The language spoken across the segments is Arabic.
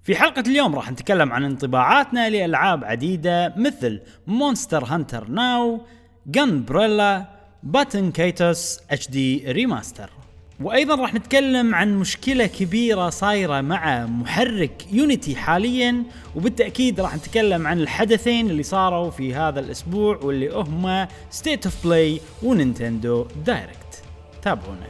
في حلقة اليوم راح نتكلم عن انطباعاتنا لألعاب عديدة مثل مونستر هانتر ناو، جنبريلا، باتن كيتوس HD ريماستر. وأيضا راح نتكلم عن مشكلة كبيرة صايرة مع محرك يونيتي حاليا، وبالتأكيد راح نتكلم عن الحدثين اللي صاروا في هذا الأسبوع واللي هما ستيت اوف بلاي ونينتندو دايركت. تابعونا.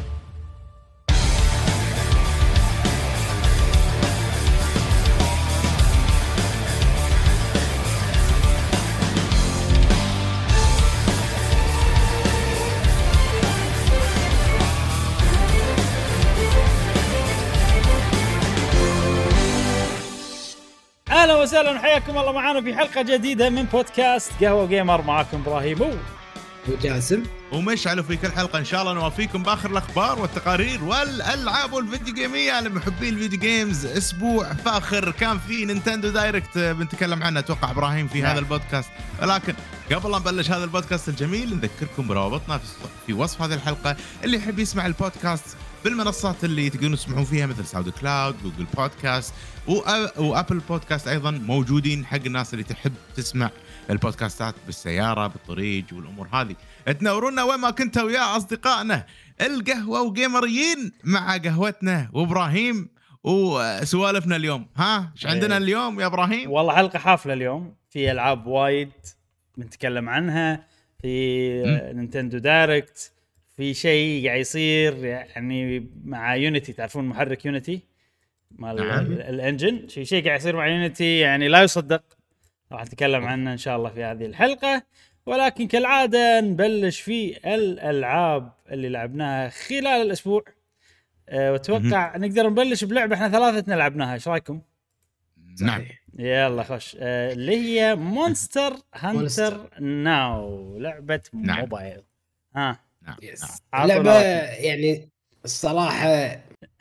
اهلا وسهلا وحياكم الله معنا في حلقه جديده من بودكاست قهوه جيمر. معاكم ابراهيم وجاسم ومشعل في كل حلقه ان شاء الله نوافيكم باخر الاخبار والتقارير والالعاب والفيديو جيميه لمحبين الفيديو جيمز. اسبوع فاخر كان في نينتندو دايركت بنتكلم عنه اتوقع ابراهيم في هذا البودكاست، ولكن قبل لا نبلش هذا البودكاست الجميل نذكركم بروابطنا في وصف هذه الحلقه. اللي يحب يسمع البودكاست بالمنصات اللي تقدرون تسمعون فيها مثل ساوند كلاود، جوجل بودكاست وابل بودكاست ايضا موجودين حق الناس اللي تحب تسمع البودكاستات بالسياره بالطريق والامور هذه. تنورونا وين ما كنتوا يا اصدقائنا القهوه وجيمريين مع قهوتنا وابراهيم وسوالفنا اليوم. ها ايش عندنا اليوم يا ابراهيم؟ والله حلقه حافله اليوم، في العاب وايد بنتكلم عنها في نينتندو دايركت. في شيء قاعد يصير يعني مع يونيتي، تعرفون محرك يونيتي مال الانجن، شيء قاعد يصير مع يونيتي يعني لا يصدق. راح نتكلم عنه ان شاء الله في هذه الحلقه، ولكن كالعاده نبلش في الالعاب اللي لعبناها خلال الاسبوع. واتوقع نقدر نبلش بلعبه احنا ثلاثتنا لعبناها، ايش رايكم؟ نعم يلا خش. اللي هي مونستر هانتر ناو، لعبه موبايل. نعم. اللعبة يعني الصراحة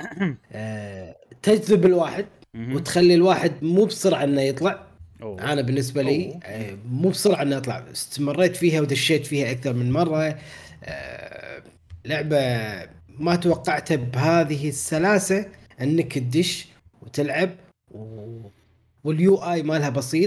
تجذب الواحد وتخلي الواحد مو بسرعة انه يطلع. انا بالنسبة لي مو بسرعة انه اطلع، استمريت فيها ودشيت فيها اكثر من مرة. لعبة ما توقعتها بهذه السلاسة انك تدش وتلعب، واليو اي مالها بسيط.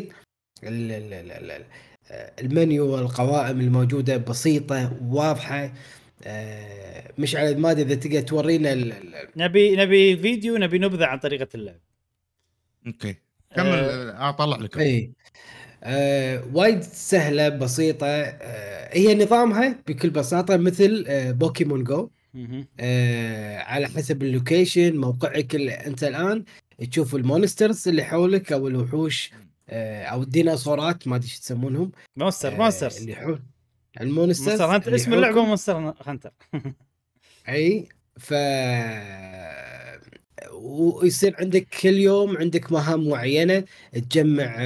المنيو والقوائم الموجودة بسيطة وواضحة. مش على ما اذا تقدر تورينا نبي فيديو، نبي نبذة عن طريقة اللعب. اوكي كمل. اطلع لكم. اي وايد سهلة بسيطة. هي نظامها بكل بساطة مثل بوكيمون جو. على حسب اللوكيشن موقعك انت الان تشوف المونسترز اللي حولك او الوحوش او الديناصورات، ما ادري ايش تسمونهم. مونسترز اللي حول المونسترز. هانتر، اسم اللعبة مونستر هانتر. اي ويصير عندك كل يوم عندك مهام معينة تجمع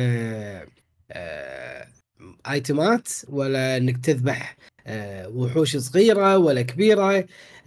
ايتمات، ولا انك تذبح وحوش صغيرة ولا كبيرة.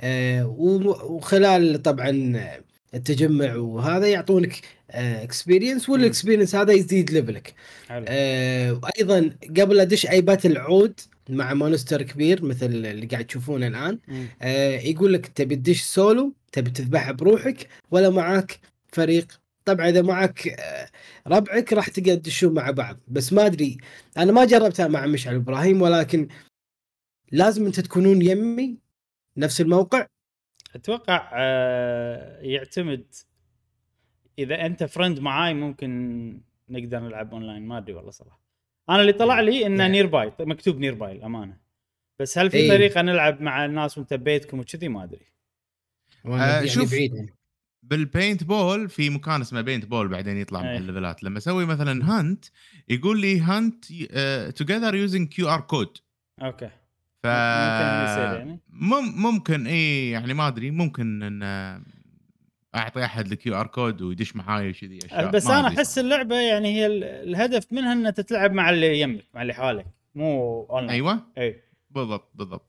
وخلال طبعا التجمع وهذا يعطونك اكسبيرينس، والاكسبيرينس هذا يزيد ليفلك. وايضا قبل ادش اي باتل عود مع مونستر كبير مثل اللي قاعد تشوفونه الان، يقول لك تبي تدش سولو، تبي تذبحها بروحك، ولا معاك فريق. طبعا اذا معك ربعك راح تقدر تدشون مع بعض. بس ما ادري، انا ما جربتها مع مشعل ابراهيم، ولكن لازم انت تكونون يمي نفس الموقع. اتوقع يعتمد اذا انت فرند معاي ممكن نقدر نلعب اونلاين، ما ادري والله صراحه. انا اللي طلع لي انه نير باي، مكتوب نير باي الامانه، بس هل في طريقه نلعب مع الناس وانت ببيتكم وكذي ما ادري. يعني شوف بعيد بالبينت بول في مكان اسمه بينت بول بعدين يطلع من الليفلات. لما اسوي مثلا هانت يقول لي هانت together using QR code. اوكي ممكن يصير يعني ممكن يعني ما ادري، ممكن ان اعطي احد الكيو ار كود ويدش معاي وشذي اشياء. بس انا احس اللعبه يعني هي الهدف منها ان تتلعب مع اللي يمك، مع اللي حالك، مو اونلاين. ايوه اي بالضبط.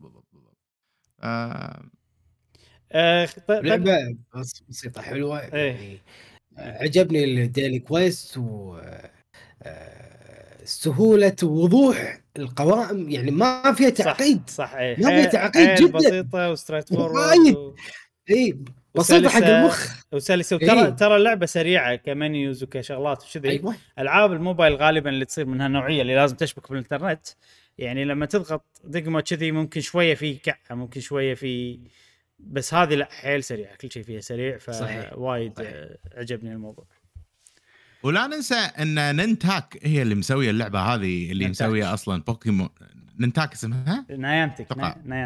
لعبه بسيطه حلوه يعني. عجبني الديلي كويست و سهولة ووضوح القوائم، يعني ما فيها تعقيد. صح ما فيها تعقيد جدا، بسيطة وستريت فورورد اي بسيطه حق المخ وسلسه. إيه. ترى اللعبه سريعه كمنيوز وكشغلات وكذي. ايوه العاب الموبايل غالبا اللي تصير منها النوعيه اللي لازم تشبك بالانترنت، يعني لما تضغط دقمه كذي ممكن شويه في كعه، ممكن شويه في، بس هذه لا حيل سريعه، كل شيء فيها سريع، فوايد عجبني الموضوع. ولا ننسى ان نينتاك هي اللي مسويه اللعبه هذه، اللي مسويه اصلا بوكيمون. نينتاك اسمها نايانتك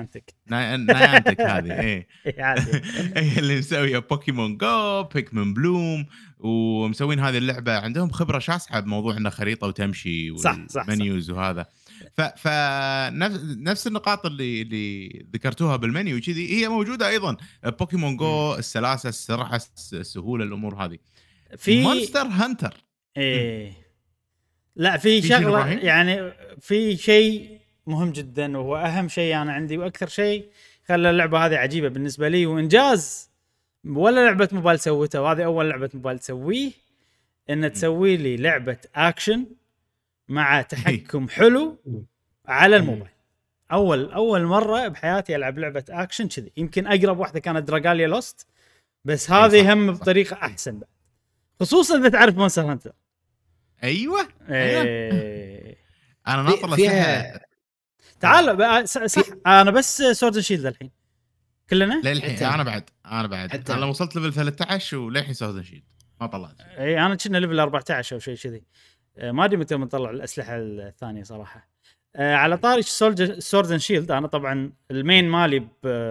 نايانتك هذه ايه عادي. هي اللي مسويه بوكيمون جو، بيكمن بلوم، ومسوين هذه اللعبه. عندهم خبره شاسعه بموضوع انه خريطه وتمشي والمنيوز وهذا. ف نفس النقاط اللي ذكرتوها بالمنيو كذي هي موجوده ايضا بوكيمون جو، السلاسه، السرعه، السهوله، الامور هذه. في مونستر هانتر ايه لا في شغله يعني، في شيء مهم جدا وهو اهم شيء انا عندي واكثر شيء خلى اللعبه هذه عجيبه بالنسبه لي وانجاز ولا لعبه موبايل سوتها، وهذه اول لعبه موبايل تسويه، ان تسوي لي لعبه اكشن مع تحكم حلو على الموبايل. اول مره بحياتي العب لعبه اكشن كذي. يمكن اقرب واحده كانت دراغاليا لوست، بس هذه هم بطريقه احسن بعد، خصوصا اذا تعرف مونستر هانتر. ايوه إيه. انا ناطر فيها. تعال صح انا بس سورد شيلد الحين كلنا للحين. انا بعد انا وصلت ليفل 13 وللحين سورد شيلد ما طلعت. اي انا كنا ليفل 14 او شيء كذي، ما ادري متى بنطلع الاسلحه الثانيه صراحه. على طاري سورد شيلد، انا طبعا المين مالي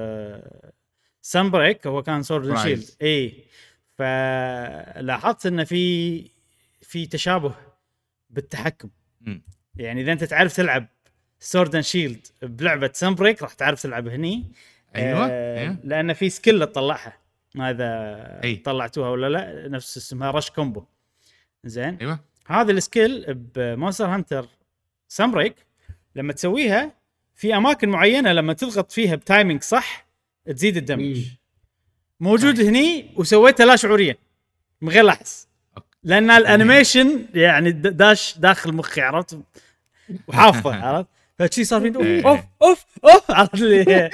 سامبريك هو كان سورد شيلد. اي فلاحظت ان في تشابه بالتحكم. يعني اذا انت تعرف تلعب سورد شيلد بلعبه سامبريك راح تعرف تلعب هني. ايوه لان في سكيل تطلعها، ماذا طلعتوها ولا لا؟ نفس اسمها رش كومبو. زين ايوه هذا السكيل بمونستر هانتر سامبريك لما تسويها في اماكن معينه لما تضغط فيها بتايمينج صح تزيد الدمج. موجود هني وسويتها لا شعوريا من غير لاحظ، لان الانيميشن يعني داش داخل مخي، عرفت؟ وحافظه عرفت؟ فشي صار في اوف عرفت لي.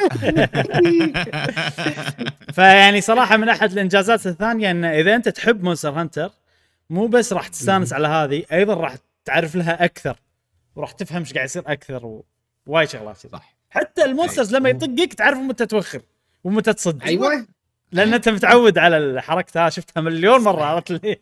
فيعني صراحه من احد الانجازات الثانيه ان اذا انت تحب مونستر هانتر مو بس راح تستانس على هذه، ايضا راح تعرف لها اكثر وراح تفهم ايش قاعد يصير اكثر ووايد شغلات صح. حتى المونسترز لما يطقك تعرف متى توخر ومتى تصد. ايوه لان انت متعود على الحركه، شفتها مليون مره عرفت لي.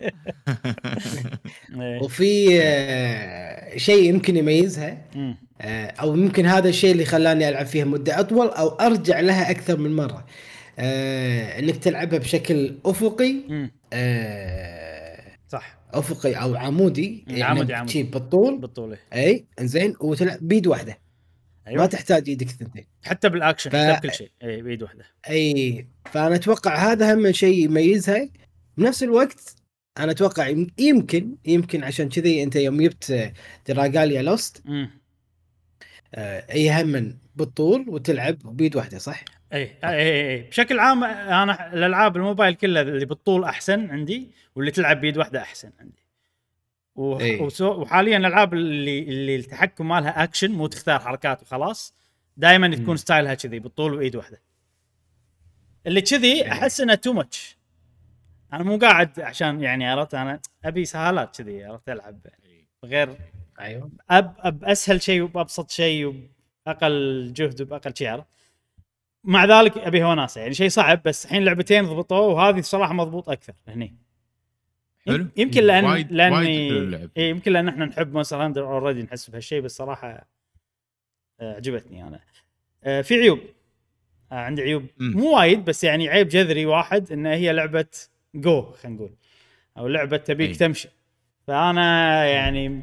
وفي شيء يمكن يميزها، او يمكن هذا الشيء اللي خلاني العب فيها مده اطول او ارجع لها اكثر من مره، انك تلعبها بشكل افقي. صح افقي او عمودي، عمودي بالطول. اي انزين، وتلعب بيد واحده. أيوة. ما تحتاج ايدك الثنتين حتى بالاكشن حتى بكل شيء اي بيد واحده. اي فانا اتوقع هذا اهم شيء يميزها. بنفس الوقت انا اتوقع يمكن عشان كذي انت يوم جبت دراغاليا لوست اي هم بالطول وتلعب بيد واحده صح. اي بشكل عام انا الالعاب الموبايل كلها اللي بالطول احسن عندي، واللي تلعب بيد واحده احسن عندي. وحاليا الالعاب اللي التحكم مالها اكشن مو تختار حركات وخلاص، دائما تكون ستايلها كذي بالطول وايد واحده. اللي كذي احس انه تو ماتش. انا مو قاعد عشان يعني عرفت، انا ابي سهالات كذي عرفت العب غير. ايوه اسهل شيء وبابسط شيء وباقل جهد وباقل شيء. مع ذلك ابي وناسه، يعني شيء صعب، بس الحين لعبتين ضبطوه وهذه الصراحه مضبوط اكثر هني. يمكن يمكن لان احنا نحب مونستر هانتر اوريدي نحس بهالشيء، بس صراحه عجبتني انا. في عيوب، عندي عيوب مو وايد، بس يعني عيب جذري واحد، ان هي لعبه جو خلينا نقول، او لعبه تبيك تمشي. فانا يعني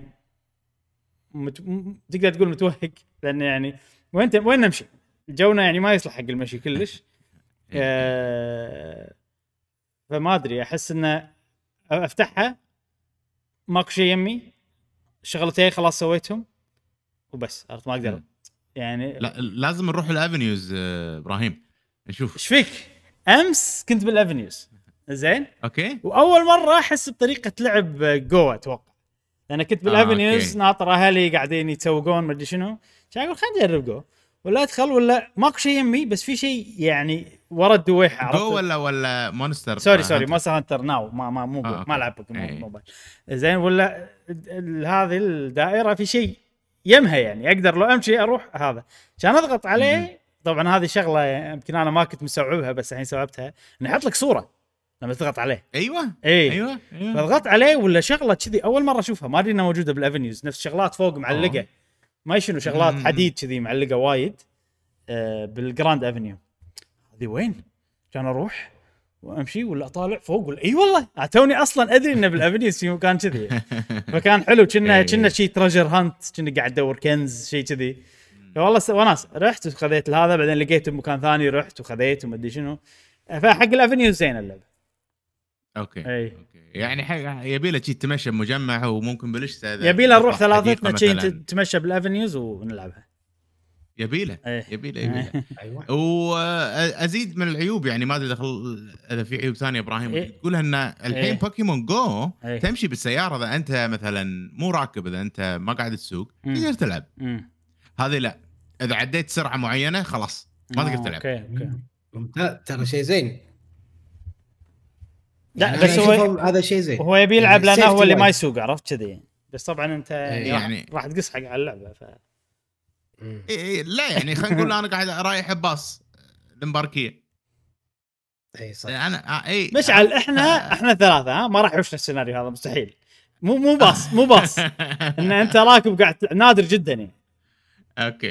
تقدر تقول متوهق، لان يعني وين نمشي جونا يعني ما يصلح حق المشي كلش. فما ادري، احس انه افتحها ماكو شيء يمي، شغلتين خلاص سويتهم وبس، عرفت؟ ما اقدر يعني. لا لازم نروح الافنيوز ابراهيم نشوف ايش فيك. امس كنت بالافنيوز زين اوكي، واول مره احس بطريقه لعب جو اتوقع، لان كنت بالافنيوز ناطر اهلي قاعدين يتسوقون ما ادري شنو، كان اقول خلينا نجرب جو. ولا ادخل ولا ماكو شيء يمي، بس في شيء يعني ورا الدويحه، عرفت؟ جو ولا مونستر؟ سوري مونستر هانتر ناو، مو ما لعب بوكيمون موبايل زين، ولا هذه الدائره في شيء يمها يعني اقدر لو امشي اروح هذا كان اضغط عليه. طبعا هذه شغله يمكن انا ما كنت مستوعبها بس الحين استوعبتها، انه يحط لك صوره لما تضغط عليه. ايوه فضغط عليه ولا شغله كذي اول مره اشوفها، ما ادري انها موجوده بالافنيوز، نفس شغلات فوق معلقه ما شنو شغلات حديد كذي معلقه وايد بالجراند افنيو. هذه وين كان اروح وامشي ولا اطالع فوق ولا اي والله توني اصلا ادري انه بالافنيوز في مكان كذي. فكان حلو، كنا شيء تريجر هانت، كنا قاعد ادور كنز شيء كذي. والله وناس رحت وخذيت هذا، بعدين لقيته بمكان ثاني رحت وخذيت وما ادري شنو. فحق الافنيوز زين اللعبه. اوكي يعني يبي له تمشى بمجمع وممكن بالشتاء يبي له نروح ثلاثتنا شيء نتمشى بالافنيوز ونلعبها. يبي له ايوه. وازيد من العيوب يعني ما ادري دخل اذا في عيوب ثانيه ابراهيم تقولها، ان الحين بوكيمون جو تمشي بالسياره اذا انت مثلا مو راكب، اذا انت ما قاعد تسوق تقدر تلعب. هذه لا، اذا عديت سرعه معينه خلاص ما تقدر تلعب. اوكي ممتاز، ترى شيء زين. لا يعني بس هذا شيء زين، هو يبي يلعب لانه هو اللي ما يسوق، عرفت كذي. بس طبعا انت يعني راح تقص حق على اللعبه لا يعني خلينا نقول انا قاعد رايح باص المباركيه. اي صح. انا مشعل احنا ثلاثه ما راح يوشنا السيناريو هذا مستحيل. مو باص ان انت راكب قاعد نادر جدا يعني. اوكي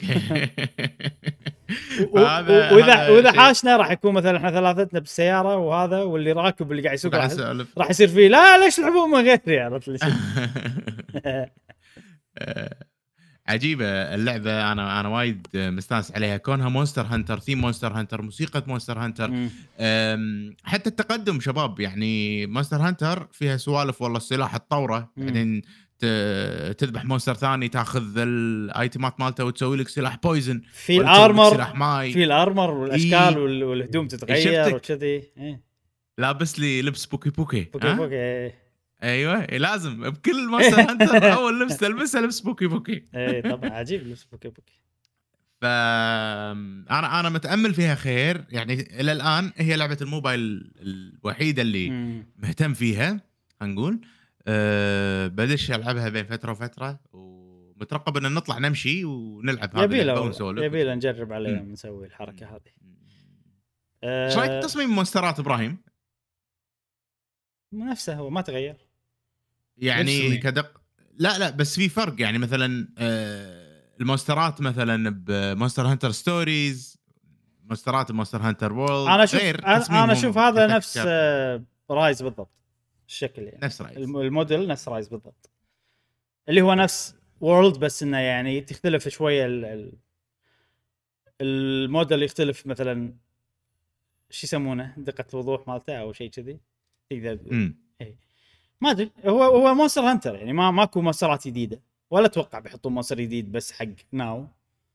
واذا حاشنا راح يكون مثلا احنا ثلاثتنا بالسياره وهذا، واللي راكب اللي قاعد يسوق راح يصير فيه لا ليش لعبوا من غيري، عرفت ليش؟ عجيبه اللعبه، انا وايد مستانس عليها، كونها مونستر هانتر، ثيم مونستر هانتر، موسيقى مونستر هانتر، حتى التقدم شباب. يعني مونستر هانتر فيها سوالف والله، السلاح الطوره بعدين تذبح مونستر ثاني تاخذ الايتمات مالته وتسوي لك سلاح بويزن، في الارمر في الارمر والاشكال والهدوم تتغير وكذي. لابس لي لبس بوكي بوكي. ايوه لازم بكل مونستر هانتر اول لبس تلبسه لبس بوكي. اي طبعا عجيب لبس بوكي. انا متامل فيها خير يعني. الى الان هي لعبه الموبايل الوحيده اللي مهتم فيها، هنقول بدش العبها بين فتره وفتره، ومترقب ان نطلع نمشي ونلعب هذا يبي له نجرب عليه نسوي الحركه هذه. ايش رايك تصميم مونسترات ابراهيم؟ نفسه هو ما تغير يعني كدق. لا بس في فرق يعني. مثلا المونسترات مثلا بمونستر هانتر ستوريز، مونسترات مونستر هانتر وورلد غير. انا اشوف هذا نفس رايز بالضبط، الشكل يعني نفس رايز، الموديل نفس رايز بالضبط، اللي هو نفس وورلد، بس انه يعني تختلف شويه الموديل يختلف. مثلا شو يسمونه، دقه الوضوح مالته او شيء كذي تقدر ما ادري. هو مونستر هانتر يعني ماكو مونسترات جديده، ولا اتوقع بيحطوا مونستر جديد بس حق ناو.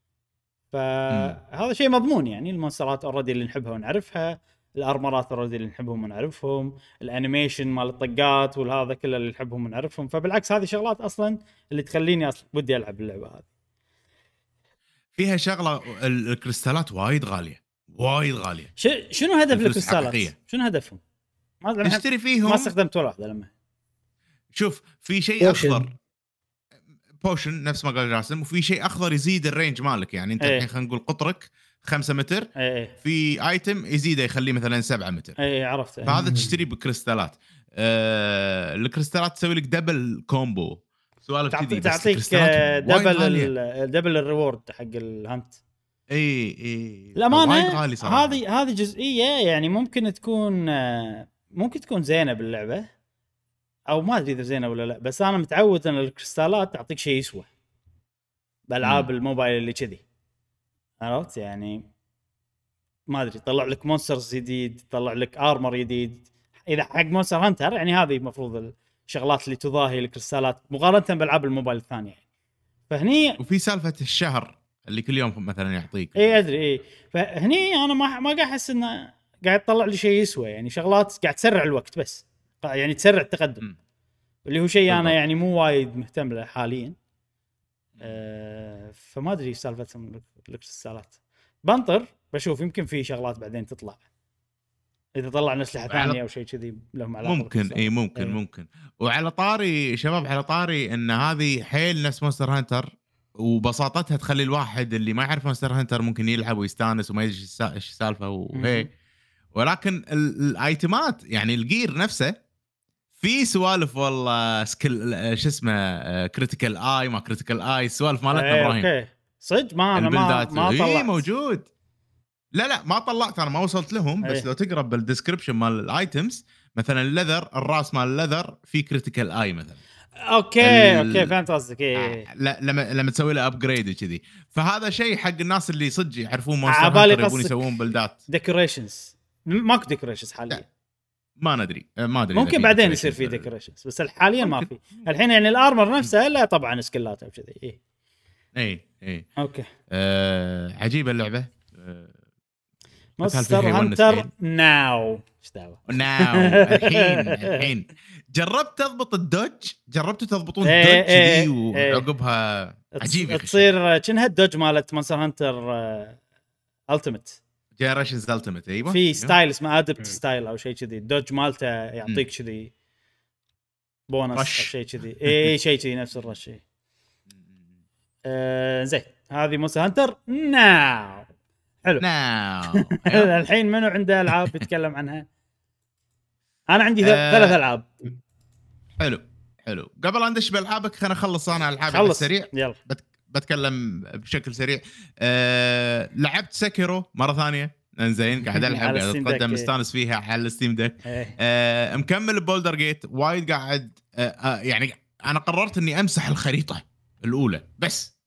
فهذا شيء مضمون يعني. المونسترات اوريدي اللي نحبها ونعرفها، الارمرات اوريدي اللي نحبهم ونعرفهم، الانيميشن مال الطقات والهذا كله اللي نحبهم ونعرفهم. فبالعكس هذه شغلات اصلا اللي تخليني اصلا ودي العب اللعبه هذه. فيها شغله الكريستالات وايد غاليه. شنو هدف الكريستالات؟ شنو هدفهم؟ ما اشتري فيهم، ما استخدمت ولا واحده. لما شوف في شيء اخضر بوشن نفس ما قال جاسم، وفي شيء اخضر يزيد الرينج مالك. يعني انت الحين خلينا نقول قطرك 5 متر، في ايتم يزيده يخليه مثلا 7 متر. عرفت. فهذا تشتري بكريستالات. الكريستالات تسوي لك دبل كومبو سوالف كذي، تعطيك دبل الريورد حق الهانت. اي الامانه هذه جزئيه يعني ممكن تكون زينه باللعبه، او ما ادري اذا زينه ولا لا. بس انا متعود ان الكريستالات تعطيك شيء يسوى بالعاب الموبايل اللي كذي، عرفت يعني. ما ادري، طلع لك مونسترز جديد، طلع لك ارمر جديد. اذا حق مونستر هانتر يعني هذه المفروض الشغلات اللي تضاهي الكريستالات مقارنه بالعاب الموبايل الثانيه يعني. فهني وفي سالفه الشهر اللي كل يوم مثلا يعطيك. ادري. فهني انا ما قاعد احس انه قاعد يطلع لي شيء يسوى يعني. شغلات قاعد تسرع الوقت بس، يعني تسرع التقدم اللي هو شيء انا يعني مو وايد مهتم له حاليا. فما ادري سالفتهم الاكسسوارات. بنطر بشوف يمكن في شغلات بعدين تطلع اذا طلع اسلحه ثانيه او شيء كذي لهم علاقه. ممكن ممكن. وعلى طاري شباب، على طاري ان هذه حيل نفس مونستر هانتر، وبساطتها تخلي الواحد اللي ما يعرف مونستر هانتر ممكن يلعب ويستانس وما يدري ايش السالفه وهي. ولكن الايتمات يعني الجير نفسه في سوالف والله سكيل شو اسمه كريتيكال اي ما كريتيكال اي سوالف مالتنا ابراهيم. اوكي صدق ما انا ما طلعت. موجود. لا ما طلعت، انا ما وصلت لهم. بس لو تقرا بالديسكربشن مال الايتمز مثلا اللذر، الراس مال اللذر في كريتيكال اي مثلا. اوكي فهمت قصدك. ايه لما تسوي له ابجريد وكذي، فهذا شيء حق الناس اللي صدق يعرفون مونستر هانتر يبون يسوون بلدات ديكوريشنز. ماكو ديكوريشنز حاليا. ما ندري ممكن بعدين يصير في ديكوريشنز، بس حاليا ما في الحين. يعني الارمر نفسه لا طبعا سكلات او كذي. ايه اوكي. عجيبه اللعبه. مونستر هانتر ناو ايش دعوه الحين جربت تضبط الدوج، جربتوا تضبطون الدوج دي وعقبها عجيب تصير كأنها الدوج مالت مونستر هانتر التيمت جنريشنز التيمت. ايوه في ستايل اسمه ادبت ستايل او شيء كذي. الدوج مالته يعطيك كذي بونص او شيء كذي. اي شيء كذي نفس الرش. زين هذه مونستر هانتر ناو. حلو. الحين منو عنده العاب يتكلم عنها؟ انا عندي 3 العاب. حلو قبل ان ندش بالعابك خلينا نخلص انا العابي بالسريع. يلا بتكلم بشكل سريع. لعبت سكيرو مره ثانيه. انزين قاعد العب قاعد اتقدم مستانس فيها على الستيم ديك. مكمل بولدر جيت وايد قاعد. يعني انا قررت اني امسح الخريطه الاولى بس،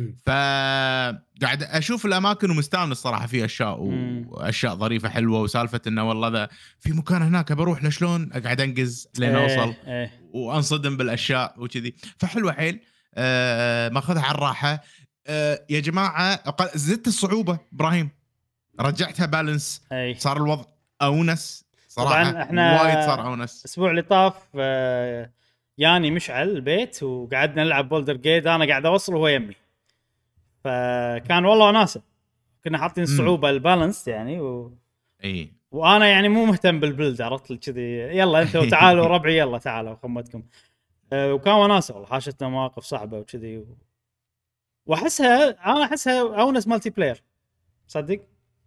فقاعد اشوف الاماكن ومستانس الصراحه في اشياء ظريفه حلوه. وسالفه انه والله ذا في مكان هناك بروح لشلون اقعد انقز لين اوصل وانصدم بالاشياء وكذي. فحلوه حيل. ماخذها على الراحه. يا جماعه زدت الصعوبه ابراهيم، رجعتها بالانس. صار الوضع اونس صراحه. احنا وايد صار اونس. الاسبوع اللي طاف يعني مشعل البيت وقعدنا نلعب بولدر جيت. انا قاعد اوصل وهو يمي، فكان والله ناسب. كنا حاطين الصعوبه البالانس يعني وانا يعني مو مهتم بالبلد، عرفت كذي. يلا انتوا تعالوا ربعي يلا تعالوا خمتكم. وكان وناسه والله. حاشتنا مواقف صعبه وكذي انا احسها اونس مالتي بلاير صدق.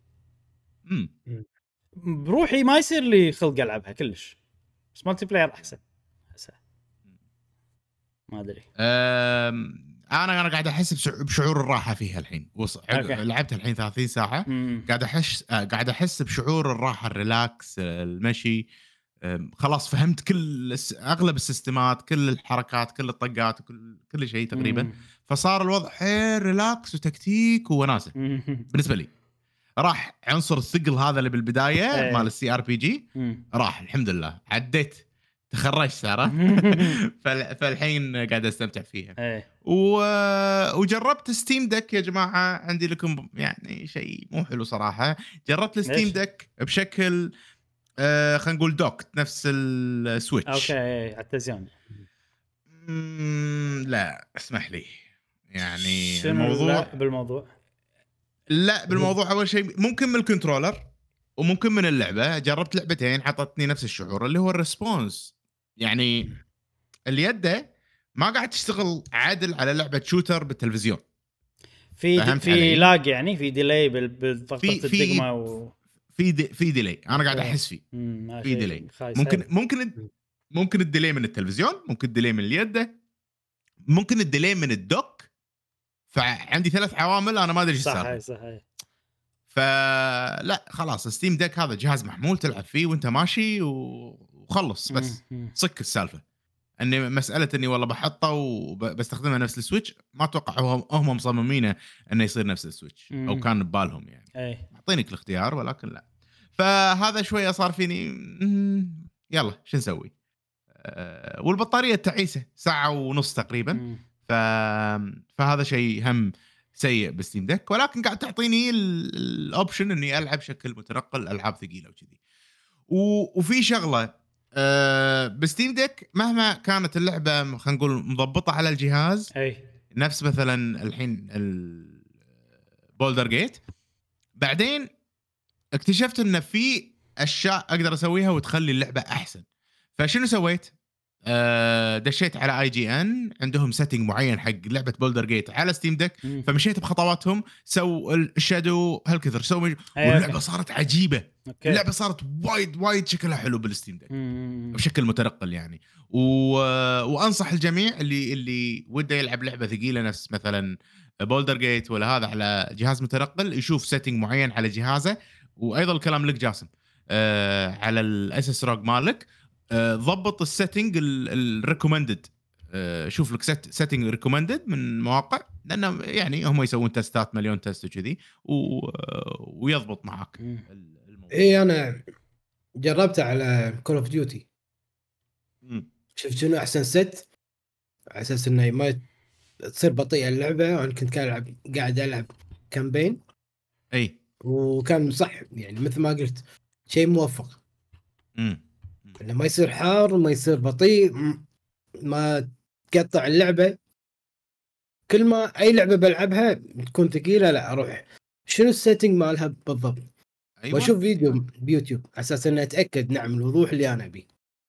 بروحي ما يصير لي خلق العبها كلش، بس مالتي بلاير احسن احسها. ما ادري. انا قاعد احس بشعور الراحه فيها الحين. لعبت الحين 30 ساعه. قاعد احس بشعور الراحه، الريلاكس، المشي. خلاص فهمت اغلب السيستمات، كل الحركات، كل الطقات، كل شيء تقريبا. فصار الوضع حيل ريلاكس وتكتيك وناسه بالنسبه لي. راح عنصر الثقل هذا اللي بالبدايه مال السي ار بي جي راح الحمد لله. عديت تخرجت ترى. فالحين قاعد استمتع فيها. وجربت ستيم ديك يا جماعه. عندي لكم يعني شيء مو حلو صراحه. جربت الستيم ديك بشكل خلينا نقول دوك نفس السويتش. اوكي على التلفزيون. لا اسمح لي يعني الموضوع بالموضوع اول شيء ممكن من الكنترولر وممكن من اللعبه. جربت لعبتين حطتني نفس الشعور اللي هو الريسبونس. يعني اليد ما قاعد تشتغل عادل على لعبه شوتر بالتلفزيون. في لاج يعني في ديلي بالضغط الدقمه في ديلي. انا قاعد احس فيه في ديلي. ممكن الديلي من التلفزيون، ممكن الديلي من اليد، ممكن الديلي من الدوك. فعندي 3 عوامل انا ما ادري ايش صار. صحيح. فلا خلاص ستيم ديك هذا جهاز محمول تلعب فيه وانت ماشي وخلص. بس صك السالفه اني مساله اني والله بحطه وبستخدمها نفس السويتش. ما اتوقع هم مصممينه انه يصير نفس السويتش او كان ببالهم يعني. اعطينك الاختيار ولكن لا. فهذا شويه صار فيني يلا شو نسوي. والبطاريه تعيسه 1.5 ساعة تقريبا. فهذا شيء هم سيء بستيم ديك. ولكن قاعد تعطيني الاوبشن اني العب بشكل متنقل العاب ثقيله وكذي. وفي شغله بستيم ديك مهما كانت اللعبه خلينا نقول مضبطه على الجهاز نفس مثلا الحين البولدر جيت. بعدين اكتشفت ان في اشياء اقدر اسويها وتخلي اللعبه احسن. فشنو سويت؟ دشيت على IGN، عندهم سيتنج معين حق لعبه بولدر جيت على ستيم ديك، فمشيت بخطواتهم، سو الشادو هالكثر، سو واللعبه صارت عجيبه. اللعبه صارت وايد شكلها حلو بالستيم ديك بشكل متنقل يعني. وانصح الجميع اللي وده يلعب لعبه ثقيله نفس مثلا بولدر جيت ولا هذا على جهاز متنقل، يشوف سيتنج معين على جهازه. وايضا الكلام لك جاسم على الاسس روج مالك، ضبط السيتنج الريكومندد، شوف لك سيتنج ريكومندد من مواقع، لانه يعني هم يسوون تستات مليون تست وكذي ويضبط معك الموضوع. ايه انا جربتها على كول اوف ديوتي، شفت شنو احسن ست على اساس انه ما تصير بطيئه اللعبه. وانا كنت قاعد العب كامبين، اي وكان صح يعني مثل ما قلت شيء موفق. انه ما يصير حار وما يصير بطيء، ما تقطع اللعبه. كل ما اي لعبه بلعبها تكون ثقيله لا اروح شنو السيتنج مالها بالضبط. أيوة. واشوف فيديو بيوتيوب على اساس ان اتاكد نعم الوضوح اللي انا ابي.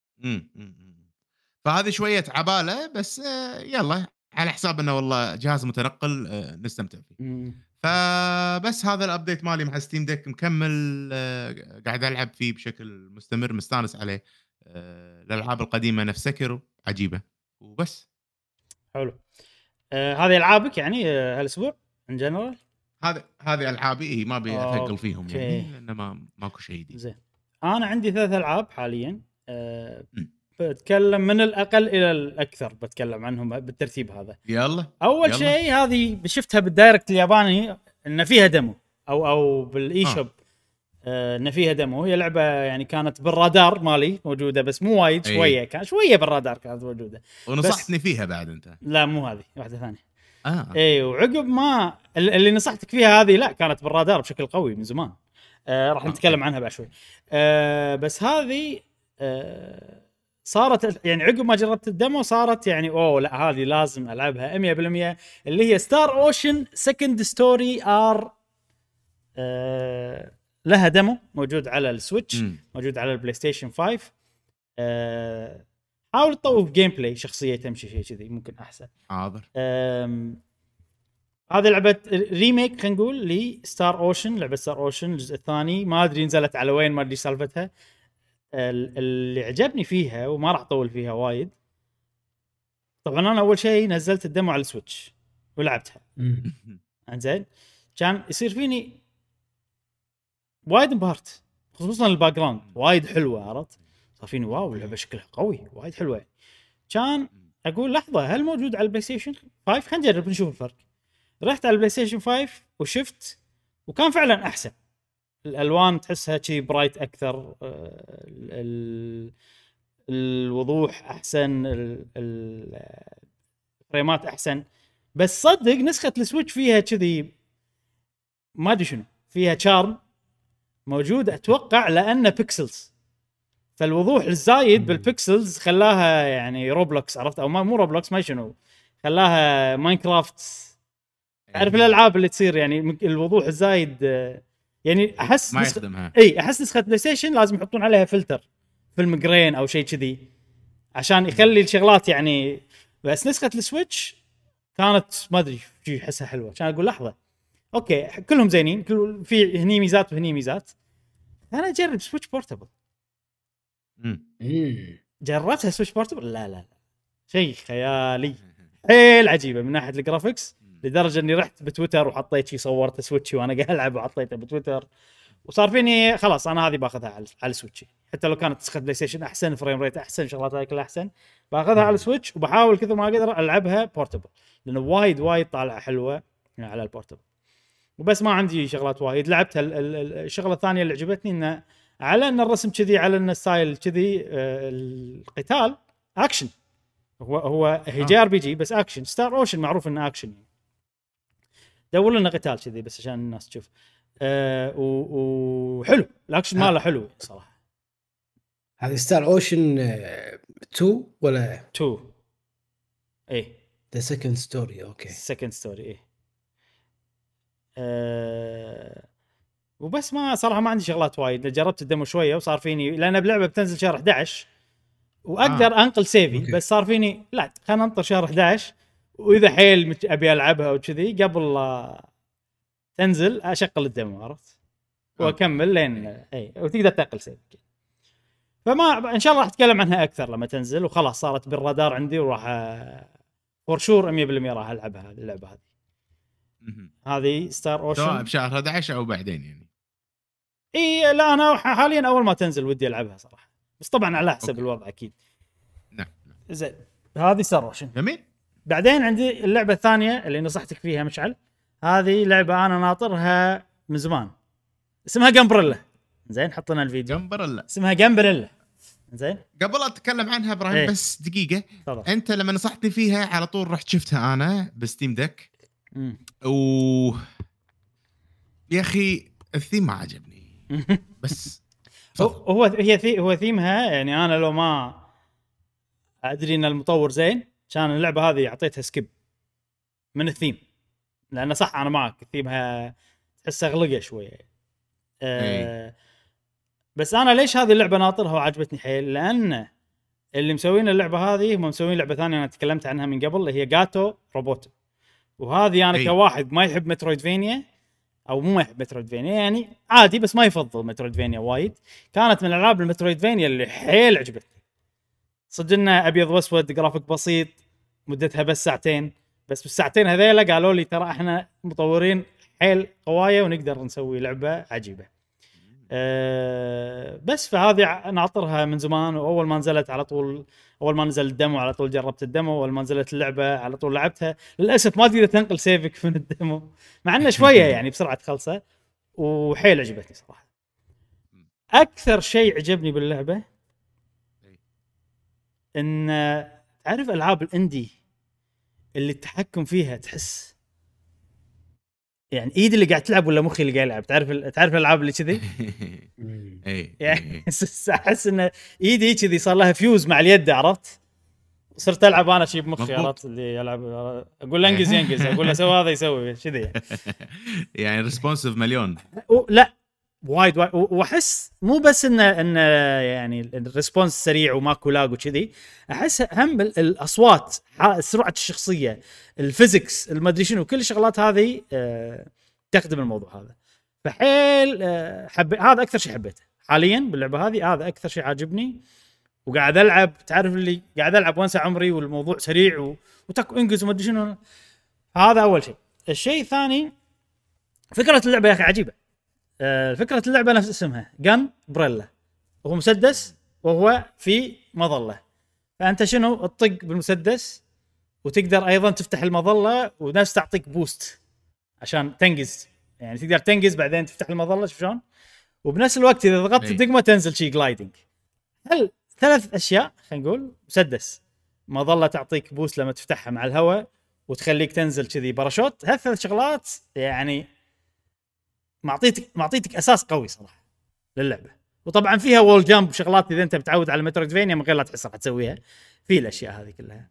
فهذه شويه عباله بس يلا على حساب انه والله جهاز متنقل نستمتع فيه. فبس هذا الابديت مالي مع ستيم ديك مكمل، قاعد العب فيه بشكل مستمر، مستانس عليه. الالعاب القديمه نفس سكرو عجيبه وبس. حلو. هذه العابك يعني هالاسبوع ان جنرال؟ هذه العابي ما ابي اثقل فيهم يعني لان ماكو شيء جديد. زين انا عندي 3 العاب حاليا، بتكلم من الاقل الى الاكثر، بتكلم عنهم بالترتيب هذا. يلا اول شيء هذه شفتها بالدايركت الياباني ان فيها ديمو او بالاي شوب ان فيها ديمو. هي لعبه يعني كانت بالرادار مالي موجوده بس مو وايد، شويه كان شويه بالرادار كانت موجوده. ونصحتني فيها بعد انت؟ لا مو هذه، واحده ثانيه. وعقب ما اللي نصحتك فيها هذه لا كانت بالرادار بشكل قوي من زمان. راح نتكلم عنها بعد شوي. بس هذه صارت يعني عقب ما جربت الديمو صارت يعني لا هذه لازم العبها 100%، اللي هي ستار اوشن سكند ستوري ار. لها ديمو موجود على السويتش، موجود على البلاي ستيشن 5. حاول تطوف جيم بلاي، شخصيه تمشي شيء كذي ممكن احسن. حاضر. هذه لعبه ريميك خلينا نقول لستار اوشن، لعبه ستار اوشن الجزء الثاني، ما ادري نزلت على وين، ما ادري سالفتها. اللي عجبني فيها وما راح اطول فيها وايد، طبعا انا اول شيء نزلت الديمو على السويتش ولعبتها. انزين كان يصير فيني وايد انبهرت، خصوصا الباك جراوند وايد حلوه، عرفت؟ صار فيني واو اللعبه شكلها قوي وايد حلوه. كان اقول لحظه هل موجود على البلاي ستيشن 5؟ خلينا نجرب نشوف الفرق. رحت على البلاي ستيشن 5 وشفت، وكان فعلا احسن. الالوان تحسها شيء برايت اكثر، الوضوح احسن، الفريمات احسن. بس صدق نسخه السويتش فيها كذي ما ادري شنو، فيها شارم موجود اتوقع لانه بيكسلز، فالوضوح الزايد بالبيكسلز خلاها يعني روبلوكس، عرفت؟ او مو روبلوكس، ما شنو خلاها ماينكرافت. تعرف الالعاب اللي تصير يعني الوضوح الزايد، يعني احس ما يخدمها. احس نسخه بلاي ستيشن لازم يحطون عليها فلتر فيلم جرين او شيء كذي عشان يخلي الشغلات يعني. بس نسخه السويتش كانت ما ادري شيء احسها حلوه. عشان اقول لحظه اوكي كلهم زينين، كل في هني ميزات وهني ميزات. انا اجرب سويتش بورتبل. جربتها سويتش بورتبل، لا شيء خيالي حيل عجيبه من ناحيه الجرافيكس، لدرجه اني رحت بتويتر وحطيت شيء، صورت سويتشي وانا قاعد العب وحطيته بتويتر، وصار فيني خلاص انا هذه باخذها على السويتش. حتى لو كانت نسخه بلاي ستيشن احسن، فريم ريت احسن، شغلات هاي كلها احسن، باخذها على السويتش وبحاول كثر ما اقدر العبها بورتبل، لانه وايد طالعه حلوه على البورتبل. وبس ما عندي شغلات وايد لعبتها. الشغله الثانيه اللي عجبتني انه على ان الرسم كذي، على ان الستايل كذي، القتال اكشن. هو جي ار بي جي بس اكشن. ستار اوشن معروف انه اكشن، دور لنا قتال كذي بس عشان الناس تشوف. وحلو الاكشن ماله حلو صراحه. هذه ستار اوشن 2 ولا 2؟ ايه ذا سكند ستوري. اوكي سكند ستوري ايه. وبس ما صراحه ما عندي شغلات وايد. جربت الدمو شويه وصار فيني، لان بلعبه بتنزل شهر 11 واقدر انقل سيفي. أوكي. بس صار فيني لا خلينا ننطر شهر 11 واذا حيل ابي العبها وكذي قبل لا تنزل اشغل الدمو، عرفت؟ واكمل لين اي وتقدر تنقل سيف. فما ان شاء الله راح اتكلم عنها اكثر لما تنزل وخلاص صارت بالرادار عندي وراح فور شور 100% راح العبها هذه اللعبه هذه. هذه ستار اوشن سواء بشهر 11 او بعدين يعني. اي لا انا حاليا اول ما تنزل ودي العبها صراحه، بس طبعا على حسب الوضع اكيد. نعم زين هذه ستار اوشن. جميل. بعدين عندي اللعبه الثانيه اللي نصحتك فيها مشعل، هذه لعبه انا ناطرها من زمان، اسمها جامبريلا. زين حط لنا الفيديو. جامبريلا اسمها جامبريلا. زين قبل اتكلم عنها ابراهيم إيه؟ بس دقيقه. طبعا. انت لما نصحتني فيها على طول رحت شفتها انا بستيم دك يا اخي الثيم ما عجبني بس هو ثيمها يعني انا لو ما ادري ان المطور زين كان اللعبه هذه اعطيتها سكيب من الثيم، لانه صح انا معك ثيمها تحسها غلقه شويه. بس انا ليش هذه اللعبه ناطرها وعجبتني حيل؟ لان اللي مسوين اللعبه هذه هم مسوين لعبه ثانيه انا تكلمت عنها من قبل اللي هي جاتو روبوت. وهذه انا كواحد ما يحب مترويدفينيا او مو يحب مترويدفينيا يعني عادي بس ما يفضل مترويدفينيا وايد، كانت من العاب المترويدفينيا اللي حيل عجبتني صدق. انه ابيض واسود جرافيك بسيط مدتها بس ساعتين، بس بالساعتين هذيلا قالوا لي ترى احنا مطورين حيل قوايه ونقدر نسوي لعبه عجيبه. بس فهذه ناطرها من زمان، واول ما نزلت على طول، اول ما نزل الدمو على طول جربت الدمو، اول ما نزلت اللعبه على طول لعبتها. للاسف ما تقدر تنقل سيفك من الدمو مع انه شويه يعني بسرعه تخلصه، وحيل عجبتني صراحه. اكثر شيء عجبني باللعبه ان تعرف العاب الاندي اللي التحكم فيها تحس يعني ايدي اللي قاعد تلعب ولا مخي اللي قاعد يلعب. تعرف الالعاب اللي كذي يعني احس ان ايدي كذي صار لها فيوز مع اليد، عرفت؟ صرت العب انا شيء بمخي، عرفت؟ اللي يلعب اقول له انجز ينجز، اقول له سوي هذا يسوي كذي يعني ريسبونسيف مليون. لا وايد واحس مو بس ان يعني الريسبونس سريع وماكو لاج وكذي، احس هم الاصوات، سرعه الشخصيه، الفيزكس، المدري شنو، كل الشغلات هذه تخدم الموضوع هذا. فحيل هذا اكثر شيء حبيته حاليا باللعبه هذه، هذا اكثر شيء عاجبني. وقاعد العب تعرف اللي قاعد العب وانسى عمري والموضوع سريع وتك انجز ومدري شنو. هذا اول شيء. الشيء الثاني فكره اللعبه يا اخي عجيبه. فكرة اللعبة نفس اسمها جان بريلا، وهو مسدس وهو في مظلة، فأنت شنو تطق بالمسدس وتقدر أيضا تفتح المظلة ونفس تعطيك بوست عشان تنجز، يعني تقدر تنجز بعدين تفتح المظلة شوف شلون. وبنفس الوقت إذا ضغطت الدقمة تنزل شي جلايدنج. هل 3 أشياء خلينا نقول مسدس، مظلة تعطيك بوست لما تفتحها مع الهواء وتخليك تنزل كذي باراشوت، هالثلاث شغلات يعني معطيتك اساس قوي صراحه للعبه. وطبعا فيها وول جامب وشغلات اذا انت متعود على مترويدفينيا من غير لا تحس راح تسويها في الاشياء هذه كلها.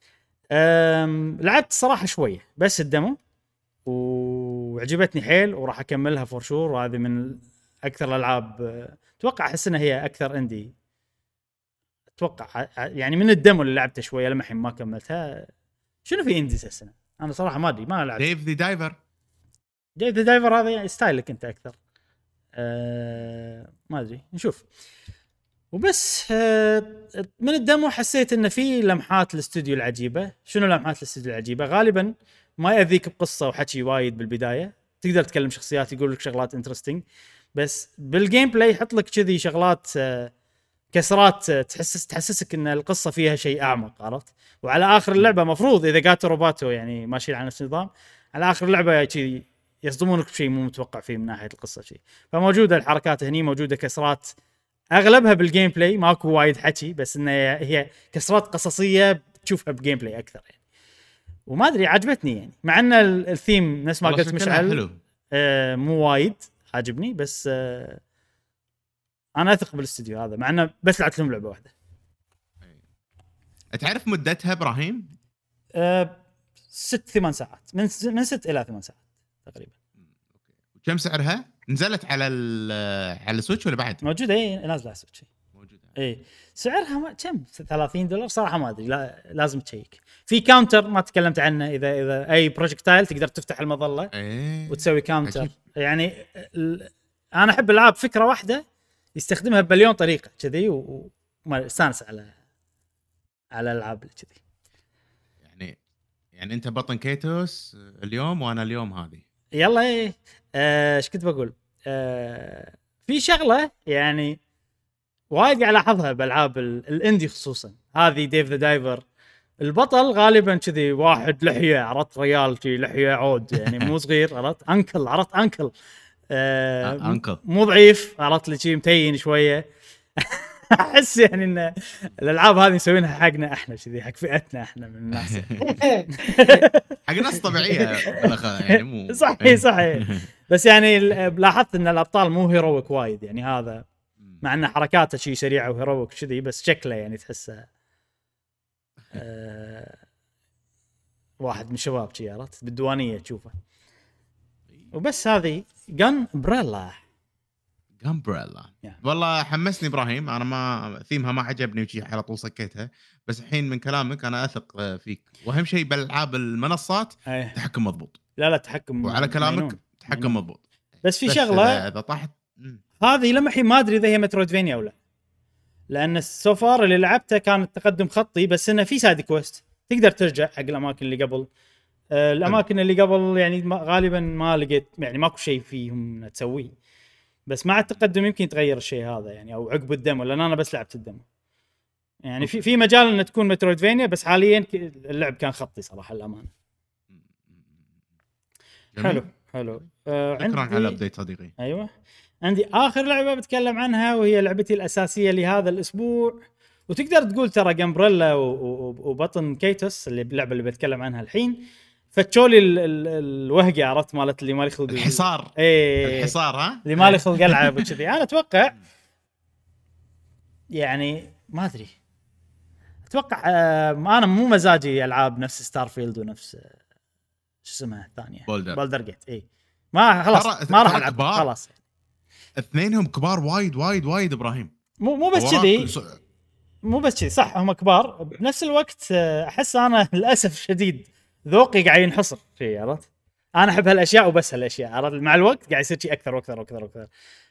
لعبت صراحه شويه بس الدمو وعجبتني حيل وراح اكملها فور شور، وهذه من اكثر الالعاب اتوقع احس انها هي اكثر اندي اتوقع يعني من الدمو اللي لعبته شويه لما الحين ما كملتها. شنو في انديز السنه؟ انا صراحه ما ادري ما لعبت. ديف ذا دايفر. ديف ذا دايفر هذا يعني ستايلك انت اكثر. ما ادري نشوف. وبس من الدمو حسيت ان في لمحات الاستوديو العجيبه. شنو لمحات الاستوديو العجيبه؟ غالبا ما يأذيك بقصه وحكي وايد بالبدايه، تقدر تكلم شخصيات يقول لك شغلات انترستينج، بس بالجيم بلاي يحط لك كذي شغلات كسرات تحسسك ان القصه فيها شيء اعمق، عرفت؟ وعلى اخر اللعبه مفروض اذا جاتو روباتو يعني ماشي على نفس النظام، على اخر اللعبه كذي يصدمونك بشيء مو متوقع فيه من ناحيه القصه شيء. فموجوده الحركات هني، موجوده كسرات اغلبها بالجيم بلاي ماكو وايد حكي، بس انه هي كسرات قصصيه تشوفها بجيم بلاي اكثر يعني. وما ادري عجبتني يعني، مع ان الثيم نفس ما قلت مشعل مو وايد عجبني، بس انا اثق بالاستديو هذا مع انه بس لعبت لهم لعبه واحده. تعرف مدتها ابراهيم؟ 6-8 ساعات من 6 الى 8 ساعات تقريبا. كم سعرها؟ نزلت على السويتش ولا بعد؟ موجوده نازله على السويتش موجوده. سعرها كم $30 صراحه ما ادري، لا لازم تشيك. في كاونتر ما تكلمت عنه، اذا اي بروجكتايل تقدر تفتح المظله وتسوي كاونتر عجيب. يعني انا احب العاب فكره واحده يستخدمها بمليون طريقه كذي وما استانس على الالعاب كذي. يعني انت بطن كيتوس اليوم وانا اليوم هذه يلا ايش كنت بقول؟ في شغله يعني وايد قاعد الاحظها بالالعاب الاندي خصوصا هذه ديف ذا دايفر. البطل غالبا كذي واحد لحيه، عرفت ريال كذي لحيه عود يعني مو صغير، عرفت انكل، عرفت انكل انكل مو ضعيف، عرفت لي شيء متين شويه. احس يعني ان الالعاب هذه مسوينها حقنا احنا كذي، حق فئتنا احنا من الناس. حق ناس طبيعيه يعني مو صحيح. بس يعني لاحظت ان الابطال مو هيرويك وايد يعني، هذا مع ان حركاته شيء سريعه وهيرويك كذي، بس شكله يعني تحسه واحد من الشباب شي، عرفت بالديوانيه تشوفه. وبس هذه جان بريلا. والله حمسني ابراهيم، انا ما ثيمها ما عجبني وشي على طول سكيتها، بس الحين من كلامك انا اثق فيك. واهم شيء بالالعاب المنصات تحكم مضبوط. لا تحكم، وعلى كلامك تحكم مضبوط. بس في شغله اذا طاحت هذه لما الحين ما ادري اذا هي مترويدفينيا او لا، لان السوفار اللي لعبته كان التقدم خطي، بس انه في سايد كويست تقدر ترجع حق الاماكن اللي قبل. الاماكن اللي قبل يعني غالبا ما لقيت يعني ماكو شيء فيهم تسويه، بس مع التقدم يمكن يتغير الشيء هذا يعني، او عقب الدمو، لان انا بس لعبت الدمو يعني. في مجال ان تكون مترويدفينيا، بس حاليا اللعب كان خطي صراحه الامانه. حلو شكرا على الابديت صديقي. ايوه عندي اخر لعبه بتكلم عنها، وهي لعبتي الاساسيه لهذا الاسبوع، وتقدر تقول ترى جامبريلا وبطن كيتوس اللعبه اللي بتكلم عنها الحين فتشولي الوهقه، عرفت مالت اللي مالي خلق الحصار. الحصار ها اللي مالي خلق العب وكذي. انا اتوقع يعني ما ادري، اتوقع انا مو مزاجي العاب نفس ستارفيلد ونفس شو اسمها الثانيه بولدر جيت. ما خلاص ما راح العب خلاص. اثنينهم كبار وايد ابراهيم. مو بس كذي، مو بس كذي صح، هم كبار بنفس الوقت. احس انا للاسف شديد ذوقي قاعد ينحصر فيه، عرفت؟ انا احب هالاشياء وبس هالاشياء، عرفت؟ مع الوقت قاعد يصير شيء اكثر.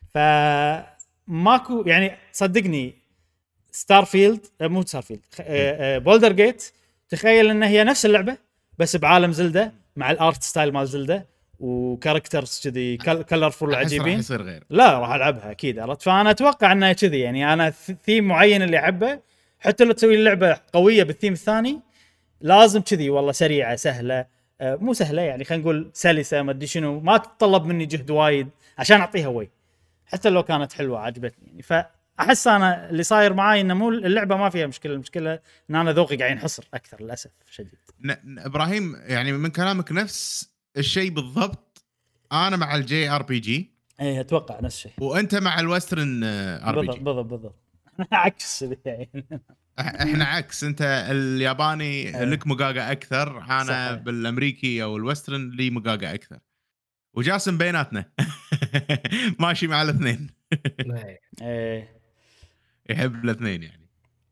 فماكو يعني صدقني ستارفيلد مو ستارفيلد بولدر جيت، تخيل ان هي نفس اللعبه بس بعالم زلدة مع الارت ستايل مال زلدة وكاركترز كذي كلرفول عجيبين. لا راح العبها اكيد، عرفت؟ فانا اتوقع انها كذي يعني، انا ثيم معين اللي احبه، حتى لو تسوي اللعبه قويه بالثيم الثاني لازم كذي والله سريعه سهله، مو سهله يعني خلينا نقول سلسه، ما ادري شنو، ما تتطلب مني جهد وايد عشان اعطيها وي، حتى لو كانت حلوه عجبتني يعني. فاحس انا اللي صاير معاي انه مو اللعبه ما فيها مشكله، المشكله ان انا ذوقي قاعد ينحصر اكثر للاسف شديد. ابراهيم يعني من كلامك نفس الشيء بالضبط. انا مع الجي ار بي جي، اي اتوقع نفس الشيء، وانت مع الويسترن ار بي جي. بالضبط عكس يعني. احنا عكس، انت الياباني لك مقاقة اكثر، انا صحيح. بالامريكي او الويسترن لي مقاقة اكثر، وجاسم بيناتنا ماشي مع الاثنين. يحب الاثنين يعني.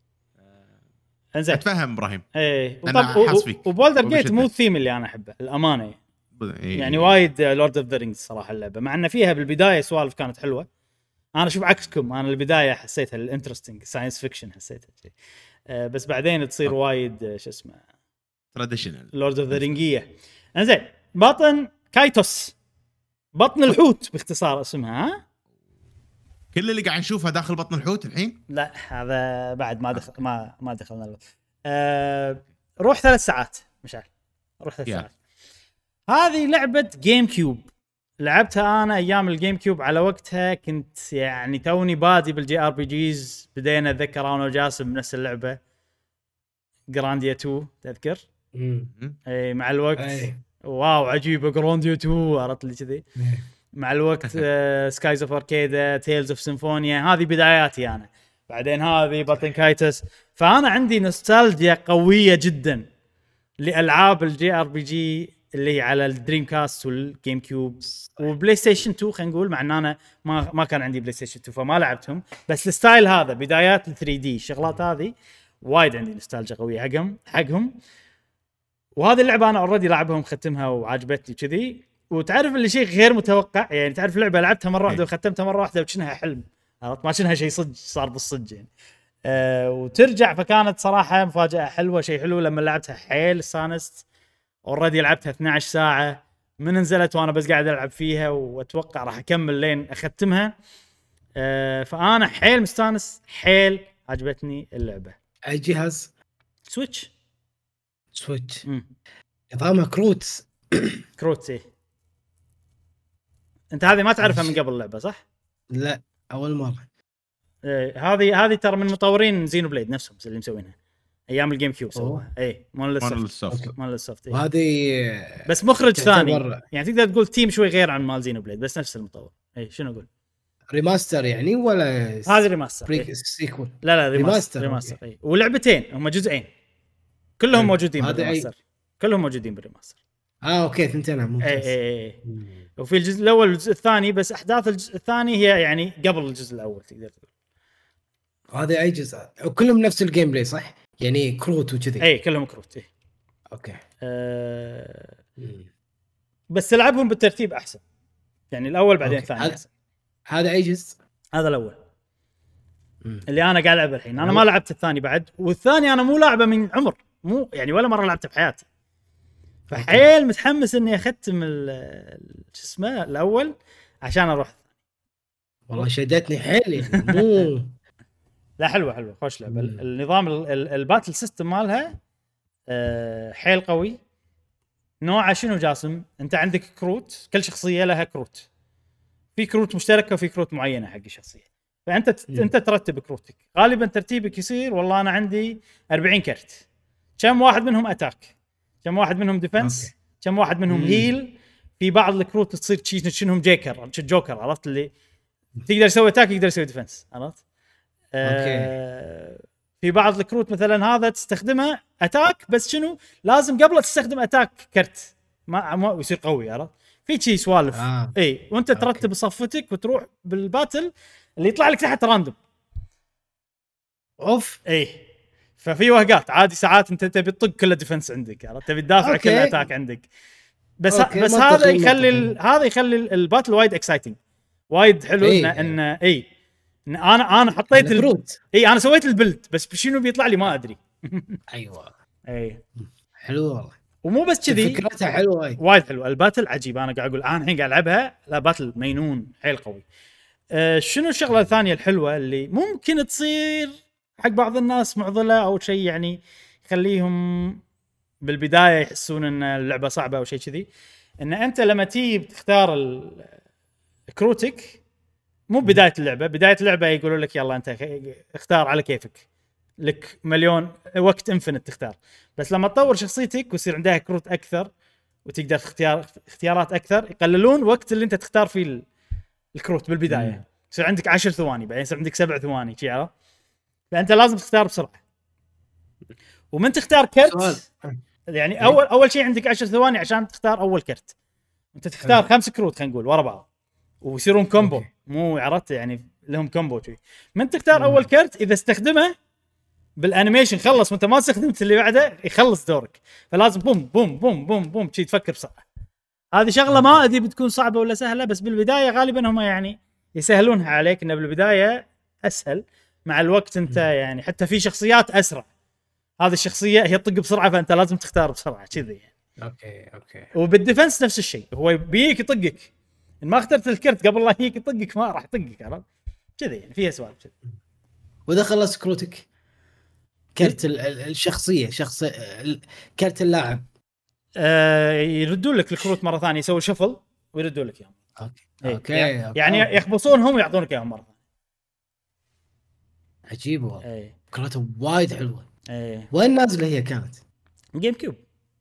اتفهم ابراهيم. انا حاس فيك. وبولدر جيت مو الثيم اللي انا احبه الامانه يعني وايد لورد اوف ذا رينجز صراحه اللعبه، مع ان فيها بالبدايه سوالف كانت حلوه. انا اشوف عكسكم، انا البدايه حسيتها الانترستينج ساينس فيكشن حسيتها شيء، بس بعدين تصير وايد شو اسمه تراديشنال لورد اوف ذا رينجيه. انزين بطن كايتوس، بطن الحوت باختصار اسمها. ها كل اللي قاعد نشوفها داخل بطن الحوت الحين؟ لا هذا بعد ما دخل ما دخلنا روح 3 ساعات مشعل، روح 3 ساعات. هذه لعبه جيم كيوب، لعبتها انا ايام الجيم كيوب على وقتها، كنت يعني توني بادي بالجي ار بي جيز، بدينا اتذكر انا وجاسم بنفس اللعبه جرانديا 2 تذكر. اي مع الوقت واو عجيبه جرانديا 2، عرفت لي كذي. مع الوقت سكايز اوف اركيدا، تيلز اوف سيمفونيا، هذه بداياتي انا. بعدين هذه بطن كايتس، فانا عندي نوستالجيا قويه جدا لالعاب الجي ار بي جي اللي على الدريم كاست والجيم كيوب وبلاي ستيشن 2. خلينا نقول مع ان انا ما كان عندي بلاي ستيشن 2 فما لعبتهم، بس الستايل هذا بدايات ال 3 دي الشغلات هذه وايد عندي نوستالجيا قويه حقهم. وهذه اللعبه انا اوريدي لعبها ومختمها وعجبتني كذي. وتعرف اللي شيء غير متوقع، يعني تعرف لعبه لعبتها مره واحده وختمتها مره واحده وكأنها حلم، عرفت؟ ما كأنها شيء صدق صار بالصدق يعني. وترجع، فكانت صراحه مفاجاه حلوه، شيء حلو لما لعبتها حيل استانست. اوريدي لعبتها 12 ساعه من نزلت وانا بس قاعد العب فيها، واتوقع راح اكمل لين اختمها. فانا حيل مستانس، حيل عجبتني اللعبه. اي جهاز؟ سويتش. نظامها كروت. كروت ايه. انت هذه ما تعرفها من قبل اللعبه صح؟ لا اول مره. هذه ترى من مطورين زينو بليد نفسهم اللي مسوينها ايام الجيم كيوب سووها. اي مال السوفت. وهذه بس مخرج ثاني يعني تقدر تقول تيم شوي غير عن مال زينو بليد، بس نفس المطور. اي شنو اقول؟ ريماستر يعني ولا هذه ريماستر سيكول؟ لا ريماستر. اي ولعبتين هم جزئين كلهم موجودين بالريماستر، كلهم موجودين بالريماستر. اوكي ثنتين ممتاز. اي وفي الجزء الاول والجزء الثاني، بس احداث الجزء الثاني هي يعني قبل الجزء الاول تقدر تقول. هذه اي جزء وكلهم نفس الجيم بلاي صح؟ يعني كروت وكذي. اي كلهم كروت. اي اوكي. بس تلعبهم بالترتيب احسن، يعني الاول بعدين الثاني احسن. هذا اي جزء؟ هذا الاول اللي انا قاعد العب الحين. انا ما لعبت الثاني بعد، والثاني انا مو لاعبه من عمر، مو يعني ولا مره لعبته بحياتي. فحيل متحمس اني اختم شو اسمه الاول عشان اروح. والله شدتني حيل يعني مو لا حلوه خوش لعبه. النظام الباتل سيستم مالها حيل قوي. نوعه شنو جاسم؟ انت عندك كروت، كل شخصيه لها كروت، في كروت مشتركه وفي كروت معينه حق الشخصيه. فانت ترتب كروتك. غالبا ترتيبك يصير والله انا عندي 40 كرت، كم واحد منهم اتاك، كم واحد منهم ديفنس، كم واحد منهم هيل. في بعض الكروت تصير شنهم جوكر، عرفت؟ اللي تقدر تسوي اتاك يقدر يسوي ديفنس، عرفت؟ في بعض الكروت مثلا هذا تستخدمه اتاك، بس شنو لازم قبل تستخدم اتاك كرت ما يصير قوي، عرفت؟ في شيء سوالف. اي وانت ترتب صفتك وتروح بالباتل اللي يطلع لك تحت راندوم. اوف. اي ففي وهقات عادي ساعات انت تبي تطق كل ديفنس عندك، عرفت؟ تبي تدافع كل اتاك عندك. بس هذا يخلي الباتل وايد اكسايتنج، وايد حلو. ان انا حطيت الكروت. انا سويت البلد، بس شنو بيطلع لي ما ادري. ايوه اي حلو والله. ومو بس كذي، فكرتها حلوه وايد حلوه. الباتل عجيب. انا قاعد اقول انا الحين قاعد العبها، لا باتل مينون حيل قوي. شنو الشغله الثانيه الحلوه اللي ممكن تصير حق بعض الناس معضله او شيء يعني يخليهم بالبدايه يحسون ان اللعبه صعبه او شيء كذي؟ ان انت لما تيجي تختار كروتك مو بدايه اللعبه يقولوا لك يلا انت اختار على كيفك، لك مليون وقت انفنت تختار. بس لما تطور شخصيتك ويصير عندها كروت اكثر وتقدر اختيارات اكثر، يقللون وقت اللي انت تختار فيه الكروت بالبدايه. يصير عندك 10 ثواني، بعدين يصير عندك 7 ثواني شي، عرفت؟ فانت لازم تختار بسرعه. ومن تختار كرت يعني اول شيء عندك 10 ثواني عشان تختار اول كرت. انت تختار 5 كروت خلينا نقول ورا بعض ويصيرون كومبو، مو عرفت يعني لهم كومبو شيء. من تختار اول كرت اذا استخدمه بالانيميشن خلص وانت ما استخدمت اللي بعده يخلص دورك، فلازم بوم بوم بوم بوم بوم شي تفكر بسرعه. هذه شغله ما ادري بتكون صعبه ولا سهله، بس بالبدايه غالبا هم يعني يسهلونها عليك، انه بالبدايه اسهل. مع الوقت انت يعني حتى في شخصيات اسرع، هذه الشخصيه هي تطق بسرعه فانت لازم تختار بسرعه كذي يعني. اوكي. وبالديفنس نفس الشيء، هو بيك يطقك ان ما اخترت الكرت قبل لا يجيك يطقك ما راح يطقك، عرفت كذي يعني. فيها سوالف كذي. واذا خلصت كروتك كرت الشخصيه كرت اللاعب يردون لك الكروت مره ثانيه، يسوي شفل ويردون لك اياهم. اوكي يعني يخبصونهم ويعطونك اياهم مره ثانيه. عجيب والله. كروتها وايد حلوه. وين نازله هي كانت؟ جيم كيوب.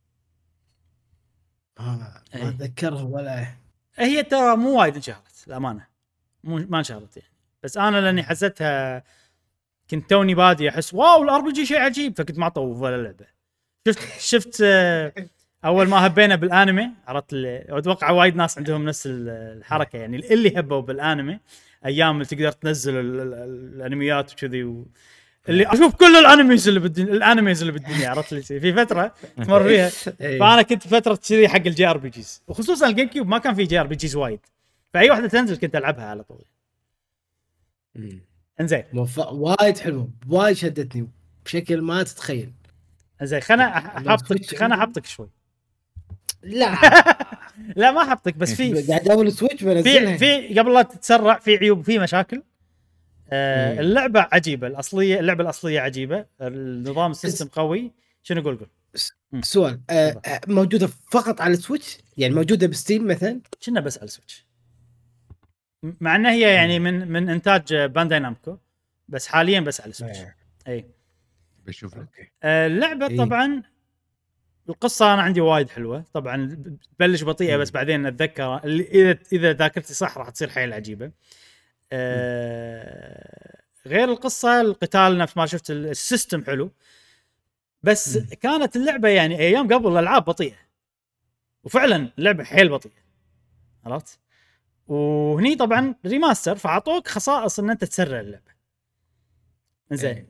ما اتذكرها ولا. هي ترى مو وايد انشهرت الامانه، ما انشهرت يعني. بس انا لاني حسيتها كنت توني بادي احس واو الار بي جي شيء عجيب، فكنت ما اطوف ولا لعبه. شفت اول ما هبينا بالانمي عرفت اتوقع وايد ناس عندهم نفس الحركه يعني اللي هبوا بالانمي ايام اللي تقدر تنزل الانميات وكذي اللي اشوف كل الانميز اللي بالدنيا عرفت لي في فتره تمر فيها. فانا كنت فتره كذي حق الجي ار بي جيز وخصوصا الجيم كيوب ما كان في جي ار بي جيز وايد فاي واحده تنزل كنت العبها على طول. انزين وايد حلو وايد شدتني بشكل ما تتخيل. انزين خلنا احطك شوي. لا لا ما حطك بس في قاعد اول سويتش بنزلها في قبل لا تتسرع في عيوب في مشاكل. اللعبه عجيبه اللعبه الاصليه عجيبه النظام السيستم قوي. شنو قول سؤال موجوده فقط على السويتش يعني موجوده بستيم مثلا كنا بس على السويتش مع انها هي يعني من انتاج بانداي نامكو بس حاليا بس على السويتش. اي بشوف اللعبه طبعا القصه انا عندي وايد حلوه طبعا تبلش بطيئه بس بعدين اتذكر اذا ذاكرتي صح راح تصير حيل عجيبه. غير القصه القتال نفس ما شفت السيستم حلو بس كانت اللعبه يعني ايام قبل الالعاب بطيئه وفعلا اللعبه حيل بطيئه عرفت. وهني طبعا ريماستر فعطوك خصائص ان انت تسرع اللعبه. زين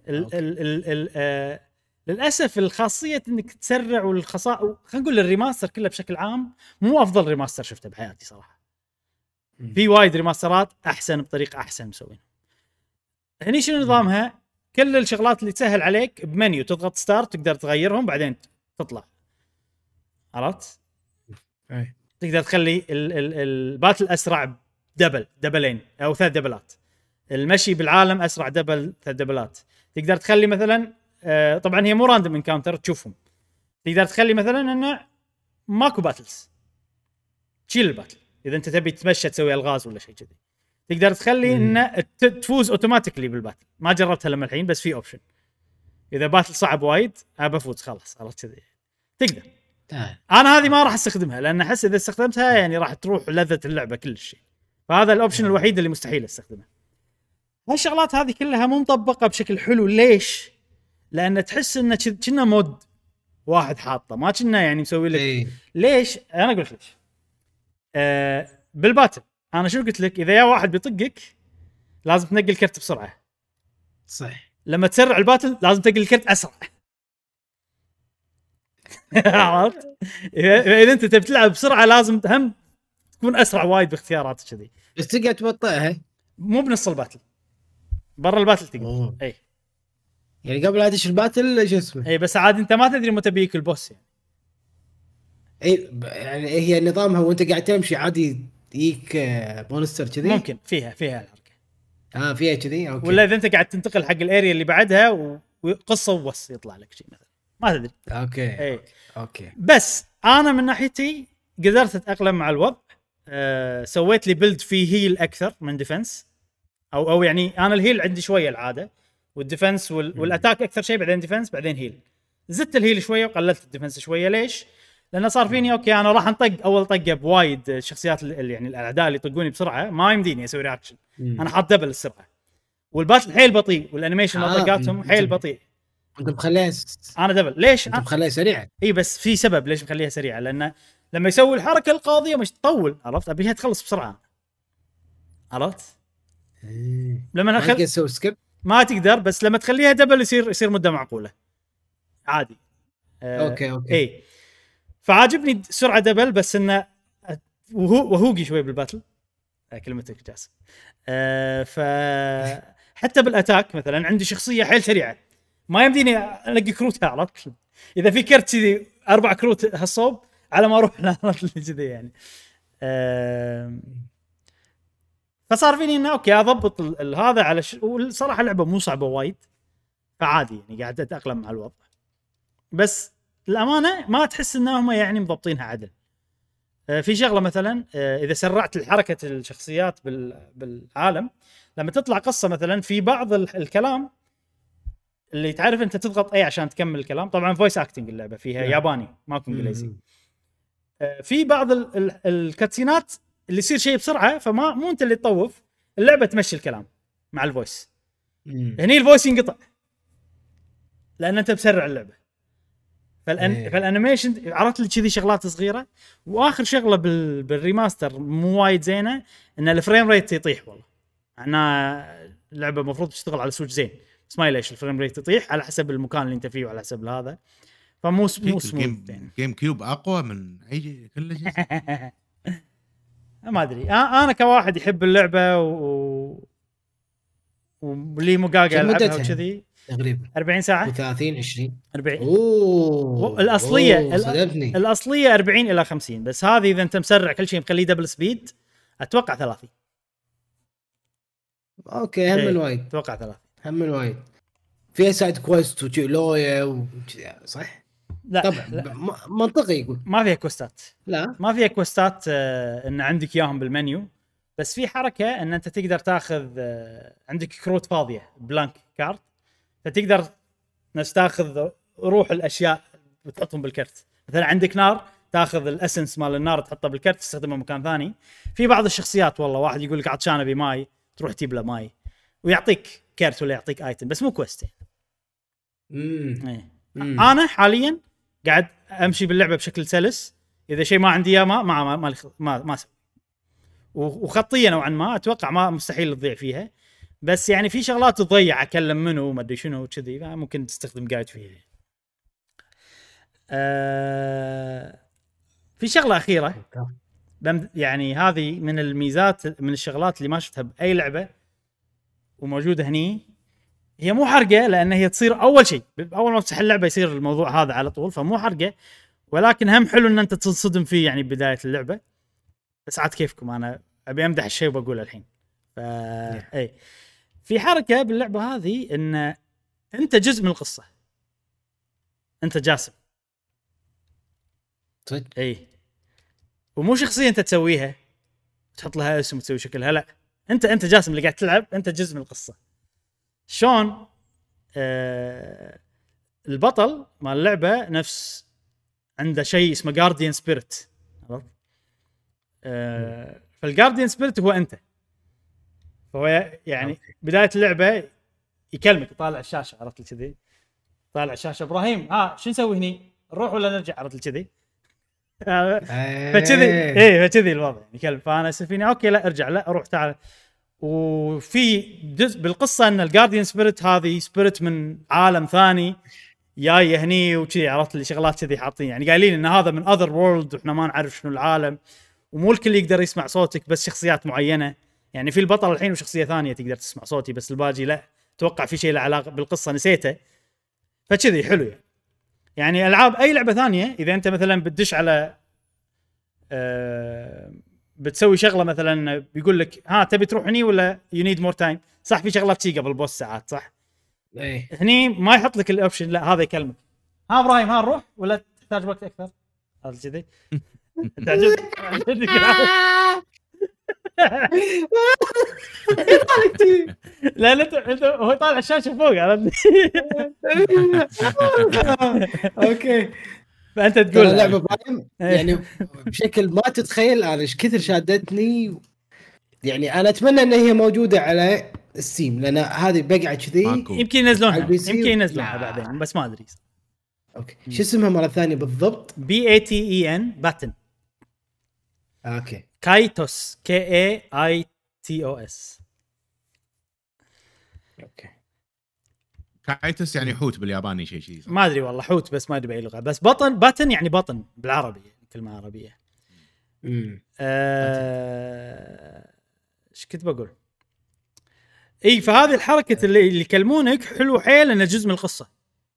للاسف الخاصيه انك تسرع والخصائص خلينا نقول الريماستر كله بشكل عام مو افضل ريماستر شفته بحياتي صراحه. في وايد ريماسترات احسن بطريقه احسن مسوينها. هني شنو نظامها؟ كل الشغلات اللي تسهل عليك بمنيو تضغط ستارت تقدر تغيرهم بعدين تطلع عرفت. تقدر تخلي الباتل اسرع دبلين او 3 دبلات. المشي بالعالم اسرع 3 دبلات. تقدر تخلي مثلا طبعا هي مو راندوم انكاونتر تشوفهم. تقدر تخلي مثلا انه ماكو باتلز تشيل الباتل اذا انت تبي تتمشى تسوي الغاز ولا شيء كذي. تقدر تخلي انه تفوز اوتوماتيكلي بالباتل. ما جربتها لما الحين بس في اوبشن اذا باتل صعب وايد بفوز خلاص عرفت كذي تقدر. انا هذه ما راح استخدمها لان احس اذا استخدمتها يعني راح تروح لذة اللعبه كل شيء. فهذا الاوبشن الوحيد اللي مستحيل استخدمه. هالشغلات هذه كلها مو مطبقه بشكل حلو. ليش؟ لان تحس انه كنا مود واحد حاطه ما كنا يعني مسوي لك ليش انا اقول لك بالباتل انا شو قلت لك اذا يا واحد بيطقك لازم تنقل الكرت بسرعه صح. لما تسرع الباتل لازم تنقل الكرت اسرع. عرفت؟ اذا انت تبي تلعب بسرعه لازم هم تكون اسرع وايد باختياراتك كذي. بس تقدر تبطئها مو بنص الباتل برا الباتل تقدر. اي يعني قبل لا ادش الباتل شو اسمه اي بس عادي انت ما تدري متى بيك البوس يعني. اي يعني هي نظامها وانت قاعد تمشي عادي يجيك مونستر كذي ممكن فيها الحركه فيها كذي اوكي. ولا اذا انت قاعد تنتقل حق الاريا اللي بعدها وقصه وبس يطلع لك شيء مثلا ما تدري. اوكي اوكي بس انا من ناحيتي قدرت اتاقلم مع الوضع. سويت لي بيلد فيه هيل اكثر من ديفنس او يعني انا الهيل عندي شويه العاده والديفنس والاتاك اكثر شيء بعدين ديفنس بعدين هيل. زدت الهيل شويه وقللت الديفنس شويه. ليش؟ لانه صار فيني اوكي انا راح انطق اول طقه بوايد الشخصيات اللي يعني الاعداء اللي يطقوني بسرعه ما يمديني اسوي رياكشن. انا حاط دبل السرعه والباتل حيل بطيء والانيميشن طقاتهم حيل بطيء. انت مخليها انا دبل ليش انت مخليها سريعه؟ اي بس في سبب ليش مخليها سريعه لانه لما يسوي الحركه القاضيه مش تطول عرفت ابيها تخلص بسرعه عرفت. لما ما تسوي سكيب ما تقدر بس لما تخليها دبل يصير مده معقوله عادي. اوكي اي فعاجبني سرعه دبل بس انه وهوقي شوي بالباتل كلمتك جاسم. ف حتى بالاتاك مثلا عندي شخصيه حيل سريعه ما يمديني القي كروتها عرفت. اذا في كرت كذي 4 كروت هالصوب على ما اروح كذي يعني. فصار فيني انه اوكي اضبط هذا على والصراحه اللعبه مو صعبه وايد فعادي يعني قاعد اتاقلم مع الوضع. بس الامانه ما تحس انهم يعني مضبطينها عدل. في شغله مثلا اذا سرعت الحركه الشخصيات بالعالم لما تطلع قصه مثلا في بعض الكلام اللي تعرف انت تضغط اي عشان تكمل الكلام. طبعا فويس اكتنج اللعبه فيها ياباني ماكو انجليزي. في بعض الكاتسينات اللي يصير شيء بسرعه فما مو انت اللي تطوف اللعبه تمشي الكلام مع الفويس. هني الفويس ينقطع لان انت بسرع اللعبه فالانيميشن عرفت لي كذي شغلات صغيره. واخر شغله بالريماستر مو وايد زينه ان الفريم ريت يطيح. والله انا اللعبه المفروض تشتغل على سويتش زين بس ما ليش الفريم ريت يطيح على حسب المكان اللي انت فيه وعلى حسب هذا. فمو سموث يعني. جيم كيوب اقوى من اي كل شيء. ما ادري انا كواحد يحب اللعبه ولي مقاقه العبها وكذي تقريبا 40 ساعه 30 20 40. اوه الاصليه صدمتني. الاصليه 40 الى 50 بس هذه اذا انت مسرع كل شيء مخليه دبل سبيد اتوقع 30. اوكي هم من وايد اتوقع 30 هم من وايد. فيها سايد كويست ولويا صح؟ لا طبعا لا. منطقي يقول ما فيها كوستات. لا ما فيها كوستات ان عندك اياهم بالمنيو بس في حركه ان انت تقدر تاخذ عندك كروت فاضيه بلانك كارت فتقدر تاخذ روح الاشياء وتحطهم بالكرت. مثلا عندك نار تاخذ الاسنس مال النار تحطه بالكرت تستخدمه مكان ثاني. في بعض الشخصيات والله واحد يقول لك عطشان ابي ماي تروح تجيب له ماي ويعطيك كرت ولا يعطيك ايتم بس مو كويست. انا حاليا قاعد امشي باللعبه بشكل سلس. اذا شيء ما عندي اياه ما اسوي. وخطيه نوعا ما اتوقع ما مستحيل تضيع فيها بس يعني في شغلات تضيع اكلم منه وما ادري شنو كذي ممكن تستخدم جايد فيها. في شغله اخيره يعني هذه من الميزات من الشغلات اللي ما شفتها باي لعبه وموجوده هني. هي مو حرقه لان هي تصير اول شيء اول ما تفتح اللعبه يصير الموضوع هذا على طول فمو حرقه ولكن هم حلو ان انت تنصدم فيه يعني بدايه اللعبه. بس عاد كيفكم انا ابي امدح الشيء وبقوله الحين. اي في حركه باللعبه هذه ان انت جزء من القصه. انت جاسم صدق اي ومو شخصيه انت تسويها تحط لها اسم وتسوي شكلها لا انت جاسم اللي قاعد تلعب انت جزء من القصه. شلون البطل مال اللعبه نفس عنده شيء اسمه جارديان سبيريت. عرفت فالجارديان سبيريت هو انت. فهو يعني بدايه اللعبه يكلمك يطالع الشاشه عرفت كذي طالع الشاشه ابراهيم شو نسوي هني نروح ولا نرجع عرفت كذي. فكذي فكذي الوضع يعني يكلم فانا سفيني اوكي لا ارجع لا اروح تعال. وفي جزء بالقصه ان الجارديان سبيريت هذه سبيريت من عالم ثاني جاي هني وكذي عرفت لي شغلات كذي حاطين يعني قايلين ان هذا من اذر وورلد واحنا ما نعرف شنو العالم ومو الكل يقدر يسمع صوتك بس شخصيات معينه. يعني في البطل الحين وشخصيه ثانيه تقدر تسمع صوتي بس الباقي لا. اتوقع في شيء له علاقه بالقصه نسيته فكذي حلو يعني العاب اي لعبه ثانيه اذا انت مثلا بتدش على بتسوي شغله مثلا بيقول لك تبي تروح هني ولا يو نيد مور تايم صح في شغلات شي قبل بوس ساعات صح ايه هني ما يحط لك الاوبشن لا هذا يكلمك ابراهيم نروح ولا تحتاج وقت اكثر هذا كذي تعجبك لا انت هو طالع الشاشه فوق عرفت اوكي فانت تقول لعبه بايم يعني بشكل ما تتخيل انا ايش كثر شادتني يعني انا اتمنى ان هي موجوده على ستيم لان هذه بقعه كذي يمكن ينزلونها بعدين بس ما ادري. اوكي شو اسمها مره ثانيه بالضبط؟ BATEN باتن اوكي كايتوس KAITOS. اوكي كايتوس يعني حوت بالياباني شيء ما ادري والله حوت بس ما ادري باي لغه بس باتن يعني بطن بالعربي كلمه عربيه. ايش كنت بقول اي فهذه الحركه اللي يكلمونك حلو حيل انه جزء من القصه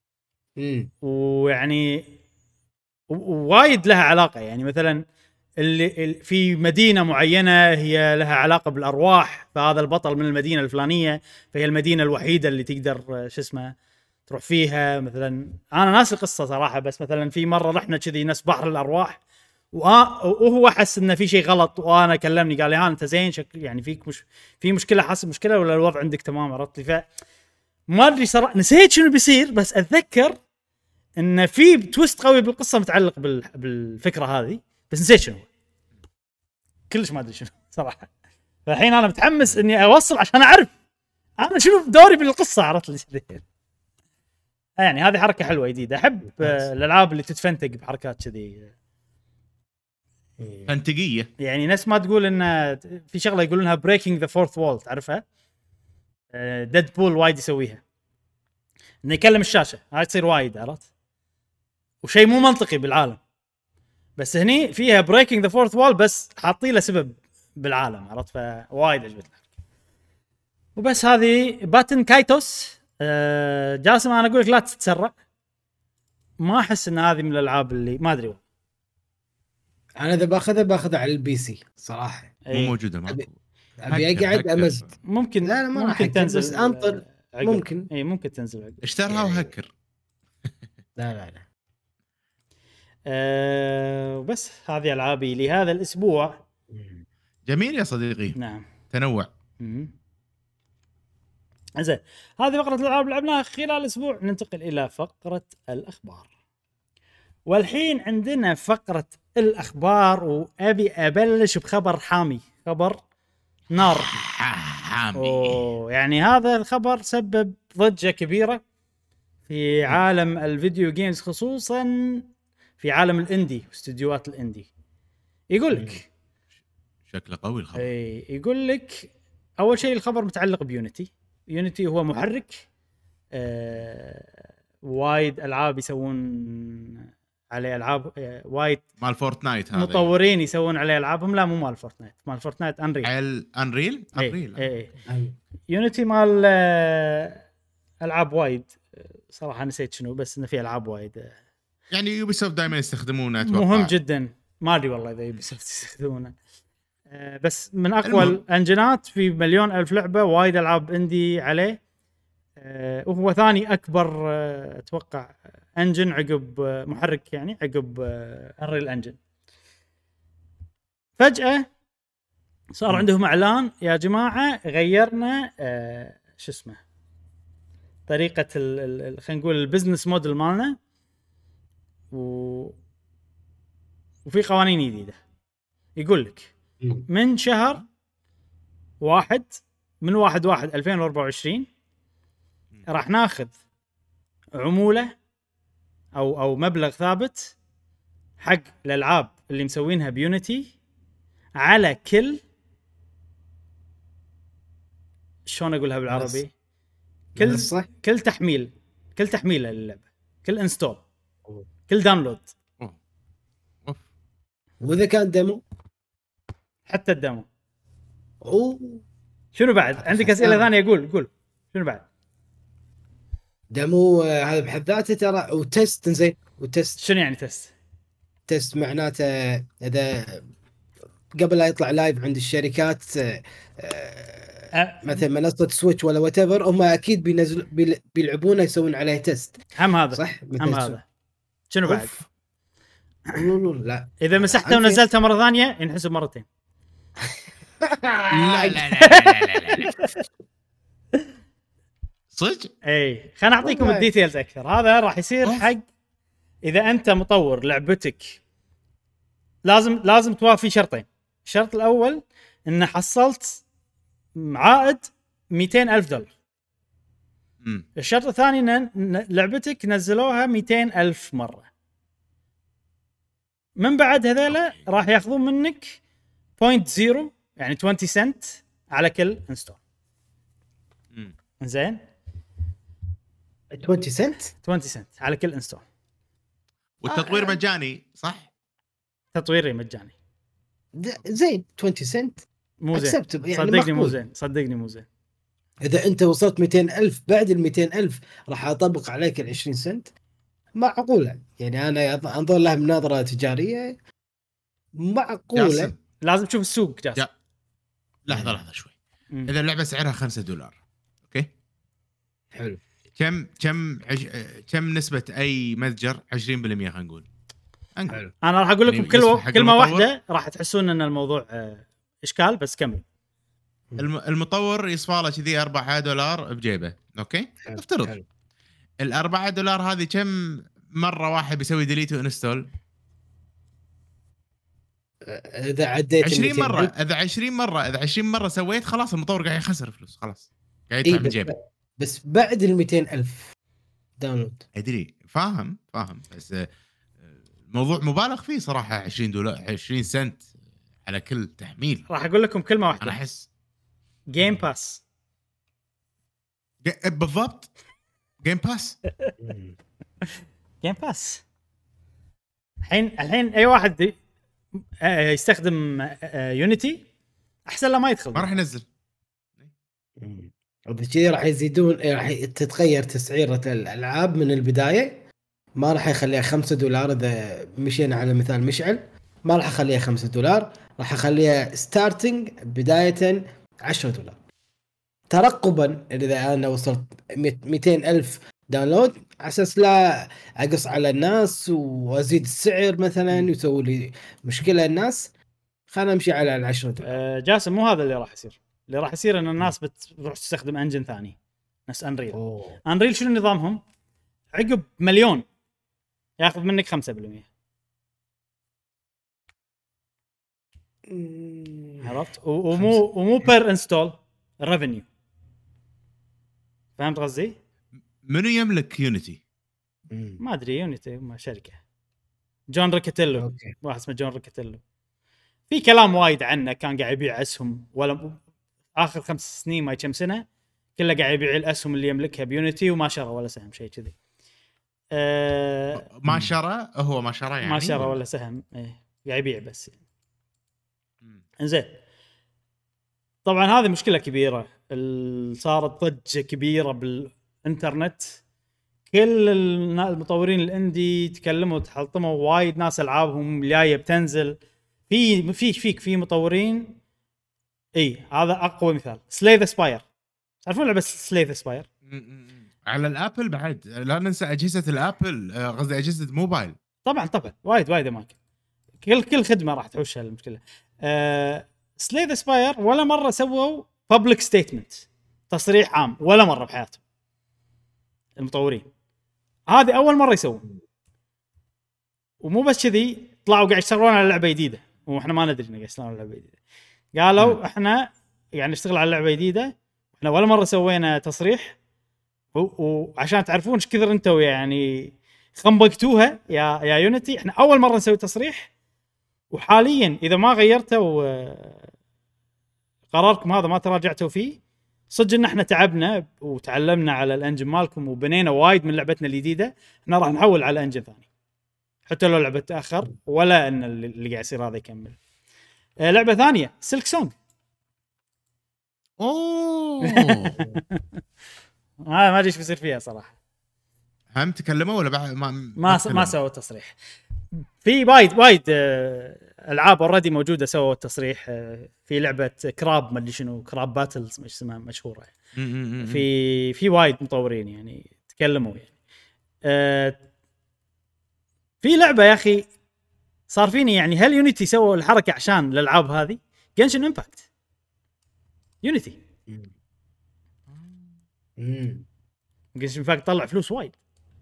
ويعني وايد لها علاقه يعني مثلا اللي في مدينه معينه هي لها علاقه بالارواح فهذا البطل من المدينه الفلانيه فهي المدينه الوحيده اللي تقدر شو اسمه تروح فيها. مثلا انا ناس القصه صراحه بس مثلا في مره رحنا كذي ناس بحر الارواح وهو حس انه في شيء غلط وانا كلمني قال لي انت زين شكل يعني فيك في مشكله حاسس مشكله ولا الوضع عندك تمام عرفت لي. ف ما ادري صراحه نسيت شنو بيصير بس اتذكر ان في تويست قوي بالقصه متعلق بالفكره هذه بس نسيت شنو كلش ما ادري شنو صراحه. فالحين انا متحمس اني اوصل عشان اعرف انا شنو دوري بالقصه عرفت لي. يعني هذه حركه حلوه جديده. احب الالعاب اللي تتفنتق بحركات كذي فانتقيه. يعني ناس ما تقول ان في شغله يقولونها بريكنج ذا فورث وول، تعرفها؟ ديدبول وايد يسويها، انه يكلم الشاشه، هاي تصير وايد، عرفت؟ وشيء مو منطقي بالعالم، بس هني فيها بريكنج ذا فورث وول بس حاطين له سبب بالعالم، عرفت؟ فوايد عجبتني. وبس هذه باتن كايتوس. جاسم انا اقول لك لا تتسرع، ما احس ان هذه من الالعاب اللي ما ادري. انا اذا باخذها على البي سي صراحه، مو موجوده معكم. ابي اقعد امزج. ممكن لا ما ممكن تنزل، بس انطر ممكن. اي ممكن تنزل عقب. اشترها وهكر. لا بس هذه العابي لهذا الاسبوع. جميل يا صديقي. نعم تنوع. زين، هذه فقرة الألعاب اللي لعبناها خلال الأسبوع. ننتقل إلى فقرة الأخبار. والحين عندنا فقرة الأخبار، وأبي أبلش بخبر حامي، خبر نار حامي. يعني هذا الخبر سبب ضجة كبيرة في عالم الفيديو جيمز، خصوصا في عالم الاندي واستديوهات الاندي. يقول لك شكله قوي الخبر. يقول لك اول شيء الخبر متعلق بيونيتي. يونيتي هو محرك وايد العاب يسوون عليه العاب، وايد مال فورتنايت هذا مطورين يسوون عليه العابهم. لا مو مال فورتنايت، مال فورتنايت انريل. يونيتي مال العاب وايد، صراحه نسيت شنو، بس انه في العاب وايد. يعني يوبيسوفت دائما يستخدمونه، اتوقع مهم جدا. ما ادري والله اذا يوبيسوفت يستخدمونه، بس من اقوى الانجنات في مليون الف لعبه، وايد العاب اندي عليه. وهو ثاني اكبر اتوقع انجن عقب محرك، يعني عقب انريل انجن. فجاه صار عندهم اعلان، يا جماعه غيرنا شو اسمه طريقه خلينا نقول البزنس موديل مالنا، وفي قوانين جديده. يقول لك من شهر 1 من 1/1/2024 راح ناخذ عمولة أو مبلغ ثابت حق الألعاب اللي مسوينها بيونيتي على كل، شلون أقولها بالعربي، كل تحميل للعبة، كل انستول، كل داونلود. وإذا كان ديمو، حتى الديمو. شنو بعد؟ عندك أسئلة ثانية؟ قول شنو بعد؟ ديمو هذا بحد ذاته ترى، وتست. زين، وتست شنو يعني تست؟ تست معناته اذا قبل لا يطلع لايف عند الشركات مثلا منصه سويتش ولا واتيفر، هم اكيد بيلعبونه يسوون عليه تست. هم هذا صح، هم هذا. شنو بعد؟ لا اذا مسحته ونزلته مره ثانيه ينحسب مرتين. لا صدق. اي خلينا نعطيكم الديتيلز اكثر. هذا راح يصير حق اذا انت مطور لعبتك، لازم توافي شرطين. الشرط الاول ان حصلت عائد $200,000. الشرط الثاني ان لعبتك نزلوها 200,000 مره. من بعد هذيلا راح ياخذون منك 0.0 يعني 20 سنت على كل انستول. زين، 20 سنت على كل انستول. والتطوير مجاني صح؟ تطويري مجاني. زين 20 سنت مو زين، يعني صدقني مو زين. اذا انت وصلت 200,000 بعد ال 200,000 راح اطبق عليك ال 20 سنت. معقوله يعني، انا انظر لها من نظره تجاريه معقوله. لازم تشوف السوق جاسم. لحظه شوي. اذا اللعبه سعرها $5 اوكي حلو، كم نسبه اي متجر؟ 20% خلينا نقول. حلو. انا راح اقول لكم كلمه واحده راح تحسون ان الموضوع اشكال، بس كمل. المطور يصفى له كذي $4 بجيبه، اوكي افترض $4 هذه كم مره واحد بيسوي ديليت وانستول؟ اذا عديت 20 مره. اذا 20 مره سويت، خلاص المطور قاعد يخسر فلوس، خلاص قاعد يدفع من جيبه. بس بعد ال 200,000 داونلود. ادري فاهم بس الموضوع مبالغ فيه صراحه. 20 دولار 20 سنت على كل تحميل. راح اقول لكم كلمه واحده، انا احس جيم باس. بالضبط جيم باس. جيم باس الحين اي واحد يستخدم يونيتي احسن له ما يدخل، ما راح ينزل. وبالتالي راح يزيدون، راح تتغير تسعيرة الألعاب من البداية. ما راح يخليها $5 إذا مشينا على مثال مشعل، ما راح أخليها $5، راح أخليها ستارتنج بداية $10 ترقبا إذا أنا وصلت 200,000 داونلود، على أساس لا أقص على الناس وأزيد السعر مثلا يسوي لي مشكلة الناس. خلنا نمشي على $10. جاسم مو هذا اللي راح يصير. اللي راح يصير ان الناس بتروح تستخدم انجن ثاني نفس انريل. انريل شنو نظامهم؟ عقب مليون ياخذ منك 5%. عرفت؟ ومو بير انستول ريفينيو. فهمت قصدي؟ منو يملك يونيتي؟ ما ادري، يونيتي ما شركه. جون ريكاتيلو، واحد اسمه جون ريكاتيلو، في كلام وايد عنه. كان قاعد يبيع اسهم، ولا اخر 5 سنين ما كم سنه كله قاعد يبيع الاسهم اللي يملكها بيونيتي، وما شرى ولا سهم شيء كذي. ما شرى، هو ما شرى يعني، ما شرى ولا سهم، قاعد يبيع بس يعني. انزين، طبعا هذه مشكله كبيره صارت ضجه كبيره بالانترنت. كل المطورين الاندي تكلموا تحطموا وايد ناس العابهم جايه بتنزل. في مطورين، هذا اقوى مثال، سلاي ذا سباير. تعرفون لعبه سلاي ذا سباير على الابل بعد؟ لا ننسى اجهزه الابل، قصدي اجهزه موبايل. طبعا وايد اماكن، كل خدمه راح تحوش هالمشكله. سلاي ذا سباير ولا مره سووا بابليك ستيتمنت، تصريح عام، ولا مره بحياتهم المطورين. هذه اول مره يسوون. ومو بس كذي، طلعوا قاعد يشتغلون على لعبه جديده واحنا ما ندري انه قاعد يشتغلون على لعبه جديده. قالوا احنا يعني نشتغل على لعبه جديده، احنا ولا مره سوينا تصريح، وعشان تعرفون ايش كثر انتوا يعني خنبقتوها يا يونيتي، احنا اول مره نسوي تصريح. وحاليا اذا ما غيرتوا قراركم هذا، ما تراجعتوا فيه، صدق ان احنا تعبنا وتعلمنا على الانجن مالكم وبنينا وايد من لعبتنا الجديده، احنا راح نحول على انجن ثاني حتى لو لعبه تاخر، ولا ان اللي قاعد يصير هذا يكمل. لعبه ثانيه سلك سونج. ما ادري ايش بيصير فيها صراحه. هم تكلموا ولا بعد ما سووا تصريح؟ في وايد العاب اوريدي موجوده سووا التصريح. في لعبه كراب، ما ادري شنو، كراب باتلز مش اسمها مشهوره. في وايد مطورين يعني تكلموا يعني. في لعبه يا اخي صار فيني يعني، هل يونيتي سووا الحركه عشان الالعاب هذه؟ جنشن امباكت يونيتي. جنشن امباكت طلع فلوس وايد،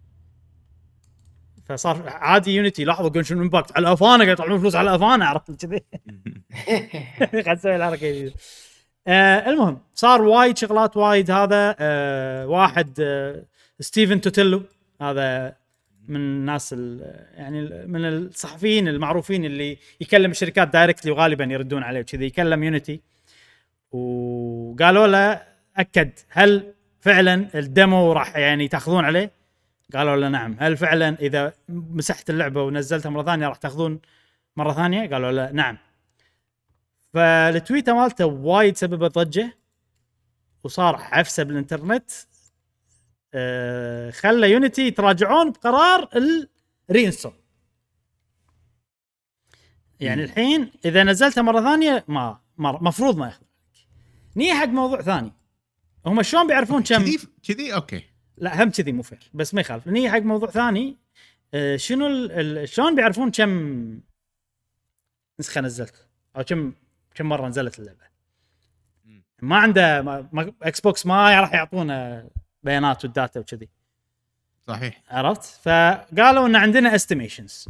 فصار عادي يونيتي. لاحظوا جنشن امباكت على افانا قاعد يطلعون فلوس على افانا، عرفت كذي؟ قاعد تسوي الحركه دي. المهم صار وايد شغلات وايد. هذا واحد ستيفن توتيلو، هذا من الناس يعني من الصحفيين المعروفين اللي يكلم الشركات دايركتلي وغالبا يردون عليه وكذا. يكلم يونيتي وقالوا له اكد، هل فعلا الديمو راح يعني تاخذون عليه؟ قالوا له نعم. هل فعلا اذا مسحت اللعبه ونزلتها مره ثانيه راح تاخذون مره ثانيه؟ قالوا له نعم. فالتويته مالته وايد سببت ضجه وصار حفسه بالانترنت. خلى يونيتي يتراجعون بقرار الرينستول. يعني الحين اذا نزلتها مره ثانيه مفروض ما ياخذ نيه حق موضوع ثاني. هم شلون بيعرفون كم كذي؟ اوكي لا هم كذي مو فير، بس ما يخالف. نيه حق موضوع ثاني. شنو شلون بيعرفون كم نسخه نزلت او كم مره نزلت اللعبه؟ ما عنده اكس بوكس ما راح يعطونا بيانات والداتا وكذي. صحيح، عرفت؟ فقالوا ان عندنا استيميشنز.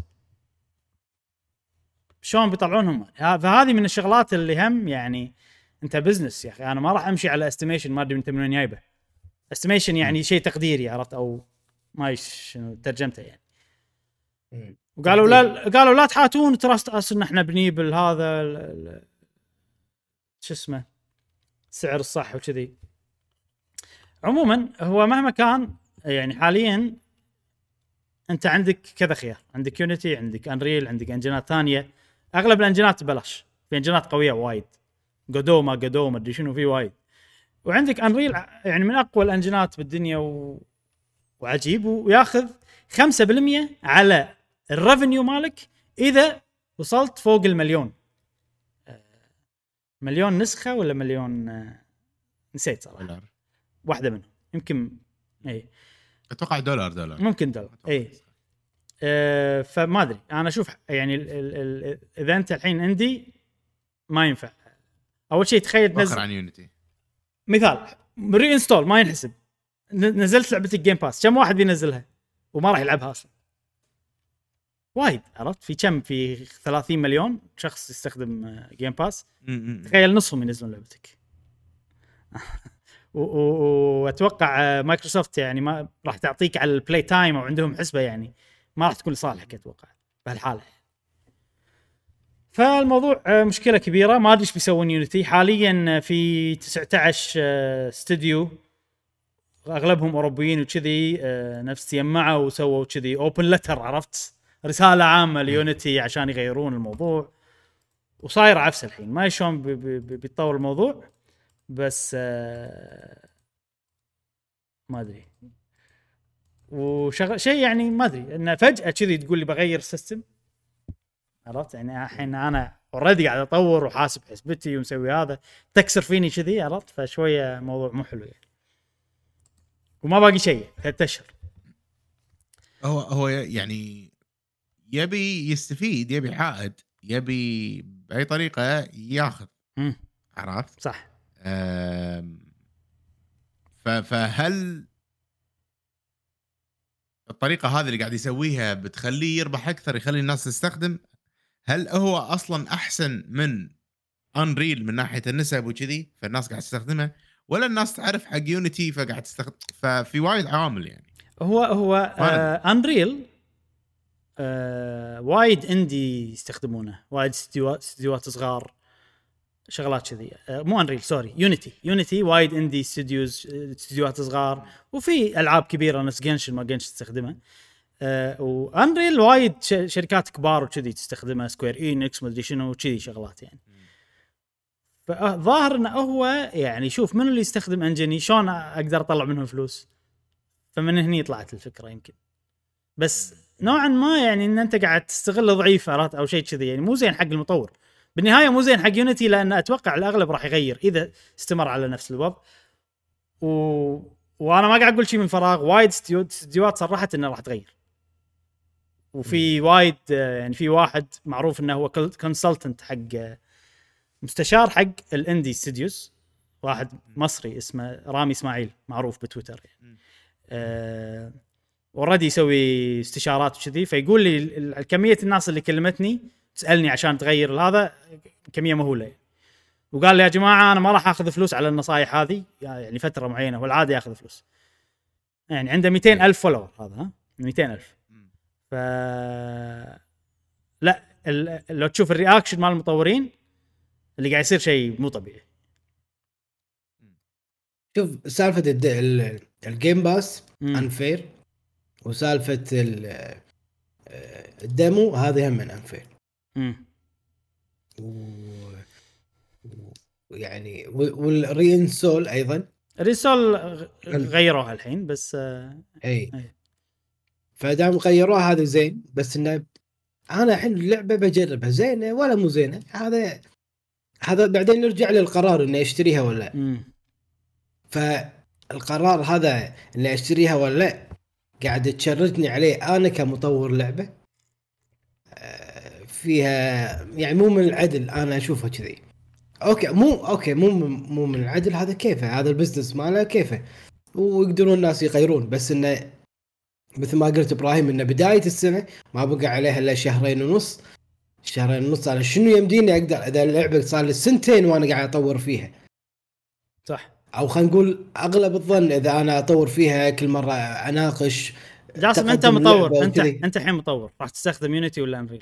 شلون بيطلعونهم؟ فهذه من الشغلات اللي هم يعني انت بزنس يا اخي، انا ما راح امشي على استيميشن ما ادري انت من وين جايبه. استيميشن يعني شيء تقديري، عرفت؟ او ما شنو ترجمته يعني. وقالوا لا تحاتون تراست ان احنا بنيبل هذا شو اسمه السعر الصح وكذي. عموما هو مهما كان يعني حاليا انت عندك كذا خيار، عندك يونيتي، عندك انريل، عندك انجينات ثانيه. اغلب الانجينات ببلاش، في انجينات قويه وايد، قدوما ادري شنو في وايد. وعندك انريل يعني من اقوى الانجينات بالدنيا وعجيب، وياخذ 5% على الريفنيو مالك اذا وصلت فوق المليون. مليون نسخه ولا مليون نسيت صراحه، واحده منهم يمكن اي اتوقع دولار ممكن دولار اي. فما ادري انا اشوف يعني اذا انت الحين عندي ما ينفع. اول شيء تخيل تنزل عن يونيتي مثال ري انستول ما ينحسب. نزلت لعبه الجيم باس، كم واحد بينزلها وما راح يلعبها اصلا؟ وايد، عرفت؟ في كم في 30 مليون شخص يستخدم جيم باس. تخيل نصهم ينزلون لعبتك. واتوقع مايكروسوفت يعني ما راح تعطيك على البلاي تايم او عندهم حسبه، يعني ما راح تكون لصالحك اتوقع بهالحاله. فالموضوع مشكله كبيره. ما ادري ايش بيسوون يونيتي حاليا. في 19 استوديو اغلبهم اوروبيين وكذي، نفس تجمعوا وسووا كذي اوبن لتر، عرفت؟ رساله عامه ليونيتي عشان يغيرون الموضوع. وصاير عفس الحين، ما شلون بيتطور الموضوع، بس ما ادري. وشغل شيء يعني ما ادري انه فجاه كذي تقول لي بغير السيستم، عرفت؟ يعني الحين انا اوريدي قاعد اطور وحاسب حسبتي ومسوي هذا، تكسر فيني كذي، عرفت؟ فشويه موضوع مو حلو يعني. وما باقي شيء 3 أشهر. هو يعني يبي يستفيد، يبي عائد، يبي باي طريقه ياخذ. عرفت؟ صح. فهل الطريقه هذه اللي قاعد يسويها بتخليه يربح اكثر، يخلي الناس تستخدم؟ هل هو اصلا احسن من انريل من ناحيه النسب وكذي فالناس قاعد تستخدمها، ولا الناس تعرف حق يونيتي فقاعد تستخدم؟ ففي وايد عوامل يعني. هو انريل وايد اندي يستخدمونه، وايد استديوهات صغار، شغلات كذي. مو انريل، سوري، يونيتي وايد اندي استديوهات صغار، وفي العاب كبيره نفس جنشن ما جنش تستخدمها. وانريل وايد شركات كبار وكذي تستخدمها، سكوير إينكس ما ادري شنو كذي شغلات يعني. فظاهر انه هو يعني شوف منو اللي يستخدم انجني شلون اقدر اطلع منهم فلوس، فمن هني طلعت الفكره يمكن. بس نوعا ما يعني ان انت قاعد تستغل ضعيف او شيء كذي، يعني مو زين حق المطور بالنهايه، مو زين حق يونيتي، لان اتوقع الاغلب راح يغير اذا استمر على نفس الوضع. وانا ما قاعد اقول شيء من فراغ، وايد استديوهات صرحت انه راح تغير. وفي وايد يعني في واحد معروف انه هو كونسلتنت حق مستشار حق الاندي ستوديوز، واحد مصري اسمه رامي اسماعيل، معروف بتويتر يعني. اوريدي يسوي استشارات وكذي. فيقول لي كميه الناس اللي كلمتني تسالني عشان تغير هذا كميه مهوله، وقال لي يا جماعه انا ما راح اخذ فلوس على النصائح هذه يعني فتره معينه، والعاده ياخذ فلوس. يعني عنده 200,000 فولور هذا، ها 200,000. ف لا لو تشوف الرياكشن مال المطورين اللي قاعد يصير شيء مو طبيعي. شوف سالفه الجيم باس انفير، وسالفه الديمو هذه هم من انفير. يعني والرينسول ايضا، الرينسول غيروها الحين بس اي فدام غيروها هذا زين. بس انه انا الحين اللعبه بجربها زينه ولا مو زينه، هذا بعدين نرجع للقرار اني اشتريها ولا لا. فالقرار هذا اني اشتريها ولا لا قاعد تشرجني عليه انا كمطور لعبه فيها، يعني مو من العدل انا اشوفها كذي. مو من العدل. هذا كيفه، هذا البزنس ماله كيفه، ويقدرون الناس يغيرون. بس انه مثل ما قلت ابراهيم انه بدايه السنه ما بقى عليها الا شهرين ونص. انا شنو يمديني اقدر اذا اللعبه صار لي سنتين وانا قاعد اطور فيها؟ صح. او خلينا نقول اغلب الظن اذا انا اطور فيها كل مره اناقش جاسم انت تقدم مطور، اللعبة انت وكذي. انت الحين مطور، راح تستخدم يونيتي ولا انريل؟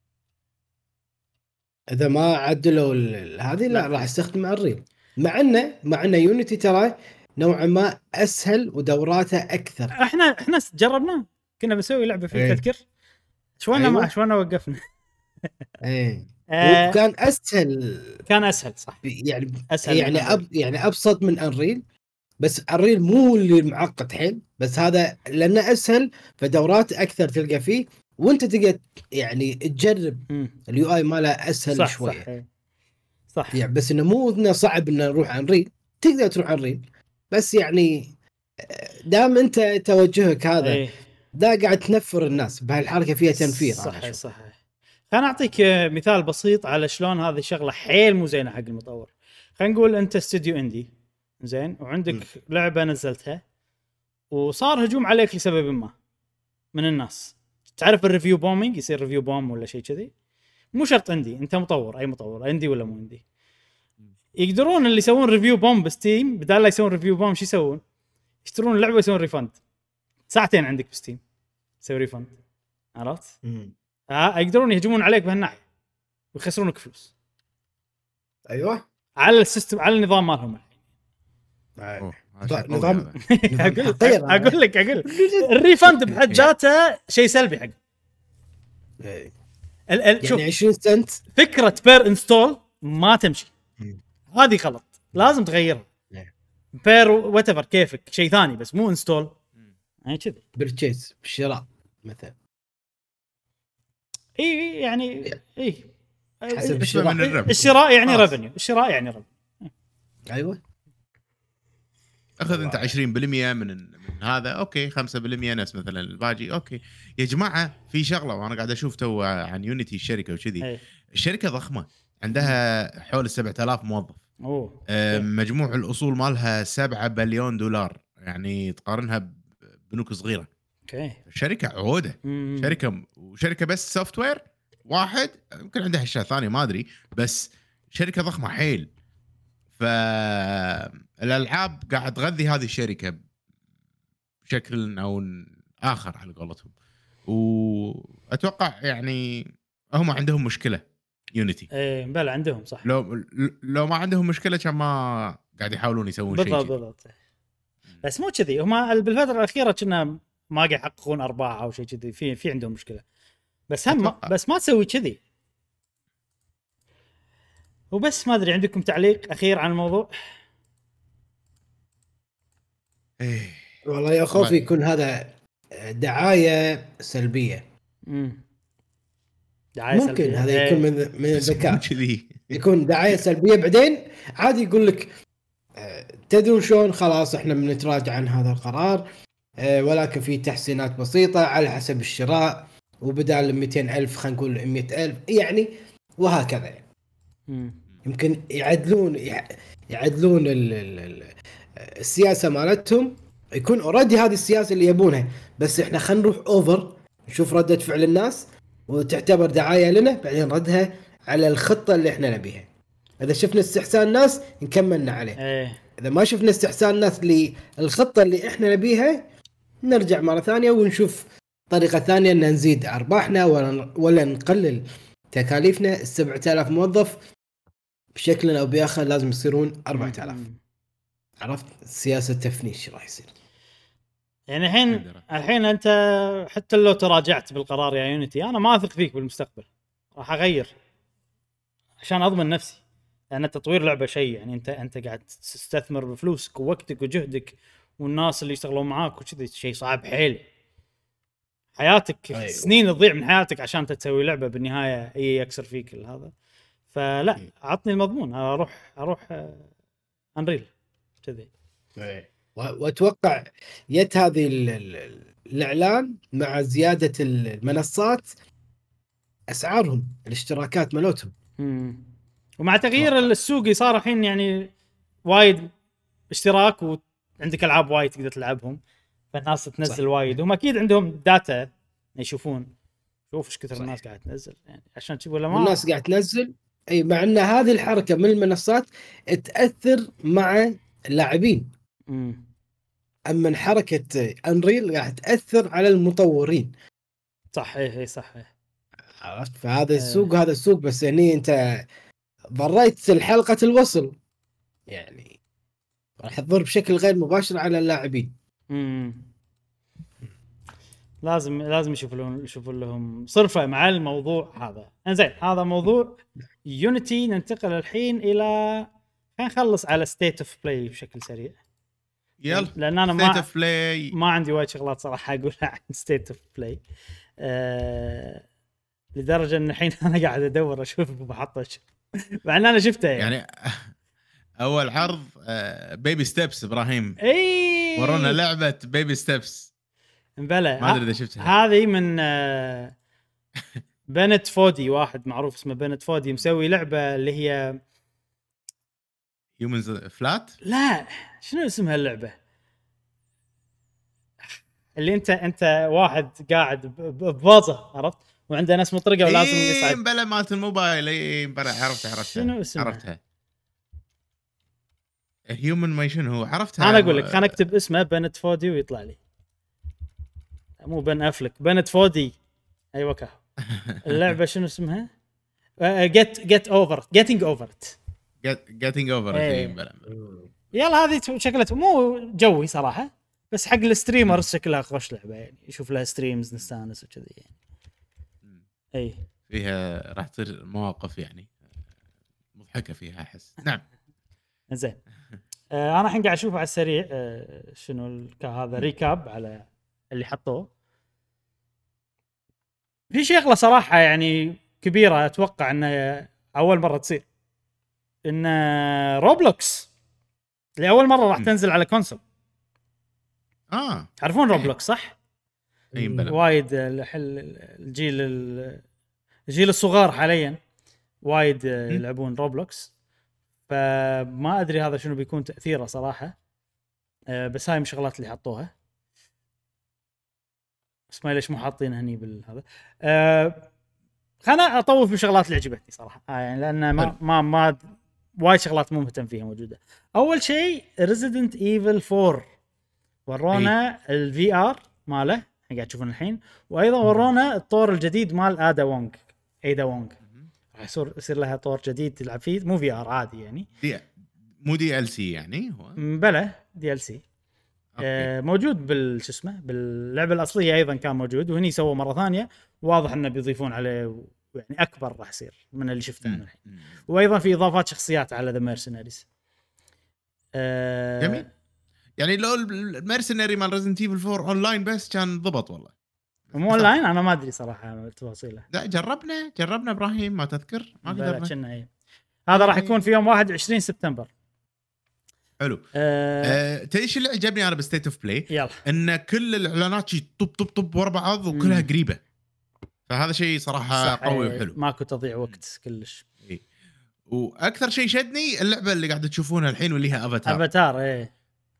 اذا ما عدلوا هذه لا راح استخدم الريل، مع انه يونيتي ترى نوعا ما اسهل ودوراته اكثر. احنا جربنا، كنا بنسوي لعبه فيه إيه. تذكر شوينا أيوة. ما شوينا وقفنا. ايه آه وكان اسهل، كان اسهل صح، يعني اسهل يعني من يعني ابسط من انريل، بس الريل مو اللي معقد حيل، بس هذا لانه اسهل فدورات اكثر تلقى فيه، وانت تقدر يعني تجرب اليو اي ماله اسهل صح شويه. صح صح يعني بس انه مو انه صعب انه نروح عن ريل، تقدر تروح عن ريل، بس يعني دام انت توجهك هذا ايه. دا قاعد تنفر الناس بهالحركه فيها تنفير. صح صح. خليني اعطيك مثال بسيط على شلون هذه الشغله حيل مو زينه حق المطور. خلينا نقول انت استوديو اندي زين، وعندك لعبه نزلتها وصار هجوم عليك لسبب ما من الناس. تعرف الريفيو بومينج، يصير ريفيو بوم ولا شيء كذي. مو شرط اندي، انت مطور، اي مطور اندي ولا مو اندي، يقدرون اللي يسوون ريفيو بوم بستيم بدال لا يسوون ريفيو بوم شو يسوون؟ يشترون اللعبه ويسوون ريفند ساعتين عندك بستيم، يسوي ريفند. عرفت؟ يقدرون يهجمون عليك بهالناحيه ويخسرونك فلوس. ايوه على السيستم، على النظام مالهم. نظام اقول لك الريفند بحد ذاته شيء سلبي حق يعني 20 سنت. فكره بير انستول ما تمشي، هذه غلط، لازم تغيرها. بير واتيفر كيفك، شيء ثاني بس مو انستول. يعني كذي برتشيز بالشراء مثلا. اي يعني اي حسب الشراء يعني ريفينيو، الشراء يعني ريفينيو. ايوه اخذ انت 20% من هذا، اوكي 5% نفس مثلا الباجي. اوكي يا جماعه في شغله وانا قاعد اشوف تو عن يونيتي الشركه وكذي. الشركه ضخمه، عندها حول 7000 موظف. مجموع الاصول مالها 7 بليون دولار، يعني تقارنها ببنوك صغيره. اوكي شركه عوده، شركه بس سوفت وير واحد، يمكن عندها اشياء ثانيه ما ادري، بس شركه ضخمه حيل. فالالعاب قاعد تغذي هذه الشركه بشكل او اخر على قولتهم، واتوقع يعني هم عندهم مشكله يونيتي. ايه بلا عندهم صح. لو ما عندهم مشكله كان ما قاعد يحاولون يسوون شيء بالضبط. بس مو كذي، هم بالفتره الاخيره كنا ما قاعد يحققون ارباح او شيء كذي، في عندهم مشكله. بس هم بس ما تسوي كذي. وبس ما ادري، عندكم تعليق اخير عن الموضوع؟ والله يا خوفي يكون هذا دعايه سلبيه. دعايه ممكن سلبية. هذا يكون من الذكاء، يكون دعايه سلبيه بعدين عادي يقول لك تدرون شلون خلاص احنا بنتراجع عن هذا القرار، ولكن في تحسينات بسيطه على حسب الشراء، وبدال 200,000 خلينا نقول 100,000 يعني، وهكذا. يمكن يعدلون السياسه مالتهم، يكون اوريدي هذه السياسه اللي يبونها، بس احنا خلينا نروح اوفر نشوف رده فعل الناس وتعتبر دعايه لنا، بعدين ردها على الخطه اللي احنا نبيها. اذا شفنا استحسان الناس نكملنا عليه، اذا ما شفنا استحسان الناس للخطه اللي احنا نبيها نرجع مره ثانيه ونشوف طريقه ثانيه ان نزيد ارباحنا ولا نقلل تكاليفنا. 7000 موظف بشكل او باخر لازم يصيرون 4000. عرفت سياسه تفنيش راح يصير. يعني الحين انت حتى لو تراجعت بالقرار يا يونيتي، انا ما اثق فيك بالمستقبل، راح اغير عشان اضمن نفسي. لان تطوير لعبه شيء يعني انت قاعد تستثمر بفلوسك ووقتك وجهدك والناس اللي يشتغلون معاك وكذا، شيء صعب حيل. حياتك أيوة. سنين تضيع من حياتك عشان تسوي لعبه بالنهايه هي يكسر فيك هذا. فلا عطني المضمون، اروح انريل كذي. واتوقع يت هذه الاعلان مع زياده المنصات اسعارهم الاشتراكات مالتهم، ومع تغيير السوق صار الحين يعني وايد اشتراك وعندك العاب وايد تقدر تلعبهم، فالناس تنزل صح. وايد هم اكيد عندهم داتا يشوفون شوف ايش كثر الناس قاعده تنزل، يعني عشان تشوف ولا ما الناس قاعده تنزل. اي مع ان هذه الحركه من المنصات تاثر مع اللاعبين. اما حركه انريل قاعد تاثر على المطورين. صح ايه صح. عرفت؟ فهذا السوق هذا السوق، بس يعني انت ضريت الحلقه الوصل، يعني راح تضر بشكل غير مباشر على اللاعبين. لازم يشوفوا لهم صرفه مع الموضوع هذا. انزين هذا موضوع يونيتي. ننتقل الحين الى خلينا نخلص على ستيت اوف بلاي بشكل سريع. يلا لان انا ما عندي وايد شغلات صراحه اقولها عن ستيت اوف بلاي، لدرجه ان الحين انا قاعد ادور اشوف بحطه مع ان انا شفته يعني اول عرض بيبي ستيبس ابراهيم. اي ورونا لعبه بيبي ستيبس. بلى ما ادري اذا شفتها. هذه من بنت فودي، واحد معروف اسمه بنت فودي، مسوي لعبه اللي هي هيومنز فلات. لا شنو اسمها اللعبه اللي انت واحد قاعد بفازه، عرفت، وعنده ناس مطرقه ولازم يصعد. بلا مالت الموبايل. اي بلا عرفتها. شنو اسمها؟ عرفتها هيومن ما شنو هو. عرفتها. انا اقول لك خلينا نكتب اسمه بنت فودي ويطلع لي. مو بن افلك، بنت فودي. ايوه كه اللعبه شنو اسمها؟ جيتنج اوفر يلا هذه شكلها مو جوي صراحه، بس حق الستريمرز شكلها خوش لعبه، يعني يشوف لها ستريمز نستانس وكذي يعني. اي فيها راح تصير مواقف يعني مضحكه فيها احس. نعم زين. انا الحين قاعد اشوف على السريع شنو هذا ريكاب على اللي حطوه. في شغله صراحه يعني كبيره، اتوقع انه اول مره تصير، ان روبلوكس لاول مره راح تنزل على كونسول. تعرفون روبلوكس صح؟ وايد الجيل الصغار حاليا وايد يلعبون روبلوكس، فما ادري هذا شنو بيكون تاثيره صراحه. بس هاي من الشغلات اللي حطوها. اسمعي ليش مو حاطين هني بالهذا. خلنا اطوف بالشغلات اللي عجبتني صراحه، يعني لان ما وايد شغلات مو مهتم فيها موجوده. اول شيء ريزيدنت ايفل 4 ورونا الفي ار ماله قاعد تشوفون الحين، وايضا ورونا الطور الجديد مال ايدا وونغ. راح يصير لها طور جديد تلعب فيه، مو في ار عادي يعني، مو دي ال سي يعني. هو بلا دي ال سي موجود شو اسمه باللعبه الاصليه ايضا كان موجود، وهني سووا مره ثانيه. واضح انه بيضيفون عليه يعني اكبر راح يصير من اللي شفته انا الحين. وايضا في اضافات شخصيات على ذا ميرسنريز. جميل. يعني لو الميرسنري مال ريزنت ايفل 4 اونلاين بس كان ضبط والله. مو اونلاين انا ما ادري صراحه تفاصيله. لا جربنا ابراهيم ما تذكر ما قدرنا. هذا راح يكون في يوم 21 سبتمبر. حلو. ايش اللي عجبني انا بستيت اوف بلاي؟ يلا. ان كل الاعلانات طب ورا بعض وكلها قريبه، فهذا شيء صراحه قوي وحلو، ماكو تضيع وقت كلش. واكثر شيء شدني اللعبه اللي قاعده تشوفونها الحين واللي هي افاتار.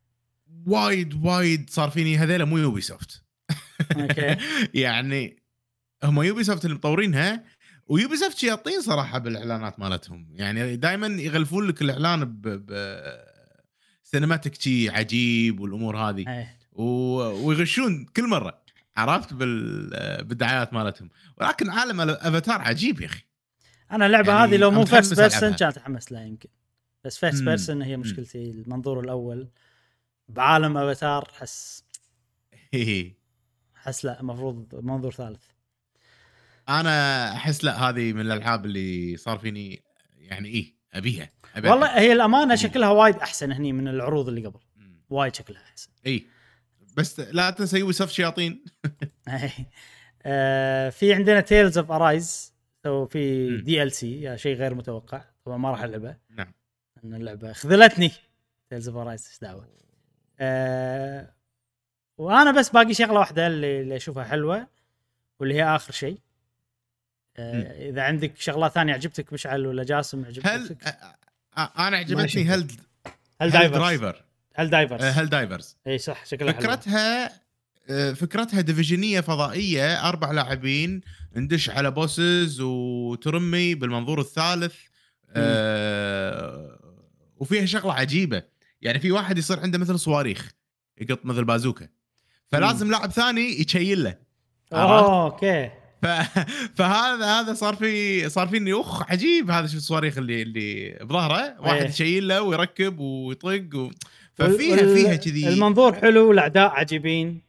وايد صار فيني هذيلا مو يوبي سوفت. اوكي. يعني هم يوبي سوفت اللي مطورينها، ويوبي سوفت شياطين صراحه بالاعلانات مالتهم، يعني دائما يغلفون لك الاعلان سينماتيك شيء عجيب والامور هذه، ويغشون كل مره، عرفت بالدعايات مالتهم. ولكن عالم افاتار عجيب يا اخي. انا اللعبه يعني هذه لو مو فيرست بيرسون كانت اتحمس لها يمكن، بس فيرست بيرسون هي مشكلتي. المنظور الاول بعالم افاتار حس لا المفروض منظور ثالث. انا احس لا هذه من الالعاب اللي صار فيني يعني ابيها والله. هي الامانه شكلها وايد احسن هني من العروض اللي قبل. وايد شكلها احسن. بس لا تنسى يوسف شياطين. في عندنا تيلز اوف ارايز، في دي ال سي، شيء غير متوقع طبعا ما راح العبه. نعم ان اللعبه خذلتني. تيلز اوف ارايز ايش دعوه. وانا بس باقي شغله واحده اللي اشوفها حلوه، واللي هي اخر شيء. اذا عندك شغلات ثانيه عجبتك مشعل ولا جاسم عجبتك؟ انا عجبتني هل دايفرز. اي صح شكلها فكرتها ديفيجنيه فضائيه، 4 لاعبين ندش على بوسز وترمي بالمنظور الثالث. وفيها شغله عجيبه، يعني في واحد يصير عنده مثل صواريخ يقط مثل بازوكا، فلازم لاعب ثاني يشيل له. اوكي. فهذا صار فيني عجيب، هذا شو الصواريخ اللي بظهره واحد يشيل له ويركب ويطق فيها كذي المنظور حلو والاعداء عجيبين.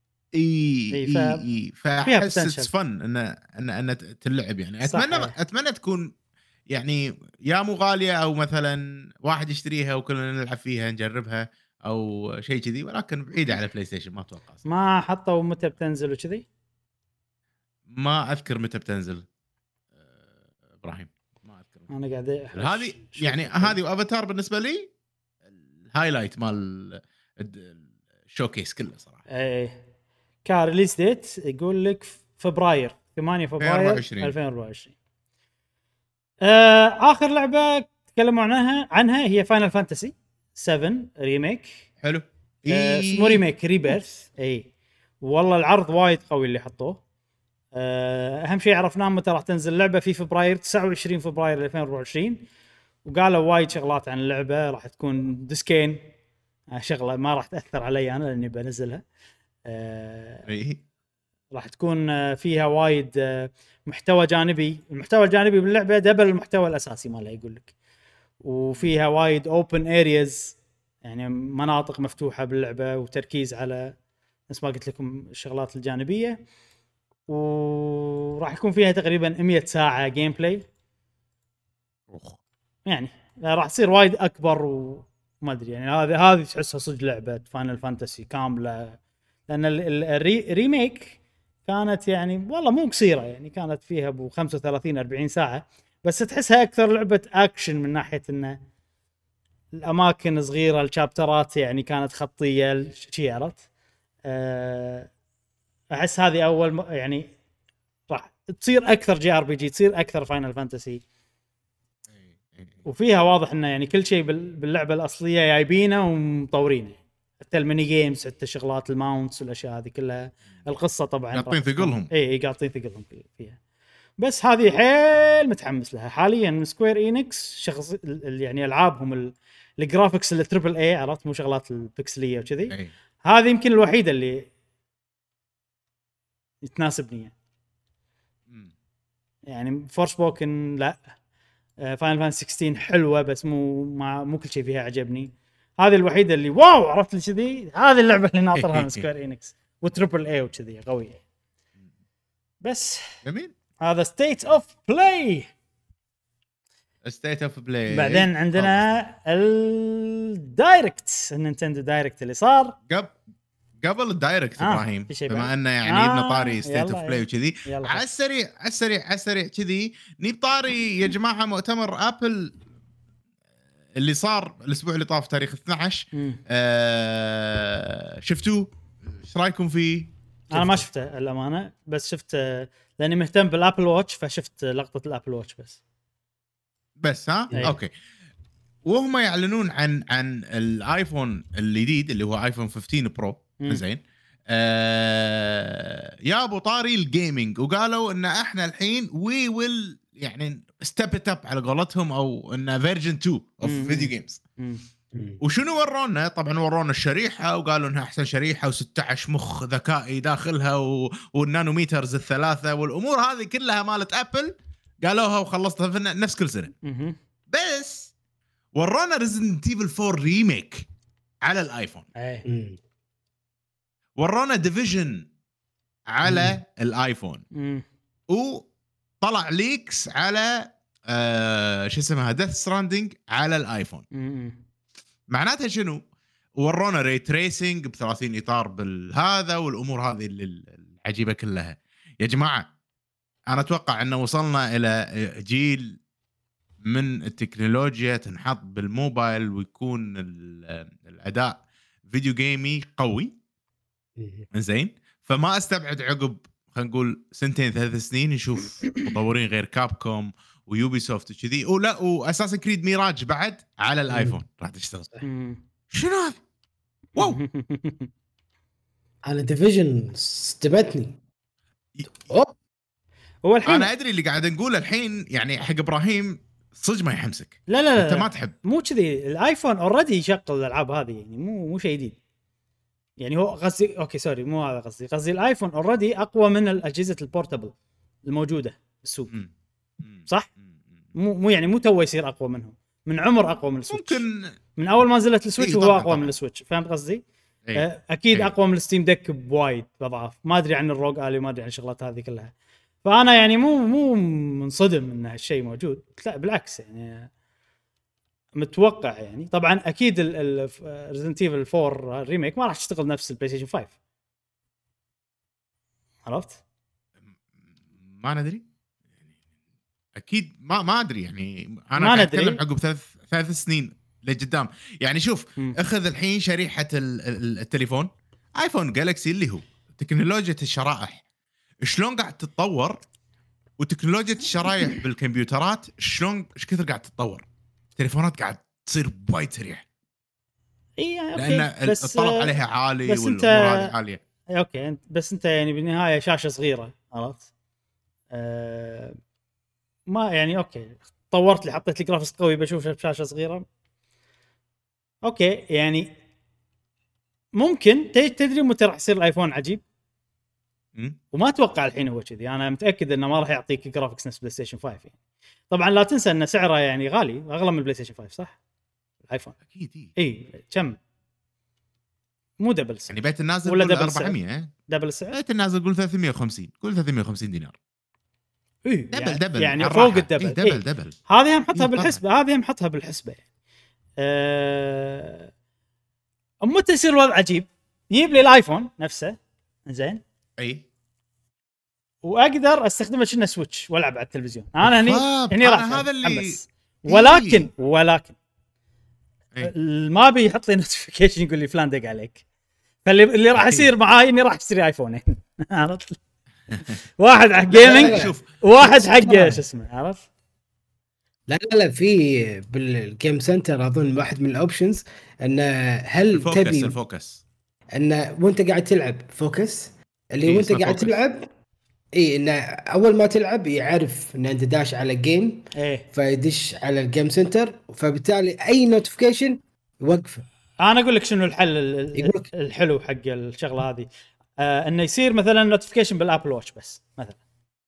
فاحس فن ان تلعب يعني. اتمنى تكون يعني يا مو غاليه او مثلا واحد يشتريها وكلنا نلعب فيها نجربها او شيء كذي، ولكن بعيده على بلاي ستيشن. ما اتوقع ما حطوا متى بتنزل وكذي. ما اذكر متى بتنزل ابراهيم، ما اذكر. انا قاعد هذه يعني هذه وافاتار بالنسبه لي الهايلايت مال الشوكيس كله صراحه. ايه كارليس ديت يقول لك فبراير 8 فبراير 2024. اخر لعبه تكلموا عنها هي فاينل فانتسي 7 ريميك. حلو. اسمه ريميك ريبيرث. اي والله العرض وايد قوي اللي حطوه. اهم شيء عرفناه متى راح تنزل اللعبه في فبراير 29 فبراير 2024. وقالوا وايد شغلات عن اللعبه، راح تكون ديسكين، شغله ما راح تاثر علي انا لاني بنزلها. راح تكون فيها وايد محتوى جانبي. المحتوى الجانبي باللعبه دبل المحتوى الاساسي مالها يقول لك. وفيها وايد اوبن ارياز، يعني مناطق مفتوحه باللعبه، وتركيز على نفس ما قلت لكم الشغلات الجانبيه. وراح يكون فيها تقريبا 100 ساعه جيم بلاي. يعني راح تصير وايد اكبر وما ادري، يعني هذه تحسها صدق لعبه فاينل فانتسي كامله. لان الريميك كانت يعني والله مو قصيره، يعني كانت فيها ب 35 40 ساعه، بس تحسها اكثر لعبه اكشن من ناحيه انه الاماكن صغيره، الشابترات يعني كانت خطيه شيء، عرفت. احس هذه اول يعني راح تصير اكثر جي ار بي جي، تصير اكثر فاينل فانتسي. وفيها واضح انه يعني كل شيء باللعبه الاصليه جايبينه ومطورينه، حتى الميني جيمز، حتى شغلات الماونتس والاشياء هذه كلها. القصه طبعا قاطين ثقلهم. اي قاطين ثقلهم فيها. بس هذه حيل متحمس لها حاليا من سكوير إينكس. يعني العابهم الجرافيكس التريبل اي، عرفت، مو شغلات البكسليه وكذي. هذه يمكن الوحيده اللي يتناسبني يعني فورس بوكن لا، فاينل فانتسي 16 حلوه بس مو كل شيء فيها عجبني. هذه الوحيده اللي واو، عرفت لي كذي. هذه اللعبه اللي ناطرها من سكوير إينكس وتريبل اي وكذي قويه. بس جميل. هذا ستيت اوف بلاي. بعدين عندنا الدايركت، النينتندو دايركت اللي صار قبل الدايركت ابراهيم، بما انه يعني يبنى طاري ستيت اوف بلاي وكذي. على السريع كذي نبطاري يا جماعه مؤتمر ابل اللي صار الاسبوع اللي طاف تاريخ 12. شفتوه؟ ايش رايكم فيه؟ انا ما شفته الامانه، بس شفت لاني مهتم بالابل واتش، فشفت لقطه الابل واتش بس ها اوكي. وهم يعلنون عن الايفون الجديد اللي هو ايفون 15 برو. زين. يا ابو طاري الجيمنج، وقالوا ان احنا الحين وي ويل يعني ستيب ات اب على قولتهم، او ان فيرجن 2 اوف فيديو جيمز. وشنو ورونا؟ طبعا ورونا الشريحه، وقالوا انها احسن شريحه و16 مخ ذكائي داخلها والنانوميترز الثلاثه والامور هذه كلها مالت ابل قالوها وخلصتها في نفس كل سنه. بس ورونا ريزيدنت ايفل 4 ريميك على الايفون. ورونا ديفيجن على الايفون. وطلع ليكس على شو اسمها ديث ستراندينج على الايفون. معناتها شنو؟ ورونا ري تريسنج ب30 اطار بالهذا والامور هذه العجيبه كلها. يا جماعه انا اتوقع انه وصلنا الى جيل من التكنولوجيا تنحط بالموبايل ويكون الاداء فيديو جيمي قوي. زين. فما استبعد عقب خلينا نقول 2-3 سنين نشوف مطورين غير كابكوم ويوبي سوفت وكذي. ولا واساسا كريد ميراج بعد على الايفون راح تشتغل. شنو هذا؟ واو. انا ديفيجن استبتني. هو الحين انا ادري اللي قاعد نقوله الحين يعني حق ابراهيم صدق ما يحمسك. لا انت ما تحب. مو كذي. الايفون اوريدي يشغل الالعاب هذه، يعني مو شيء جديد. يعني هو قصدي اوكي سوري مو هذا قصدي الايفون اوريدي اقوى من الاجهزه البورتبل الموجوده بالسوق صح مو يعني مو تو يصير اقوى منهم من عمر اقوى من السويتش ممكن من اول ما نزلت السويتش إيه وهو طبعاً اقوى من طبعاً. السويتش فهمت قصدي إيه. اكيد إيه. اقوى من الستيم ديك بوايد بضعف ما ادري عن الروج الي ما ادري عن الشغلات هذه كلها فانا يعني مو منصدم ان هالشيء موجود لا بالعكس يعني متوقع يعني طبعا اكيد ريزنت ايفل 4 ريميك ما راح تشتغل نفس البلاي ستيشن 5 عرفت ما ندري اكيد ما ادري يعني انا ما قاعد ندري. اتكلم عقب ثلاث سنين لقدام يعني شوف اخذ الحين شريحه التليفون ايفون جالكسي اللي هو تكنولوجيا الشرائح شلون قاعد تتطور وتكنولوجيا الشرايح بالكمبيوترات شلون ايش كثر قاعد تتطور التليفونات قاعد تصير وايد سريع اي اوكي لان بس الطلب عليها عالي بس والامور انت هذه عاليه اوكي بس انت يعني بالنهايه شاشه صغيره عرفت ما يعني اوكي طورت لي حطيت لي جرافيكس قوي بشوف بشاشه صغيره اوكي يعني ممكن تدري متى راح يصير الايفون عجيب وما اتوقع الحين هو كذي انا متاكد انه ما راح يعطيك جرافيكس نفس بلاي ستيشن 5 يعني طبعا لا تنسى ان سعره يعني غالي اغلى من البلاي ستيشن 5 صح الايفون اكيد اي كم مو دبل يعني بيت النازل ولا قول دبل 400 دبل السعر بيت النازل قول 350 قول 350 دينار إيه دبل يعني الراحة. فوق الدبل إيه دبل هذه هم حطها إيه بالحسبه هذه هم حطها بالحسبه متى يصير الوضع عجيب يجيب لي الايفون نفسه زين اي واقدر استخدمه كأنه سويتش والعب على التلفزيون انا هني راح هذا اللي أحمس. ولكن إيه؟ ما بيحط لي نوتيفيكيشن يقول لي فلان دق عليك فاللي راح يصير معاي اني راح اشتري ايفونين عرفت واحد حق جيمنج شوف وواحد حق شو اسمه عرفت لا في بالجيم سنتر اظن واحد من الاوبشنز ان هل تبي الفوكس ان وانت قاعد تلعب فوكس اللي إيه وانت قاعد فوكس. تلعب اي انه اول ما تلعب يعرف ان انت داش على جيم ايه فيدش على الجيم سنتر فبالتالي اي نوتيفيكيشن يوقفه انا اقول لك شنو الحل يقولك. الحلو حق الشغله هذه انه يصير مثلا نوتيفيكيشن بالابل واتش بس مثلا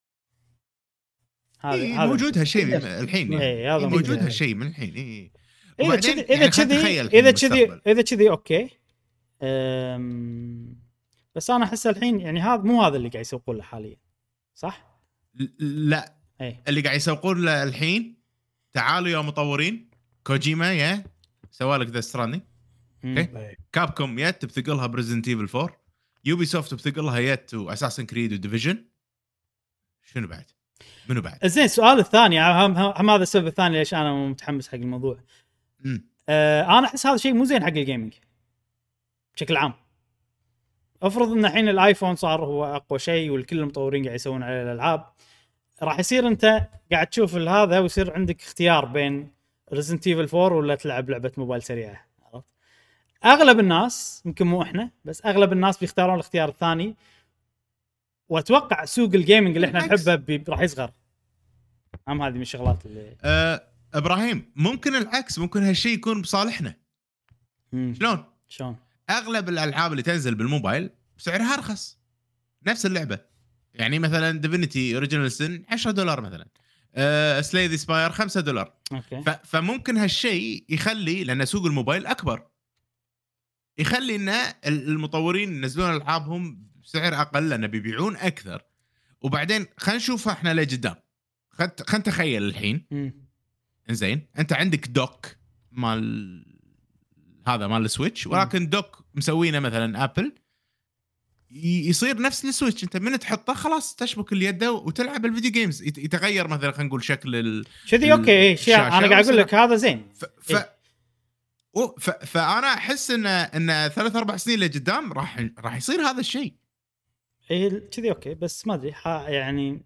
هذا موجود هالشيء الحين ايه هذا موجود هالشيء من الحين اي اذا كذي اوكي بس انا احس الحين يعني هذا مو هذا اللي قاعد يسوقون له حاليا صح لا ايه اللي قاعد يسوقون له الحين تعالوا يا مطورين كوجيما يا سوالك ذا ستراندي اوكي كابكوم يت بثقلها بريزنت ايفل 4 يوبي سوفت بثقلها يت واساسن كريد وديفيجن شنو بعد منو بعد زين السؤال الثاني هم هذا السبب الثاني ليش انا متحمس حق الموضوع انا احس هذا شيء مو زين حق الجيمنج بشكل عام افرض ان الحين الايفون صار هو اقوى شيء والكل المطورين قاعد يسوون عليه الالعاب راح يصير انت قاعد تشوف هذا ويصير عندك اختيار بين ريزنت ايفل 4 ولا تلعب لعبه موبايل سريعه عرفت اغلب الناس يمكن مو احنا بس اغلب الناس بيختارون الاختيار الثاني واتوقع سوق الجيمنج اللي احنا نحبه راح يصغر هذه من الشغلات اللي ابراهيم ممكن العكس ممكن هالشيء يكون بصالحنا شلون اغلب الالعاب اللي تنزل بالموبايل سعرها ارخص نفس اللعبه يعني مثلا ديفينيتي اوريجينال سن $10 مثلا سلاي ذا سباير $5 اوكي فممكن هالشيء يخلي لان سوق الموبايل اكبر يخلي ان المطورين ينزلون العابهم بسعر اقل لان بيبيعون اكثر وبعدين خلينا نشوف احنا لقدام خلينا نتخيل الحين زين انت عندك دوك مال هذا مال السويتش ولكن دوك مسوينه مثلا ابل يصير نفس السويتش انت من تحطه خلاص تشبك اليد وتلعب الفيديو جيمز يتغير مثلا خلينا نقول شكل كذي اوكي انا قاعد اقول لك هذا زين فانا احس ان 3-4 سنين لقدام راح يصير هذا الشيء ايه كذي اوكي بس ما ادري يعني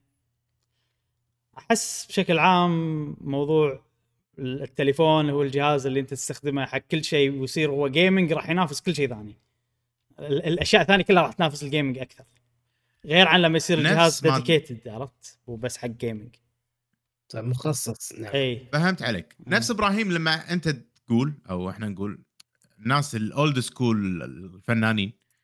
احس بشكل عام موضوع التليفون هو الجهاز اللي انت تستخدمه حق كل شيء ويصير هو جيمنج راح ينافس كل شيء ثاني الاشياء الثانيه كلها راح تنافس الجيمنج اكثر غير عن لما يصير الجهاز ديديكيتد عرفت وبس حق جيمنج مخصص نعم اي فهمت عليك نفس ابراهيم لما انت تقول او احنا نقول الناس الاولد سكول الفنانين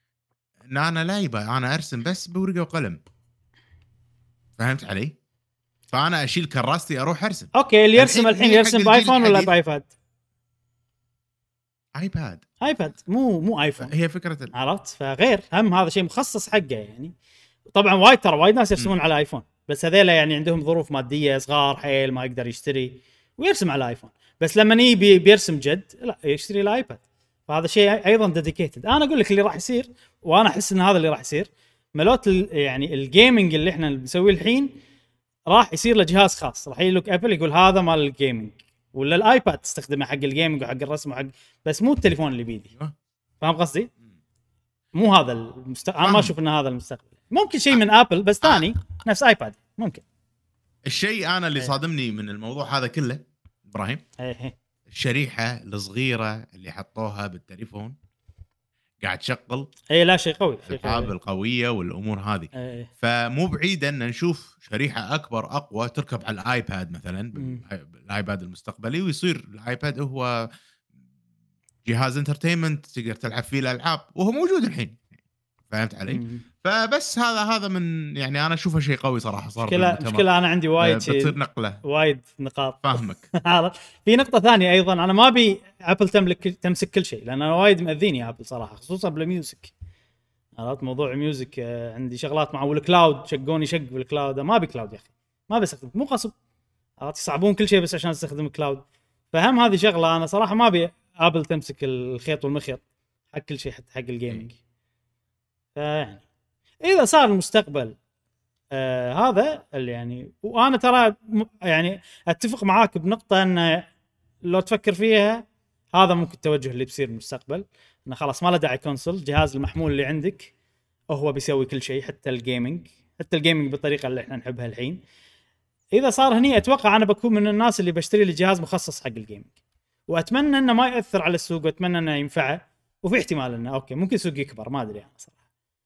ان انا لايبه انا ارسم بس بورقه وقلم، فهمت علي؟ فانا اشيل كراستي اروح ارسم. اوكي اللي يرسم الحين يرسم بايفون ولا بايباد؟ ايباد مو ايفون. هي فكره عرفت؟ فغير هم هذا شيء مخصص حقه يعني. طبعا وايد ترى وايد ناس يرسمون على ايفون، بس هذيلا يعني عندهم ظروف ماديه صغار حيل ما يقدر يشتري ويرسم على ايفون. بس لما يبي بيرسم جد لا يشتري الايباد. فهذا شيء ايضا ديديكيتد. انا اقول لك اللي راح يصير، وانا احس ان هذا اللي راح يصير، ملوت يعني الجيمنج اللي احنا بنسويه الحين راح يصير له جهاز خاص. راح يلوك ابل يقول هذا مال الجيمنج، ولا الايباد تستخدمه حق الجيمنج وحق الرسم وحق، بس مو التليفون اللي بيدي. فاهم قصدي؟ مو هذا انا ما اشوف ان هذا المستقبل. ممكن شيء من ابل بس ثاني نفس ايباد ممكن. الشيء انا اللي صادمني من الموضوع هذا كله ابراهيم، الشريحه الصغيره اللي حطوها بالتليفون قاعد تشغل لا شيء قوي، الالعاب القويه والامور هذه. فمو بعيدا ان نشوف شريحه اكبر اقوى تركب على الايباد مثلا، الايباد المستقبلي، ويصير الايباد هو جهاز انترتينمنت تقدر تلعب فيه الالعاب، وهو موجود الحين. فهمت علي؟ فبس هذا من يعني انا اشوفه شيء قوي صراحه. صار مشكله انا عندي وايد بتصير نقله، وايد نقاط. فاهمك. في نقطه ثانيه ايضا، انا ما ابي ابل تمسك كل شيء، لان انا وايد مأذيني ابل صراحه، خصوصا بالميوزك. عرفت موضوع الميوزك عندي شغلات مع الكلاود، شقوني شق بالكلاود. ما ابي كلاود يا اخي، ما بستخدم، مو غصب. عرفت يصعبون كل شيء بس عشان استخدم الكلاود. فهم هذه شغله انا صراحه ما ابي ابل تمسك الخيط والمخيط حق كل شيء، حتى حق الجيمنج. فيعني اذا صار المستقبل هذا اللي يعني، وانا ترى يعني اتفق معاك بنقطه ان لو تفكر فيها هذا ممكن التوجه اللي بيصير بالمستقبل، انه خلاص ما له داعي كونسول، الجهاز المحمول اللي عندك هو بيسوي كل شيء، حتى الجيمنج بالطريقه اللي احنا نحبها الحين. اذا صار هني اتوقع انا بكون من الناس اللي بشتري لي جهاز مخصص حق الجيمنج، واتمنى انه ما ياثر على السوق، واتمنى انه ينفعه، وفي احتمال انه اوكي ممكن السوق يكبر، ما ادري انا صراحه.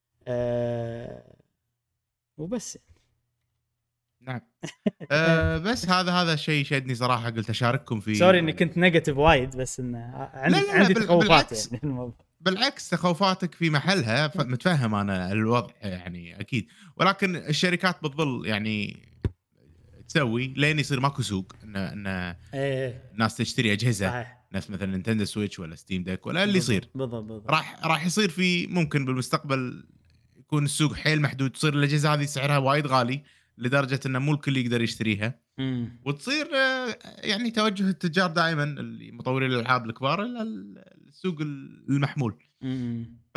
وبس. نعم. بس هذا شيء شدني صراحه، قلت اشارككم فيه. سوري اني كنت نيجاتيف وايد، بس انه عندي تخوفات يعني. بالعكس تخوفاتك في محلها، متفهم انا الوضع يعني اكيد، ولكن الشركات بتظل يعني تسوي لين يصير ماكو سوق ان الناس تشتري اجهزه صحيح. نفس مثلا نينتندو سويتش ولا ستيم ديك ولا اللي يصير بالضبط. راح يصير في ممكن بالمستقبل يكون السوق حيل محدود، تصير الاجهزه هذه سعرها وايد غالي لدرجه انه مو الكل يقدر يشتريها. وتصير يعني توجه التجار دائما المطورين الالعاب الكبار الى السوق المحمول. ف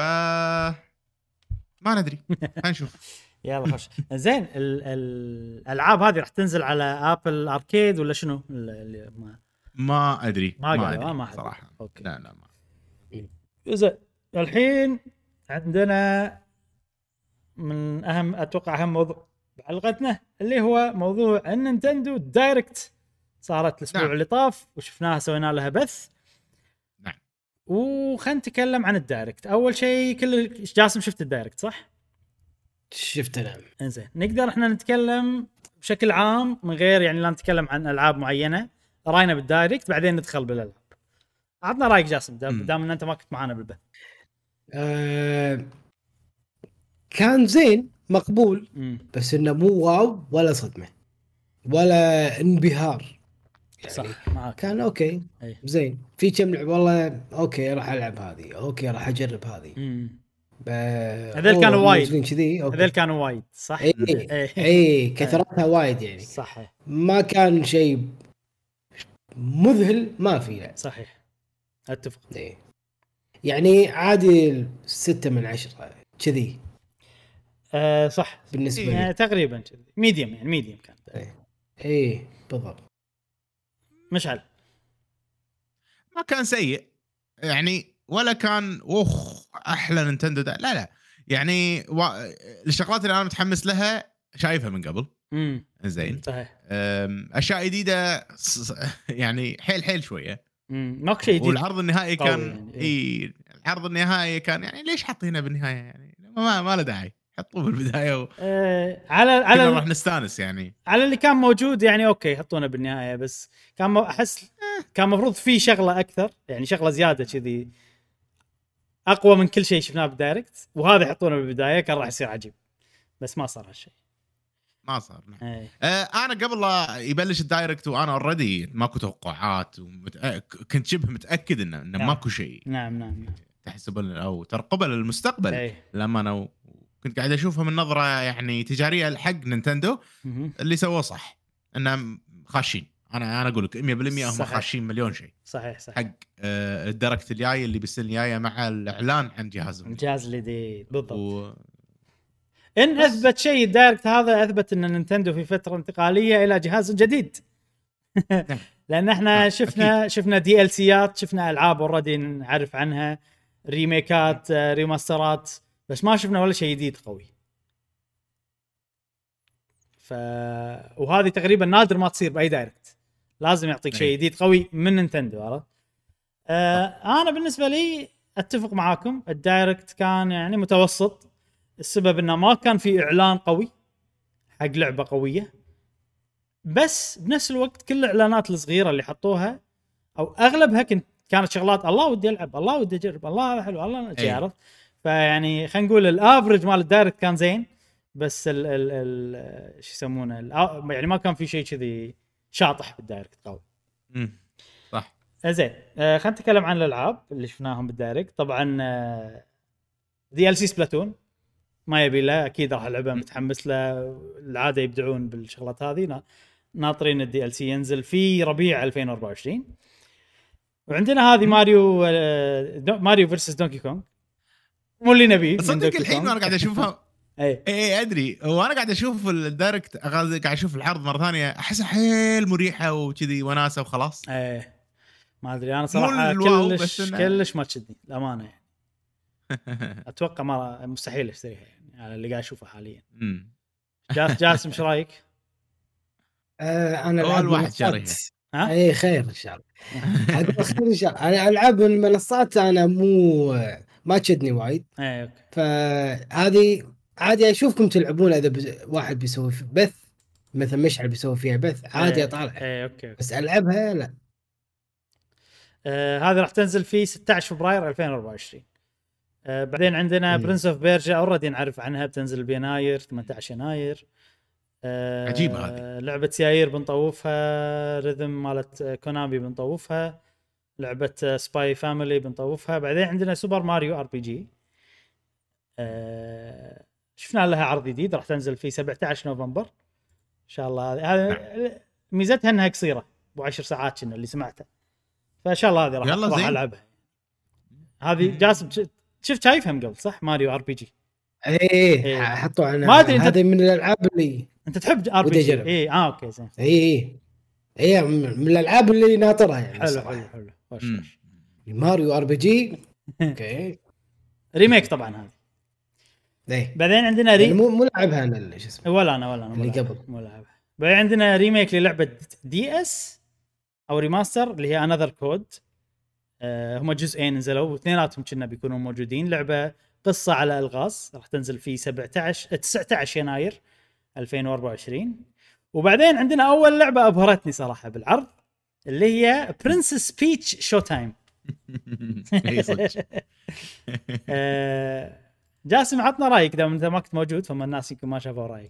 ما ندري هنشوف. يلا خش. زين الالعاب هذه راح تنزل على ابل اركيد ولا شنو؟ ما ادري ما صراحه. أوكي. لا ما زين الحين عندنا من اتوقع اهم موضوع حلقتنا اللي هو موضوع النينتندو دايركت. صارت الاسبوع اللي طاف وشفناها، سوينا لها بث. نعم. وخلينا نتكلم عن الدايركت. اول شيء كل جاسم شفت الدايركت صح؟ شفته نعم. انزين نقدر احنا نتكلم بشكل عام من غير يعني لا نتكلم عن العاب معينه راينا بالدايركت، بعدين ندخل بالالعاب. عطنا رايك جاسم دام ان انت ما كنت معنا بالبث. كان زين مقبول بس انه مو واو ولا صدمه ولا انبهار يعني. صح معك. كان اوكي زين، في كم لعبه والله اوكي راح العب هذه، اوكي راح اجرب هذه. هذول كانوا وايد كذي، هذول كانوا وايد صح. اي كثرتها وايد يعني صح. ما كان شيء مذهل، ما في يعني. صحيح اتفق. يعني عادي 6 من 10 كذي. صح بالنسبه لي تقريبا كذي ميديوم، يعني ميديوم كان. ايه بالضبط. مشعل ما كان سيء يعني، ولا كان احلى نينتندو لا يعني الشغلات اللي انا متحمس لها شايفها من قبل. زين صحيح. اشياء جديده يعني حيل شويه. ماكو شيء جديد. والعرض النهائي كان يعني. العرض النهائي كان يعني ليش حاطينه بالنهايه يعني؟ ما له داعي، حطوه بالبدايه على راح نستانس يعني. على اللي كان موجود يعني اوكي حطونا بالنهايه، بس كان احس كان مفروض في شغله اكثر يعني، شغله زياده كذي اقوى من كل شيء شفناه بالدايركت، وهذا يحطونه بالبدايه كان راح يصير عجيب، بس ما صار هالشيء. ما صار. انا قبل لا يبلش الدايركت وانا اوريدي ماكو توقعات كنت شبه متاكد انه ماكو شيء. نعم تحسب او ترقبه للمستقبل. لما انا كنت قاعد اشوفها من نظره يعني تجاريه حق نينتندو اللي سووه صح، انهم خاشين. انا اقول لك 100% هم خاشين مليون شيء. صحيح حق الدايركت الجاي اللي بالسنه الجايه مع الاعلان عن الجهاز الجديد بالضبط. ان اثبت شيء الدايركت هذا، اثبت ان نينتندو في فتره انتقاليه الى جهاز جديد. لان احنا شفنا دي ال سيات، شفنا العاب اوريدي نعرف عنها، ريميكات، ريماسترات، بس ما شفنا ولا شيء جديد قوي. وهذه تقريبا نادر ما تصير باي دايركت، لازم يعطيك شيء جديد قوي من نينتندو. عرفت؟ انا بالنسبه لي اتفق معاكم، الدايركت كان يعني متوسط. السبب انه ما كان في اعلان قوي حق لعبه قويه، بس بنفس الوقت كل الاعلانات الصغيره اللي حطوها او اغلبها كانت شغلات الله ودي العب، الله ودي اجرب، الله هذا حلو، الله شيء. عرفت؟ فيعني خلينا نقول الافرج مال الدايركت كان زين، بس شو يسمونه يعني ما كان في شيء كذي شاطح بالدايركت قوي. صح. زين، خلينا نتكلم عن الالعاب اللي شفناهم بالدايركت. طبعا دي ال سي سبلاتون ما يبي له، اكيد راح العبها، متحمس له. العاده يبدعون بالشغلات هذه، ناطرين الدي ال سي ينزل في ربيع 2024. وعندنا هذه ماريو فيرسس دونكي كونغ، مو اللي نبيه صدق. الحين وانا قاعد اشوفها اي ادري، وانا قاعد اشوف الدايركت، قاعد اشوف العرض مره ثانيه، احسها حيل مريحه وكذي وناسه وخلاص. ما ادري انا صراحه كلش ما تشدني الامانه يعني. اتوقع ما مستحيل اشتريها يعني على اللي قاعد اشوفه حاليا. جاسم ايش رايك؟ انا اول واحد شاريها. اي خير ان شاء الله. اقول خير ان شاء الله. انا العاب المنصات انا ما تشدني وايد. اوكي. فهذه عادي اشوفكم تلعبون، اذا واحد بيسوي بث مثلا مشعل بيسوي فيها بث عادي اطالع. اوكي. بس العبها لا. هذه راح تنزل في 16 فبراير 2024. بعدين عندنا برنس اوف بيرجا، اوريدي نعرف عنها، بتنزل بيناير 18 يناير. عجيبه هذه. لعبه سيايير بنطوفها، ريذم مالت كونامي بنطوفها، لعبه سباي فاميلي بنطوفها. بعدين عندنا سوبر ماريو ار بي جي، شفنا لها عرض جديد راح تنزل في 17 نوفمبر ان شاء الله. هذه ميزتها انها قصيره ب10 ساعات كنا اللي سمعته، فان شاء الله هذه راح العبها. هذه جاسم شفت شايفها من قبل صح؟ ماريو ار بي جي ايه حطوا عنها. ما ادري هذه من الالعاب اللي انت تحب ار بي جي. اوكي زين. ايه من الالعاب اللي ناطرها يعني. حلو. ماريو ار بي جي اوكي. ريميك طبعا هذه. بعدين عندنا مو لعبها انا شو اسمه، ولا انا اللي قبل مو لعبها. بعدين عندنا ريميك للعبه دي اس او ريماستر اللي هي انذر كود. هم جزئين نزلوا واثنيناتهم كنا بيكونوا موجودين. لعبه قصه على الغاز، راح تنزل في 19 يناير 2024. وبعدين عندنا اول لعبه ابهرتني صراحه بالعرض، اللي هي برنسس بيتش شو تايم. جاسم عطنا رايك، دام انت ما كنت موجود فما الناس يمكن ما شافوا رايك.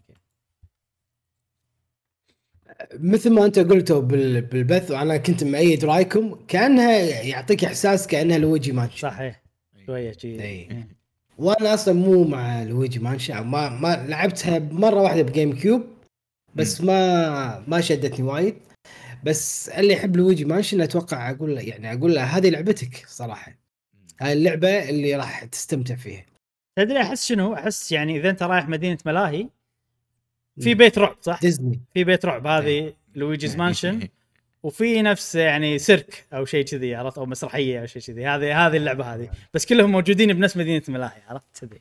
مثل ما انت قلتوا بالبث وانا كنت مؤيد رايكم، كانها يعطيك احساس كانها لويجي مانشن. صحيح شويه شيء. وانا اصلا مو مع لويجي مانشن، ما لعبتها مره واحده بجيم كيوب بس ما شدتني وايد. بس اللي يحب لويجي مانشن اتوقع اقول له هذه لعبتك صراحه، هاي اللعبه اللي راح تستمتع فيها. تدري احس شنو؟ احس يعني اذا انت رايح مدينه ملاهي في بيت رعب صح؟ ديزني في بيت رعب، هذه لويجيز مانشن. وفي نفس يعني سيرك او شيء كذي، عرفت؟ او مسرحيه او شيء كذي. هذه اللعبه هذه، بس كلهم موجودين بنفس مدينه ملاهي، عرفت كذي.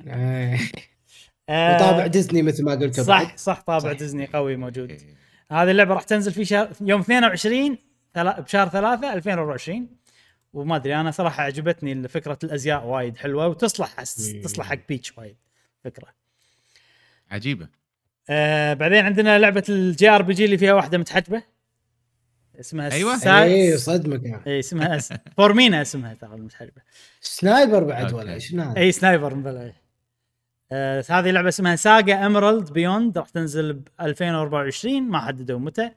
وطابع ديزني مثل ما قلت. صح طابع ديزني قوي موجود. هذه اللعبه راح تنزل في يوم 22 بشهر 3 2024. وما ادري انا صراحه عجبتني فكره الازياء وايد حلوه، وتصلح حق بيتش وايد فكره عجيبه. بعدين عندنا لعبه الجي ار بي جي اللي فيها واحده متحجبه، اسمها أيوة. اي صدمك اي اسمها فورمينا اسمها ترى المتحربه سنايبر بعد أوكي. ولا ايش هذا؟ اي سنايبر مبلغ. هذه لعبه اسمها ساجا اميرالد بيوند، راح تنزل ب 2024 ما حددوا متى.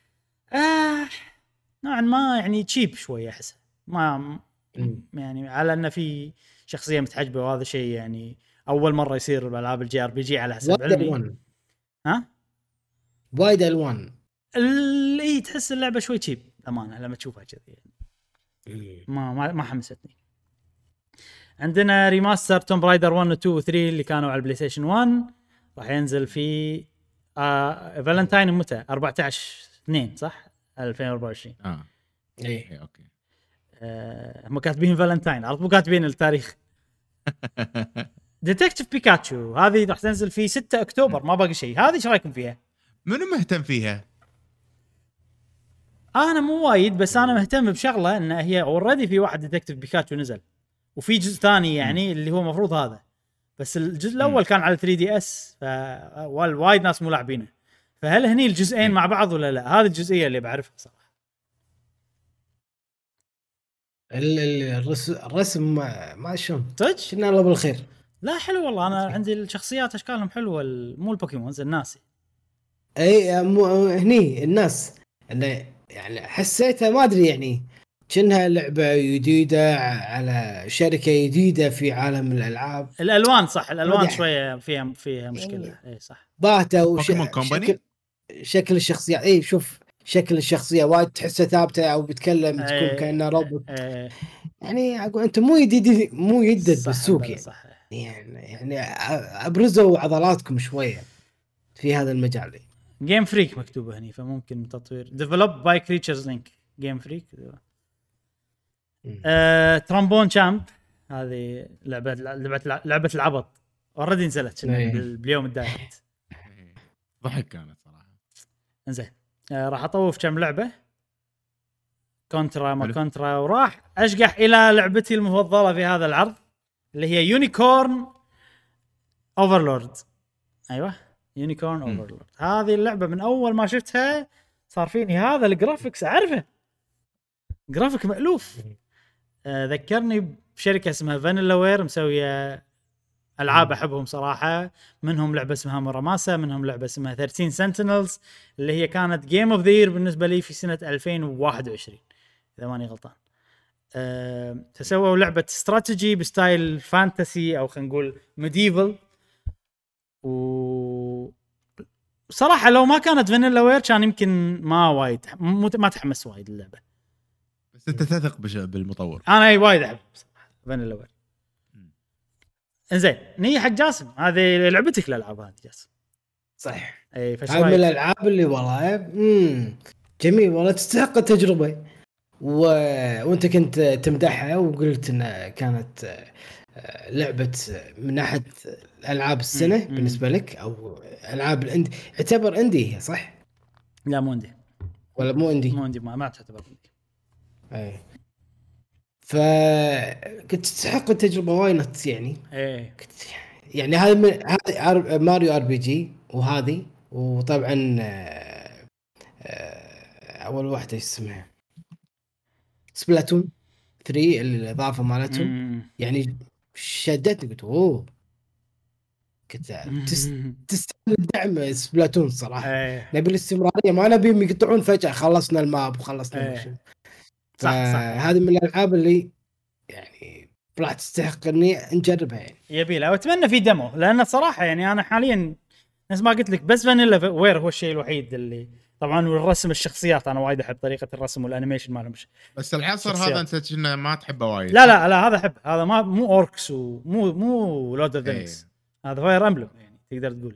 نوعا ما يعني تشيب شويه احس، ما يعني على انه في شخصيه متحجبه، وهذا شيء يعني اول مره يصير بالالعاب الجي ار بي جي على حسب علمي. ها وايد الوان اللي تحس اللعبه شوي تشيب امانه لما تشوفها كذي يعني. ما حمستني. عندنا ريماستر توم برايدر 1 و 2 و 3 اللي كانوا على البلاي ستيشن 1، راح ينزل في فالنتاين متى 14/2 صح 2024. اي اوكي. هم كاتبين فالنتاين، عرفت مو كاتبين التاريخ. ديتكتيف بيكاتشو هذه راح تنزل في 6 اكتوبر، ما باقي شيء. هذه ايش رايكم فيها؟ منو مهتم فيها؟ انا مو وايد، بس انا مهتم بشغله ان هي اوريدي في واحد ديتكتيف بيكاتشو نزل، وفي جزء ثاني يعني اللي هو مفروض هذا، بس الجزء الاول كان على 3DS فوايد ناس مو لاعبينه. فهل هني الجزئين مع بعض ولا لا؟ هذه الجزئيه اللي بعرفها صراحه. الرسم ما شلون صدق شفنا الله بالخير. لا حلو والله، انا عندي الشخصيات اشكالهم حلوه، مو البوكيمونز الناس. اي هني الناس انه يعني حسيتها ما ادري يعني كأنها لعبه جديده على شركه جديده في عالم الالعاب. الالوان صح، الالوان شويه فيها مشكله. اي صح باهته بوكيمون كومباني شكل الشخصيات. اي شوف شكل الشخصيه وايد تحسه ثابته او بيتكلم تكون كانه روبوت. يعني اقول انت مو يدد بالسوق يعني. صح. يعني ابرزوا عضلاتكم شويه في هذا المجال. جيم فريك مكتوبه هني، فممكن تطوير ديفلوب باي كريتشرز لينك جيم فريك. ترامبون شامب هذه لعبه العبط اوريدي نزلت باليوم الدايركت. ضحك كانت صراحه. انزين راح اطوف كم لعبه كونترا ما كونترا، وراح اشقح الى لعبتي المفضله في هذا العرض اللي هي يونيكورن اوفرلورد. ايوه يونيكورن اوفرلورد. هذه اللعبه من اول ما شفتها صار فيني هذا الجرافيكس اعرفه، جرافيك مألوف. ذكرني بشركه اسمها فانيلا وير مسويه العاب احبهم صراحه، منهم لعبه اسمها مراماسا، منهم لعبه اسمها 13 سنتينلز اللي هي كانت جيم اوف ذا يير بالنسبه لي في سنه 2021 اذا ماني غلطان. تسووا لعبه استراتيجي بستايل فانتسي او خلينا نقول ميديفل، و صراحه لو ما كانت فانيلا وير كان يمكن ما تحمس وايد اللعبه. بس انت تثق بالمطور؟ انا وايد احب فانيلا وير. انزين نيجي حق جاسم، هذه لعبتك الالعاب هذه جاسم صح؟ اي هاي من الالعاب اللي والله جميل والله تستحق التجربه. وانت كنت تمدحها وقلت انها كانت لعبه من ناحيه العاب السنه بالنسبه لك، او العاب الاندي. اعتبر اندي هي صح؟ لا مو اندي ولا مو اندي؟ مو اندي، ما تعتبر اندي. اي فكنت تستحق التجربه وايد يعني. ايه يعني هذه ماريو ار بي جي، وهذه وطبعا اول واحده اسمها سبلاتون 3 الاضافه مالتهم يعني شدتني. قلت اوه كنت تستاهل الدعم سبلاتون صراحه. نبي الاستمراريه، ما نبي يقطعون فجاه خلصنا الماب وخلصنا صح. هذه من الالعاب اللي يعني راح تستحق اني نجربها يعني. يبي لا، واتمنى في ديمو، لان صراحه يعني انا حاليا نفس ما قلت لك بس فانيلا وير هو الشيء الوحيد اللي طبعا والرسم الشخصيات انا وايد احب طريقه الرسم والانيميشن مالهم. بس العصر هذا انت ما تحبه وايد؟ لا هذا احب، هذا مو اوركس ومو لورد اوف ذا رينجز، هذا فاير امبلم يعني تقدر تقول.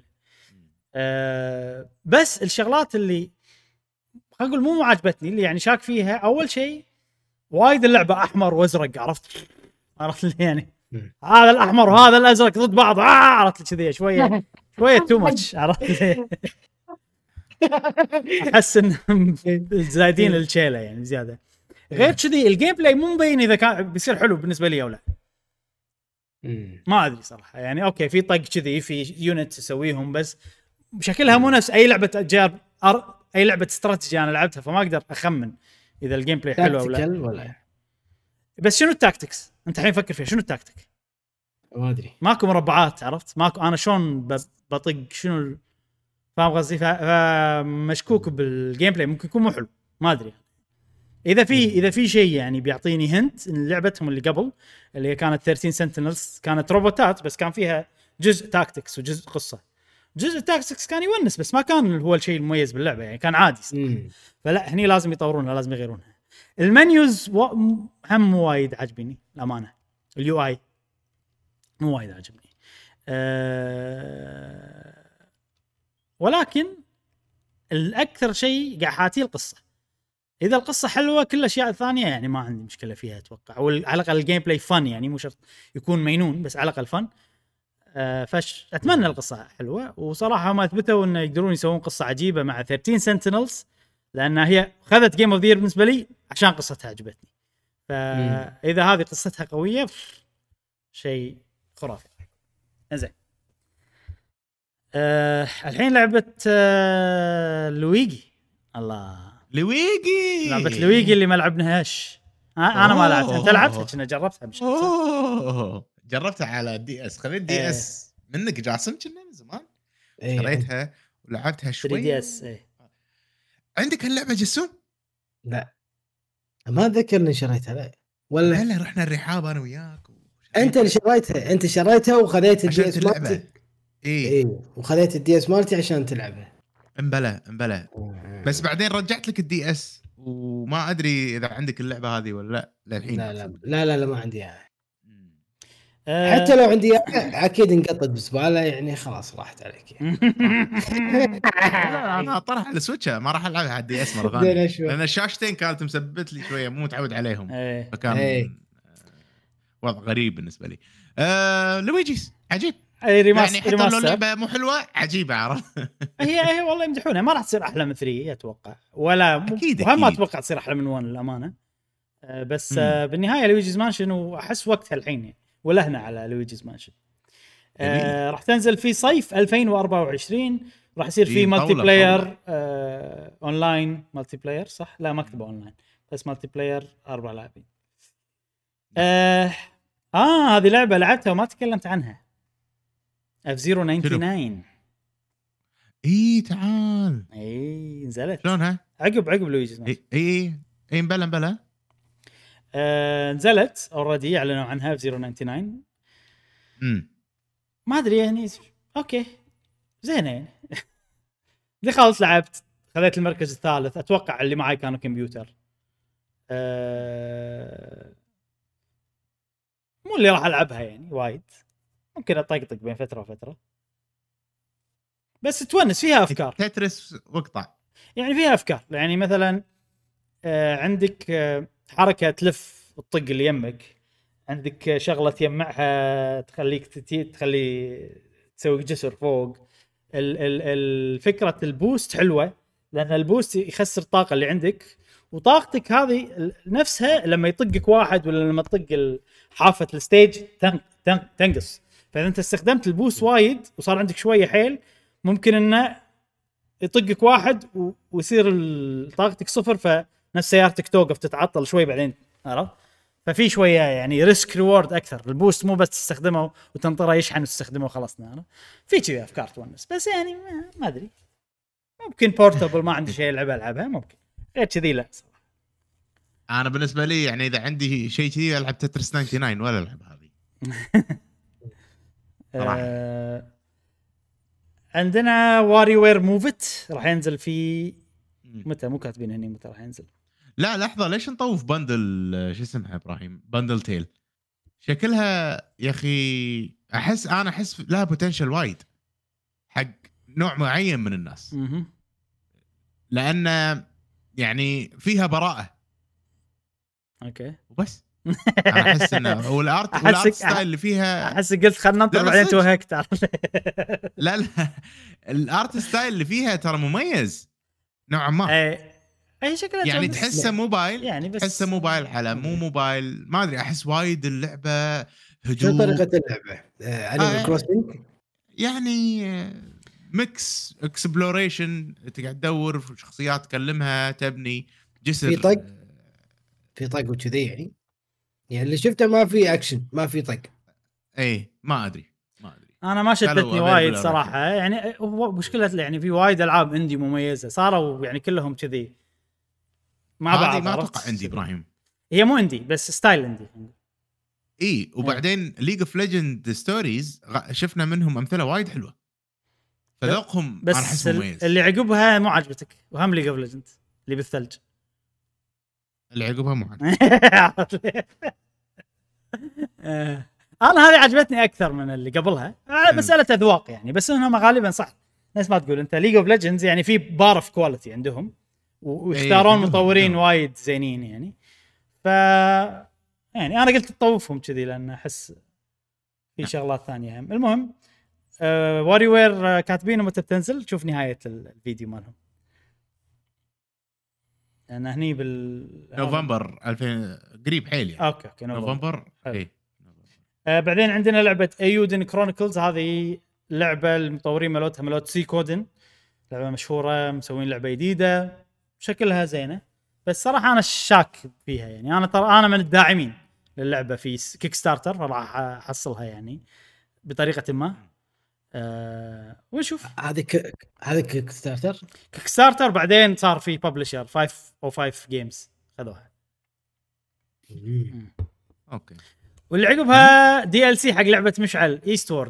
بس الشغلات اللي خلينا نقول مو عجبتني اللي يعني شاك فيها، اول شيء وايد اللعبه احمر وازرق، عرفت يعني هذا الاحمر وهذا الازرق ضد بعض عرفت كذي شويه تو ماتش، عرفت احس انهم زايدين الشيله يعني زياده. غير كذي الجيم بلاي مو مبين اذا كان بيصير حلو بالنسبه لي او لا، ما ادري صراحه يعني. اوكي في طق كذي في يونت تسويهم، بس شكلها مو نفس اي لعبه اي لعبه استراتيجي انا لعبتها فما اقدر اخمن اذا الجيم بلاي حلو او لا. ولا بس شنو التاكتكس انت الحين فكر فيها، شنو التاكتيك؟ ما ادري. ماكو مربعات، عرفت؟ ماكو انا شلون بطق شنو فاهم قصدي؟ فمشكوك بالجيم بلاي، ممكن يكون مو حلو ما ادري. اذا في شيء يعني بيعطيني هنت ان لعبتهم اللي قبل اللي هي كانت 13 سنتينلز كانت روبوتات بس كان فيها جزء تاكتكس وجزء قصه. جزء تاكتكس كان يونس بس ما كان هو الشيء المميز باللعبه، يعني كان عادي. فلا هني لازم يطورونها، لازم يغيرونها. المنيوز هم وايد عجبني الامانه، اليو اي مو وايد عجبني. ولكن الاكثر شيء قاعد حاتي القصه. اذا القصه حلوه كل الاشياء الثانيه يعني ما عندي مشكله فيها اتوقع، او على الاقل الجيم بلاي فن، يعني مو شرط يكون مينون بس على الاقل فن. فش اتمنى القصه حلوه، وصراحه ما اثبتوا انه يقدرون يسوون قصه عجيبه مع 13 سنتينلز لان هي خذت جيم اوف ذا يير بالنسبه لي عشان قصتها عجبتني. فاذا هذه قصتها قويه شيء خرافي. زين الحين لعبه لويجي. الله لويجي، لعبه لويجي اللي ما لعبناهاش. انا ما لعبتها، انت لعبتها؟ كنا جربتها مش جربتها على الدي اس. خذيت دي اس منك جاسم كنا من زمان. شريتها ولعبتها شوي. دي اس عندك هاللعبه جسوم؟ لا ما ذكرني شريتها. لا ولا هلا رحنا الرحاب انا وياك انت اللي شريتها. انت شريتها وخذيت الدي اس مالتي. ايه وخذيت الدي اس مالتي عشان تلعبها. امبلا بس بعدين رجعت لك الدي اس وما ادري اذا عندك اللعبه هذه ولا لا للحين. لا ما عندي اياها. حتى لو عندي اياها اكيد انقطت بزباله، يعني خلاص راحت عليك. لا انا طرح على السويتش ما راح العبها على الدي اس مره ثانيه لان الشاشتين كانت مسبت لي شويه مو متعود عليهم. فكان وضع غريب بالنسبه لي. لويجيز عجيب يعني حتى لو اللعبه مو حلوه عجيبه عرفت. هي والله يمدحونها. ما راح تصير احلى من 3 اتوقع، ولا وهم ما اتوقع تصير احلى من 1 للامانه. بس بالنهايه لويجيز مانشن واحس وقتها الحين يعني ولهنا على لويجيز مانشن. راح تنزل في صيف 2024. راح يصير في مالتي بلاير اونلاين. مالتي بلاير صح؟ لا مكتبه اونلاين بس مالتي بلاير 4 لاعبين. هذه لعبه لعبتها وما تكلمت عنها. F-Zero 99. تعال نزلت شلونها عقب لويجيز مانشن. بلا نزلت اوريدي اعلنوا عنها F-Zero 99. ما ادري يعني اوكي زينه يعني. دخلت لعبت خذيت المركز الثالث. اتوقع اللي معي كانوا كمبيوتر. مو اللي راح العبها يعني وايد، ممكن اطقطق بين فتره وفتره بس تونس. فيها افكار تترس واقطع يعني. فيها افكار يعني مثلا عندك حركه تلف الطق اللي يمك، عندك شغله تجمعها تخليك تخلي تسوي جسر فوق. الفكره البوست حلوه لان البوست يخسر الطاقه اللي عندك، وطاقتك هذه نفسها لما يطقك واحد ولا لما تطق حافه الستيج تنقص. فاذا انت استخدمت البوست وايد وصار عندك شويه حيل ممكن انه يطقك واحد ويصير طاقتك صفر، فنفس سيارتك توقف تتعطل شوي بعدين عرفت. ففي شويه يعني ريسك ريورد اكثر. البوست مو بس تستخدمه وتنطره يشحن وتستخدمه وخلصنا. في شيء افكار تونس بس يعني ما ادري. ممكن بورتبل ما عندي شيء العبها ممكن غير كذي لا صراحه. انا بالنسبه لي يعني اذا عندي شيء كذي العب تترس 99 ولا العب هذه. عندنا واري وير موفت راح ينزل في متى؟ مو كاتبين هني متى راح ينزل. لا لحظه ليش نطوف بندل شو اسمها ابراهيم؟ بندل تيل شكلها يا اخي احس لها بوتنشل وايد حق نوع معين من الناس. لان يعني فيها براءه. اوكي وبس. انا احس انه والارت ستايل اللي فيها احس قلت خلنا ننطر بعدين توهقت. لا الارت ستايل اللي فيها ترى مميز نوعا ما. اي شكلها يعني تحسه موبايل يعني بس تحسه موبايل على مو موبايل ما ادري. احس وايد اللعبه هدوء. شو طريقه اللعبه؟ انيمال كروسنج يعني ميكس اكسبلوريشن، تقعد تدور في شخصيات تكلمها، تبني جسر. في طق وكذي يعني اللي شفته ما في اكشن، ما في طق. اي ما ادري انا ما شدتني وايد صراحه يعني. هو مشكله يعني في وايد العاب اندي مميزه صاروا يعني كلهم كذي مع بعض. ما اتوقع عندي ابراهيم، هي مو اندي بس ستايل اندي. اي وبعدين ليج اوف ليجند ستوريز شفنا منهم امثله وايد حلوه، فذوقهم انا احس مميز. اللي عقبها مو عجبتك، وهم ليج اوف ليجند اللي بالثلج اللي عقبها مو عجبتك. انا هذه عجبتني اكثر من اللي قبلها. مساله اذواق يعني، بس انهم غالبا صح ناس ما تقول انت ليج اوف ليجندز يعني في بار اوف كواليتي عندهم ويختارون مطورين وايد زينين يعني. ف يعني انا قلت تطوفهم كذي لان احس في شغلات ثانيه هم. المهم واري وير كاتبين متى بتنزل، تشوف نهايه الفيديو مالهم. انا هني نوفمبر 2000 قريب حيل يعني. اوكي نوفمبر. اي بعدين عندنا لعبه ايودن كرونيكلز. هذه لعبه المطورين مالوت سي كودن، لعبه مشهوره، مسوين لعبه جديده شكلها زينه، بس صراحه انا شاك فيها يعني. انا من الداعمين للعبه في كيك ستارتر، فراح احصلها يعني بطريقه ما. ونشوف. هذه كيك ستارتر بعدين صار في ببلشر 505 جيمز خذوها. اوكي. واللي عقبها دي ال سي حق لعبه مشعل ايستورد.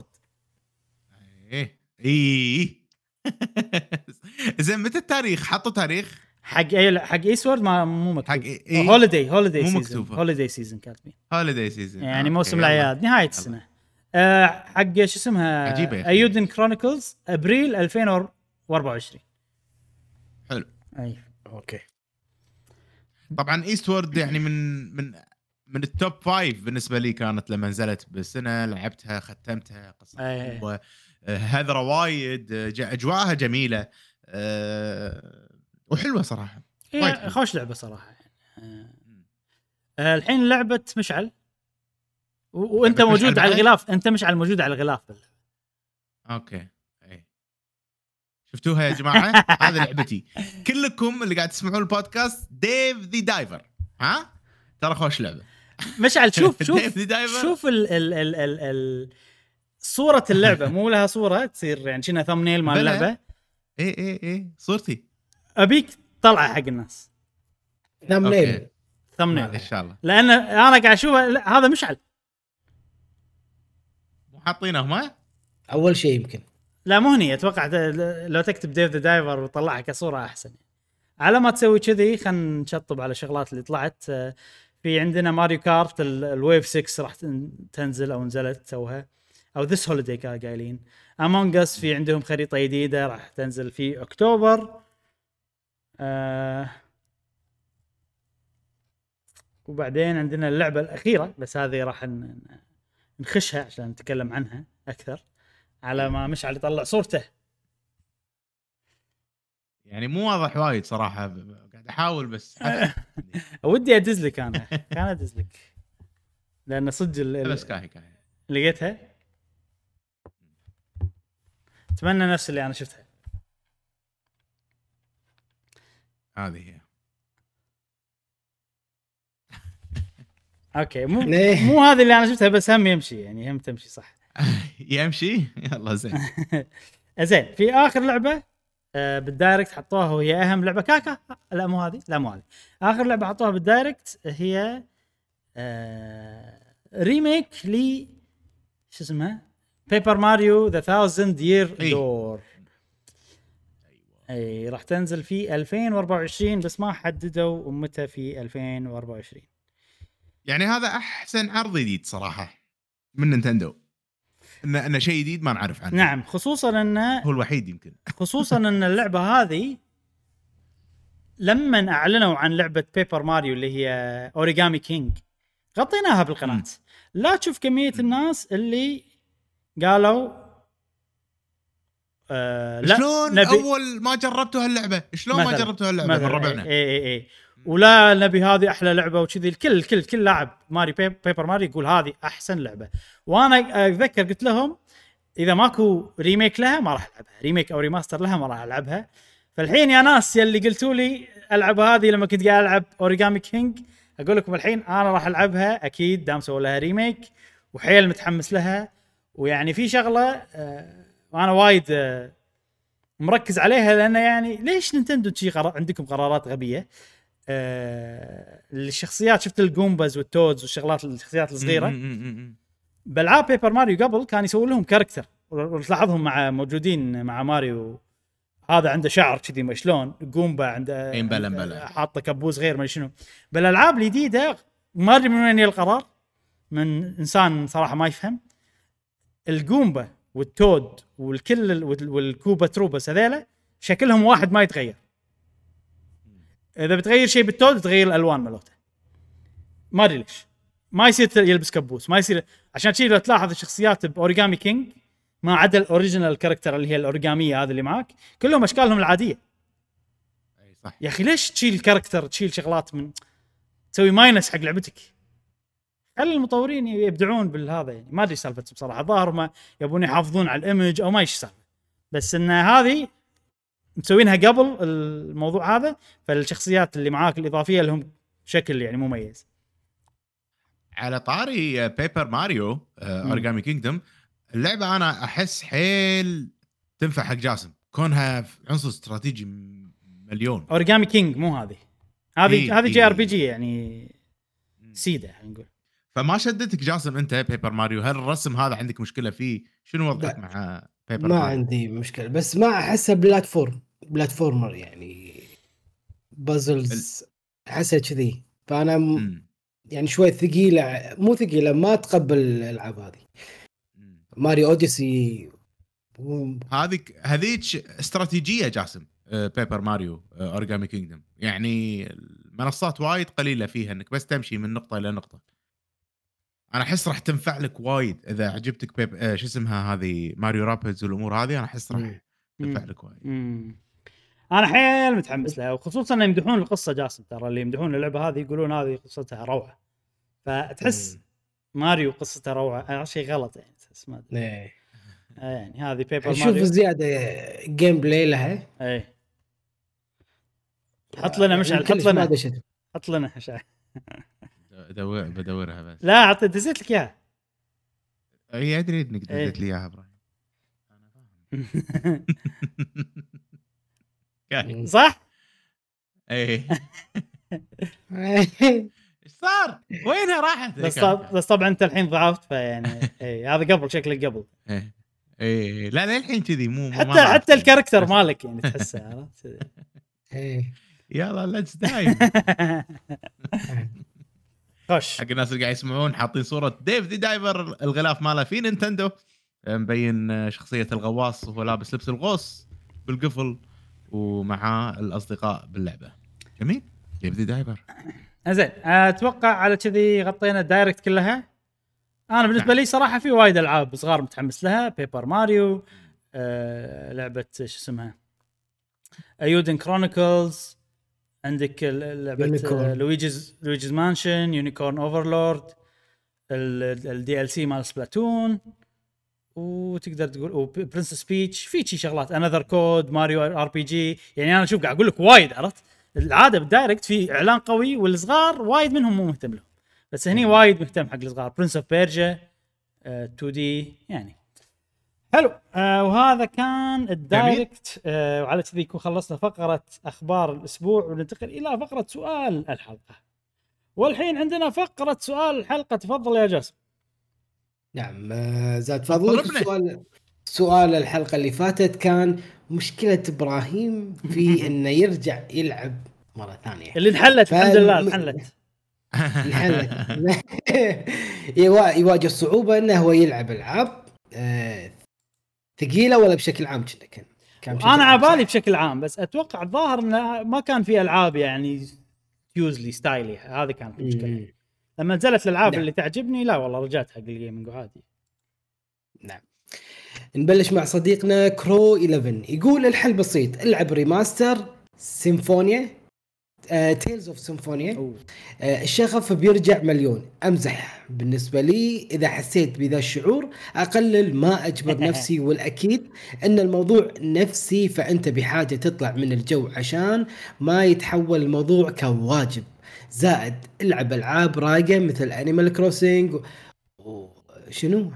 ايه زين متى التاريخ؟ حطوا تاريخ حق ايستورد مو مكتوب. حق هوليداي سيزون كاتبين هوليداي سيزون يعني موسم الاعياد نهايه السنه. حق شو اسمها ايودن كرونيكلز ابريل 2024. حلو. اي اوكي. طبعا ايستورد يعني من التوب 5 بالنسبه لي كانت لما نزلت بالسنه، لعبتها ختمتها، قصه هذرة وايد، اجواءها جميله وحلوه صراحه. خوش لعبه صراحه. الحين لعبه مشعل وانت موجود على الغلاف. انت مشعل موجود على الغلاف. اوكي. اي شفتوها يا جماعه؟ هذه لعبتي. كلكم اللي قاعد تسمعون البودكاست ديف ذا دايفر، ها ترى خوش لعبه. مشعل شوف ال صورة اللعبة مو لها صورة تصير يعني شنو ثامنيل مال اللعبة. ايه صورتي ابيك طلعه حق الناس. ثامنيل ان شاء الله، لان انا قاعد اشوف هذا مشعل مو حاطينه ما اول شيء يمكن. لا مو هني، اتوقع لو تكتب ديف ذا دايفر وطلعها كصورة احسن. على ما تسوي كذي خلينا نشطب على شغلات اللي طلعت. في عندنا ماريو كارت الويف 6 راح تنزل او نزلت توها او ذس هوليداي قايلين. امونج اس في عندهم خريطه جديده راح تنزل في اكتوبر. وبعدين عندنا اللعبه الاخيره بس هذه راح نخشها عشان نتكلم عنها اكثر على ما مشعل يطلع صورته. يعني مو واضح وايد صراحه، قاعد احاول بس ودي ادز لك. انا كان ادز لك لان صدق بس كاهي لقيتها. اتمنى نفس اللي انا شفتها. هذه هي. اوكي مو هذه اللي انا شفتها بس هم يمشي يعني هم تمشي صح. يمشي يلا زين. زين في اخر لعبه بالدايركت حطوها وهي اهم لعبه كاكا. لا مو هذه اخر لعبه حطوها بالدايركت هي ريميك لي شو اسمها بيبر ماريو ذا 1000 يير دور. اي راح تنزل في 2024 بس ما حددوا متى في 2024. يعني هذا احسن عرض جديد صراحه من نينتندو، انه شيء جديد ما نعرف عنه. نعم خصوصا انه هو الوحيد يمكن. خصوصا ان اللعبه هذه لما اعلنوا عن لعبه بيبر ماريو اللي هي اوريجامي كينج غطيناها بالقناه. لا تشوف كميه الناس اللي قالوا لا شلون اول ما جربتوا هاللعبه، شلون ما جربتوا هاللعبه من ربعنا. اي ولا نبي هذه احلى لعبه وكذي. الكل لاعب ماري بيبر ماري يقول هذه احسن لعبه. وانا اتذكر قلت لهم اذا ماكو ريميك لها ما راح العبها، ريميك او ريماستر لها ما راح العبها. فالحين يا ناس يلي قلتوا لي العب هذه لما كنت قاعد العب اوريجامي كينج، اقول لكم الحين انا راح العبها اكيد دام سووا لها ريميك وحيل متحمس لها. ويعني في شغله وانا وايد مركز عليها، لانه يعني ليش نينتندو عندكم قرارات غبيه؟ الشخصيات شفت الجومباز والتودز والشغلات الشخصيات الصغيره بالعاب بيبر ماريو قبل كان يسوون لهم كاركتر، وتلاحظهم مع موجودين مع ماريو، هذا عنده شعر كذي ما شلون، جومبا عنده حاطه كبوس غير ما شنو. بالالعاب الجديده ما ادري من وين القرار، من انسان صراحه ما يفهم. الجومبا والتود والكل والكوبا تروبس هذيلا شكلهم واحد ما يتغير. اذا بتغير شيء بالتود تغير الالوان مالته، ما ادري ليش ما يصير يلبس كبوس، ما يصير. عشان شيء لو تلاحظ الشخصيات باوريجامي كينج ما عدا الاوريجينال كاركتر اللي هي الاوريجاميه هذا اللي معاك كلهم اشكالهم العاديه. اي صح يا اخي ليش تشيل الكاركتر، تشيل شغلات من تسوي ماينس حق لعبتك؟ خلي المطورين يبدعون بالهذا. يعني ما ادري سالفه بصراحه، ظاهر ما يبون يحافظون على الايمج او ما ايش سالفه، بس ان هذه مسوينها قبل الموضوع هذا، فالشخصيات اللي معاك الاضافيه لهم شكل يعني مميز. على طاري بيبر ماريو اوريجامي كينجدم، اللعبه انا احس حيل تنفع حق جاسم كونها عنصر استراتيجي مليون. اوريجامي كينج مو هذه جي ار بي جي يعني سيده نقول. فما شدتك جاسم انت بيبر ماريو؟ هل الرسم هذا عندك مشكله فيه؟ شنو وضعك مع بيبر ما ماريو؟ عندي مشكله، بس ما احسها بلاتفورمر يعني بازلز، احسها كذي. فانا يعني شوي ثقيله، مو ثقيله، ما اتقبل الالعاب هذه. ماريو اوديسي هذيك استراتيجيه جاسم. بيبر ماريو اوريجامي كينجدم يعني المنصات وايد قليله فيها انك بس تمشي من نقطه الى نقطه. انا احس راح تنفع لك وايد اذا عجبتك شو اسمها هذه ماريو رابيدز والامور هذه. انا احس راح تنفع لك وايد. انا حيل متحمس لها، وخصوصا ان يمدحون القصه جاسم. ترى اللي يمدحون اللعبه هذه يقولون هذه قصتها روعه، فتحس ماريو قصته روعه. شيء غلط يعني اسمه يعني هذه بيبر ماريو شوف زياده جيم بلاي لها. اي حط لنا مشعل، حط لنا مشعل. بدورها بس. لا اعطيت دزيت لك اياها. اي ادري انك دزيت لي اياها ابراهيم. انا فاهم صح. اي ايش صار؟ وينها راحت؟ بس طبعا انت الحين ضعفت، فيعني اي هذا قبل شكلك قبل. اي لا الحين كذي مو حتى الكاركتر مالك يعني تحسه عرفت. يلا ليتس دايف. خش حق الناس اللي قاعد يسمعون، حاطين صوره ديف دي دايفر الغلاف ماله في نينتندو، مبين شخصيه الغواص وهو لابس لبس الغوص بالقفل ومع الاصدقاء باللعبه. جميل. ديف دي دايفر زين. اتوقع على كذي غطينا الدايركت كلها. انا بالنسبه لي صراحه في وايد العاب صغار متحمس لها. بيبر ماريو، لعبه شو اسمها ايودن كرونيكلز، عندك لعبه لويجيز مانشن، يونيكورن اوفرلورد، الدي ال سي مال سبلاتون، وتقدر تقول برنسس بيتش، في شي شغلات انذر كود، ماريو ار بي جي. يعني انا شوف قاعد اقول لك وايد، عرفت العاده بالدايركت في اعلان قوي والصغار وايد منهم مو مهتم لهم، بس هني وايد مهتم حق الصغار. برنس اوف بيرجا 2 دي يعني حلو. وهذا كان الدايركت. وعلى كذا يكون خلصنا فقره اخبار الاسبوع، وننتقل الى فقره سؤال الحلقه. والحين عندنا فقره سؤال الحلقه. تفضل يا جاسم. نعم زاد فضلك. سؤال الحلقه اللي فاتت كان مشكله ابراهيم في انه يرجع يلعب مره ثانيه، اللي انحلت الحمد لله. انحلت يواجه صعوبه انه هو يلعب العاب ثقيله ولا بشكل عام كان انا عبالي بشكل عام، بس اتوقع الظاهر انه ما كان في العاب يعني يوزلي ستايلي. هذه كانت المشكله. لما نزلت الالعاب اللي تعجبني لا والله رجعت حق الجيمنج عادي. نعم. نبلش مع صديقنا كرو 11. يقول الحل بسيط، العب ريماستر سيمفونيا تيلز اوف سيمفونيا. الشغف بيرجع مليون. امزح بالنسبه لي اذا حسيت بذا الشعور اقلل ما اجبر نفسي، والاكيد ان الموضوع نفسي، فانت بحاجه تطلع من الجو عشان ما يتحول الموضوع كواجب. زائد العب العاب رايقه مثل انيمال كروسنج وشنو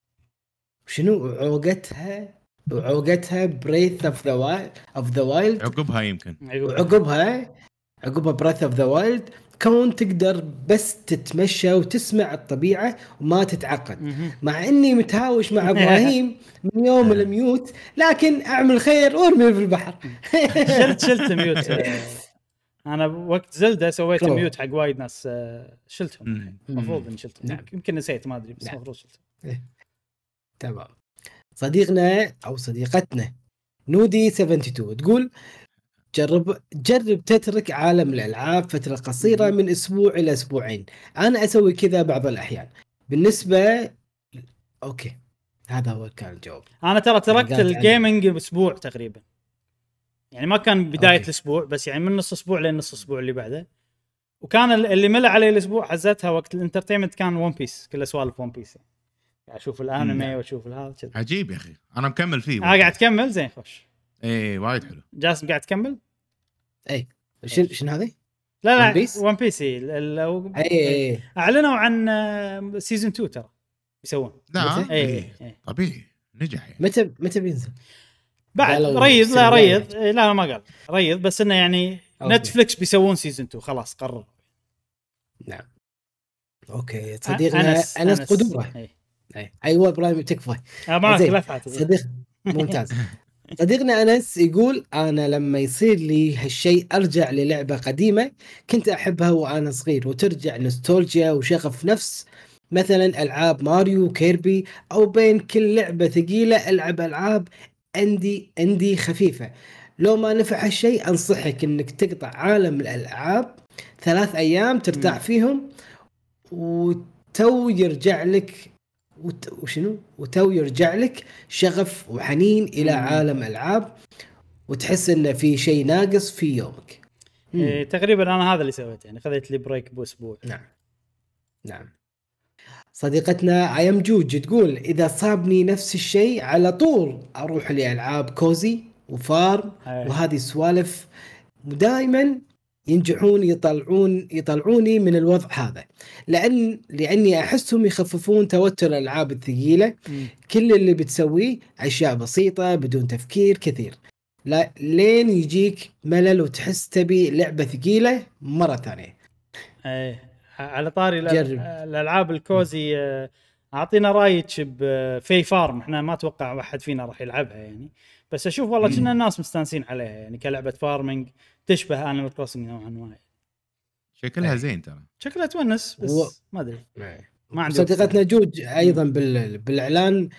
وعوقتها بريث اوف ذا وايلد. عقبها يمكن عقبها بريث اوف ذا وايلد كون تقدر بس تتمشى وتسمع الطبيعة وما تتعقد. مع اني متهاوش مع ابراهيم من يوم الميوت، لكن اعمل خير وارمي في البحر. شلت ميوت. انا وقت زلدة سويت ميوت حق وايد ناس، شلتهم. المفروض اني شلتهم. نعم. يمكن نسيت ما ادري، بس المفروض شلتهم. تمام. صديقنا او صديقتنا نودي 72 تقول جرب تترك عالم الألعاب فترة قصيرة من أسبوع إلى أسبوعين. أنا أسوي كذا بعض الأحيان. بالنسبة أوكي، هذا هو كان الجواب. أنا ترى تركت الجيمنج أسبوع تقريبا، يعني ما كان بداية أوكي. الأسبوع، بس يعني من نص أسبوع لين نص أسبوع اللي بعده. وكان اللي ملأ عليه الأسبوع حزتها وقت الانترتينمنت كان ون بيس، كل سوالف ون بيس، يعني أشوف الأنمي وأشوف هذا كذا. عجيب يا أخي، أنا مكمل فيه. قاعد تكمل زين خوش. إيه وايد حلو. جاسم قاعد تكمل؟ اي شنو هذه؟ لا ون بيس اي اعلنوا عن سيزون 2 ترى يسوون. لا اي طبيعي نجح يعني. متى بينزل بعد ريض؟ لا ريض لا ما قال ريض، بس انه يعني نتفليكس بيسوون سيزون 2 خلاص قرر. نعم اوكي. صديقنا انس قدوره. ايوه ابراهيم تكفى معك لفعت صديق ممتاز. صديقنا أنس يقول أنا لما يصير لي هالشيء أرجع للعبة قديمة كنت أحبها وأنا صغير، وترجع نوستالجيا وشغف نفس مثلا ألعاب ماريو وكيربي، أو بين كل لعبة ثقيلة ألعب ألعاب اندي خفيفة. لو ما نفع هالشيء أنصحك أنك تقطع عالم الألعاب 3 أيام ترتاح فيهم، وتو يرجع لك شغف وحنين إلى عالم ألعاب، وتحس إن في شيء ناقص في يومك. تقريبا أنا هذا اللي سويته، يعني خذيت لي بريك بأسبوع. نعم. صديقتنا أيام جوج تقول إذا صابني نفس الشيء على طول أروح لألعاب كوزي وفارم وهذه السوالف، ودائما ينجحون يطلعوني من الوضع هذا، لأني أحسهم يخففون توتر الألعاب الثقيلة. كل اللي بتسويه أشياء بسيطة بدون تفكير كثير، لا لين يجيك ملل وتحس تبي لعبة ثقيلة مرة ثانية. على طاري الألعاب الكوزي، أعطينا رايك بفي فارم. إحنا ما توقع واحد فينا راح يلعبها يعني، بس أشوف والله كنا الناس مستانسين عليها، يعني كلعبة فارمينج تشبه أنيمال كروسنج نوعا ما. شكلها زين ترى، شكلها تونس، بس ما أدري ما عندي. صديقتنا جوج أيضا بالإعلان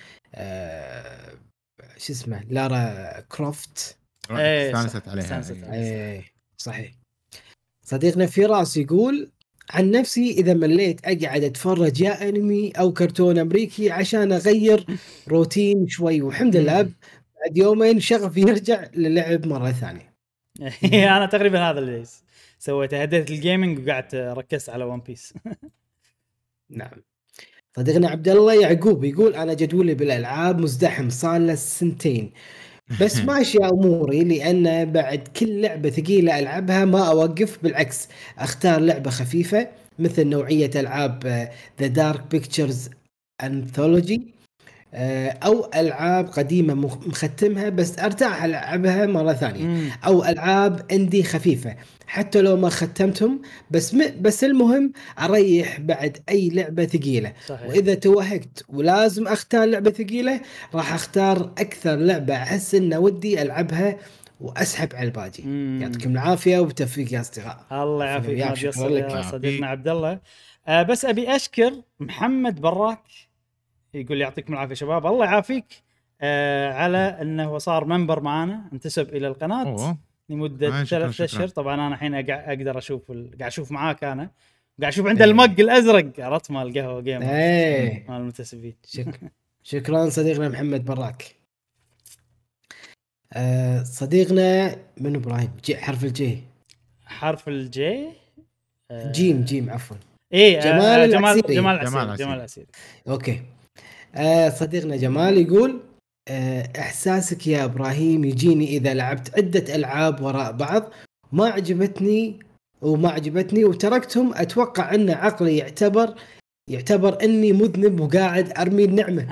شو اسمه لارا كروفت استانست عليها. صحيح. صديقنا فراس يقول عن نفسي إذا مليت أقعد أتفرج يا أنمي أو كرتون أمريكي عشان أغير روتين شوي، والحمد لله بعد يومين شغفي يرجع للعب مرة ثانية. أنا تقريبا هذا اللي سويته، هديت الجيمنج وقعدت ركزت على ون بيس. نعم. صديقنا عبد الله يعقوب يقول أنا جدولي بالألعاب مزدحم صار له 2 سنين بس ماشي أموري، لأن بعد كل لعبة ثقيلة ألعبها ما أوقف، بالعكس أختار لعبة خفيفة مثل نوعية ألعاب The Dark Pictures Anthology أو ألعاب قديمة مختمها بس أرتاح ألعبها مرة ثانية، أو ألعاب اندي خفيفة حتى لو ما ختمتهم، بس المهم أريح بعد أي لعبة ثقيلة. صحيح. وإذا توهقت ولازم أختار لعبة ثقيلة راح أختار أكثر لعبة أحس إن ودي ألعبها وأسحب على الباقي. يعطيكم العافية وبتوفيق يا أصدقاء. الله يعافيك يا صديقنا عبد الله. بس أبي أشكر محمد براك، يقول يعطيكم العافية شباب. الله يعافيك على أنه صار منبر معنا، انتسب إلى القناة لمدة 3 أشهر. طبعا أنا الحين أقدر أشوف قاعد أشوف معاك، أنا قاعد أشوف عند المج الأزرق، عرفت مال القهوة جيم مال المنتسبين. شكرا صديقنا محمد براك. صديقنا من إبراهيم حرف الجي. حرف الجي جيم عفوا. ايه جمال جمال العسيري. اوكي. صديقنا جمال يقول احساسك يا ابراهيم يجيني اذا لعبت عدة العاب وراء بعض ما عجبتني وتركتهم، اتوقع ان عقلي يعتبر اني مذنب وقاعد ارمي النعمة.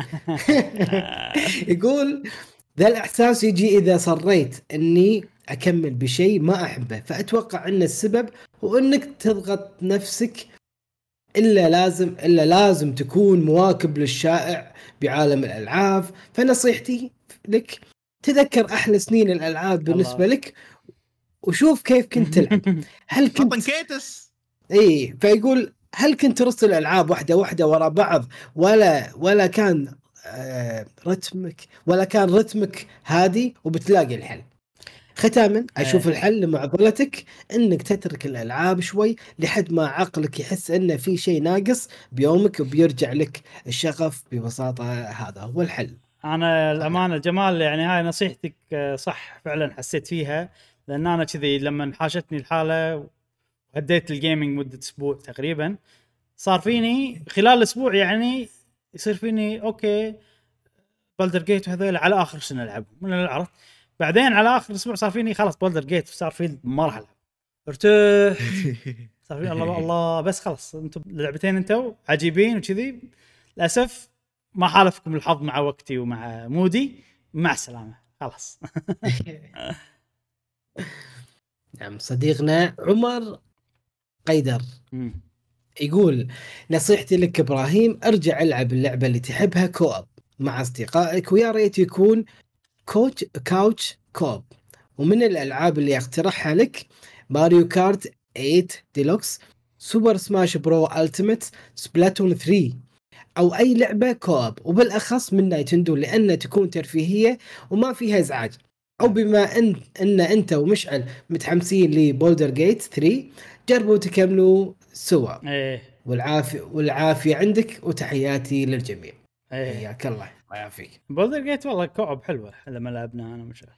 يقول ذا الاحساس يجي اذا صريت اني اكمل بشيء ما احبه، فاتوقع ان السبب هو انك تضغط نفسك، إلا لازم تكون مواكب للشائع بعالم الألعاب. فنصيحتي لك تذكر أحلى سنين الألعاب بالنسبة لك وشوف كيف كنت تلعب. هل كنت كيتس فيقول هل كنت ترسل الألعاب واحدة وراء بعض ولا كان رتمك هادي؟ وبتلاقي الحل. ختاما اشوف الحل لمعضلتك انك تترك الالعاب شوي لحد ما عقلك يحس ان في شيء ناقص بيومك وبيرجع لك الشغف. ببساطه هذا هو الحل. انا الامانه جمال يعني هاي نصيحتك صح فعلا حسيت فيها، لان انا كذي لما حاشتني الحاله وهديت الجيمنج مده اسبوع تقريبا، صار فيني خلال الاسبوع يعني يصير فيني اوكي بولدر جيت وهذول على اخر سنه العبهم من العرض، بعدين على اخر اسبوع صار فيني خلاص بولدر جيت صار في مرحله ارتاح صار في الله بس خلاص انتم لعبتين انتم عجيبين وكذي، للاسف ما حالفكم الحظ مع وقتي ومع مودي، مع السلامه خلاص. نعم صديقنا عمر قيدر يقول نصيحتي لك ابراهيم ارجع العب اللعبه اللي تحبها كوب مع اصدقائك، ويا ريت يكون كاوتش كوب. ومن الألعاب اللي اقترحها لك ماريو كارت 8 ديلوكس، سوبر سماش برو ألتيميت، سبلاتون 3، أو أي لعبة كوب، وبالأخص من نايتندو لأن تكون ترفيهية وما فيها إزعاج. أو بما إن أنت ومشعل متحمسين لبولدر جيت 3، جربوا تكملوا سوا. والعافية عندك، وتحياتي للجميع. حياك الله يعافيك. بولدر جيت والله كوب حلوه لما لعبناها انا ومشعل.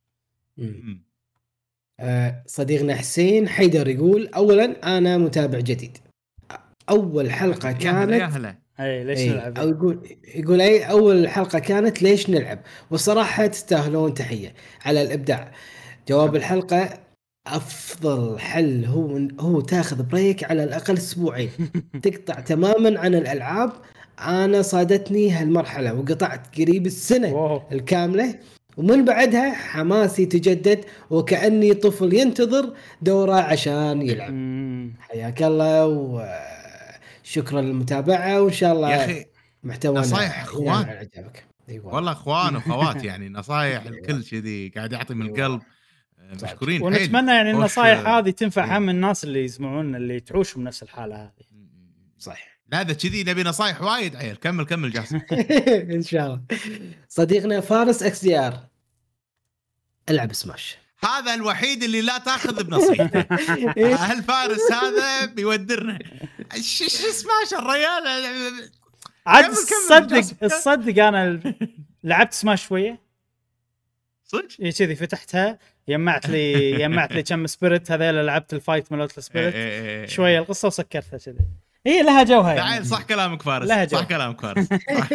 صديقنا حسين حيدر يقول اولا انا متابع جديد، اول حلقه كانت ليش نلعب، او يقول اول حلقه كانت ليش نلعب، وصراحه تستاهلون تحيه على الابداع. جواب الحلقه افضل حل هو تاخذ بريك على الاقل اسبوعين تقطع تماما عن الالعاب. انا صادتني هالمرحله وقطعت قريب السنه الكامله، ومن بعدها حماسي تجدد وكأني طفل ينتظر دورة عشان يلعب. حياك الله وشكرا للمتابعة، وإن شاء الله يا أخي محتوى نصايح اخوان أيوة. والله اخوان واخوات يعني نصايح الكل كذي قاعد يعطي من القلب. مشكورين ونتمنى يعني النصايح هذه تنفع هم الناس اللي يسمعون اللي تعوشوا بنفس الحالة هذه. صح. لا هذا كذي نبي نصايح وايد عيل. كمل جاسم. ان شاء الله. صديقنا فارس اكس دي ار العب سماش، هذا الوحيد اللي لا تاخذ بنصيحته. هل فارس هذا بيودرنا سماش الرجال عاد الصدق انا لعبت سماش شويه صدق كذي فتحتها يجمعت لي كم سبيريت هذول، لعبت الفايت مالت السبيريت شويه القصه وسكرتها كذي. هي لها جوها يعني. صح كلامك فارس، صح كلامك فارس.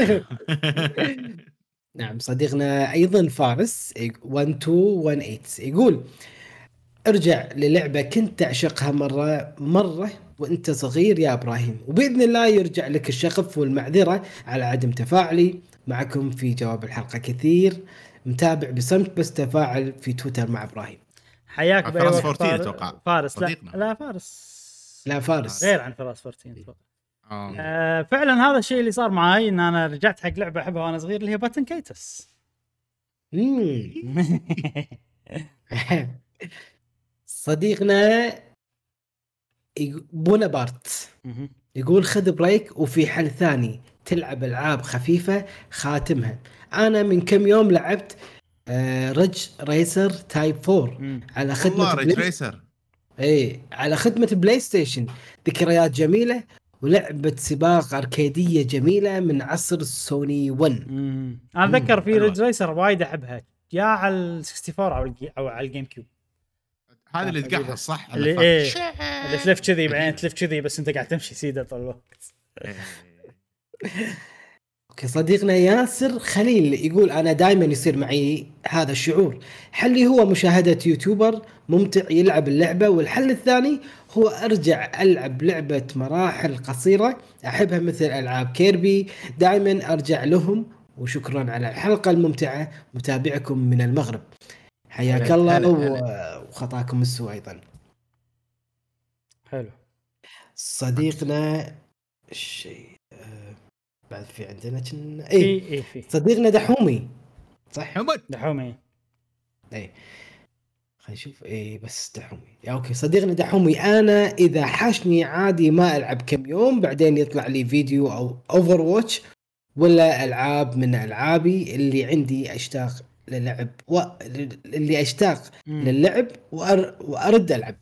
نعم صديقنا ايضا فارس 1218 يقول ارجع للعبه كنت تعشقها مره وانت صغير يا ابراهيم، وباذن الله يرجع لك الشغف. والمعذره على عدم تفاعلي معكم في جواب الحلقه، كثير متابع بصمت بس تفاعل في تويتر مع ابراهيم. حياك فراس 14 اتوقع. فارس لا فارس غير عن فراس 14 فعلا هذا الشيء اللي صار معي، ان انا رجعت حق لعبه احبها وانا صغير اللي هي باتن كيتس. صديقنا بونابارت يقول خذ بريك وفي حل ثاني تلعب العاب خفيفه خاتمها. انا من كم يوم لعبت ريج ريسر تايب 4 على خدمه ريج ريسر على خدمه بلاي ستيشن، ذكريات جميله ولعبه سباق اركيديه جميله من عصر سوني 1. انا اتذكر في ريج ريسر وايد احبها، يا على ال 64 او على الجيم كيوب. هذا اللي تقحص صح اللي ايه اللي تلف كذي بعدين تلف كذي بس انت قاعد تمشي سيده طول الوقت. اوكي صديقنا ياسر خليل يقول انا دائما يصير معي هذا الشعور. حلي هو مشاهدة يوتيوبر ممتع يلعب اللعبة، والحل الثاني هو ارجع العب لعبة مراحل قصيرة احبها مثل العاب كيربي، دائما ارجع لهم. وشكرا على الحلقة الممتعة، متابعكم من المغرب. حياك الله وخطاكم السوء ايضا. حلو. صديقنا الشيء بعد في عندنا كنا في صديقنا دحومي صح؟ دحومي اي خلينا نشوف. اي بس دحومي اوكي. صديقنا دحومي انا اذا حاشني عادي ما العب كم يوم بعدين يطلع لي فيديو او اوفر واتش ولا العاب من العابي اللي عندي اشتاق للعب اللي اشتاق للعب وارد العب.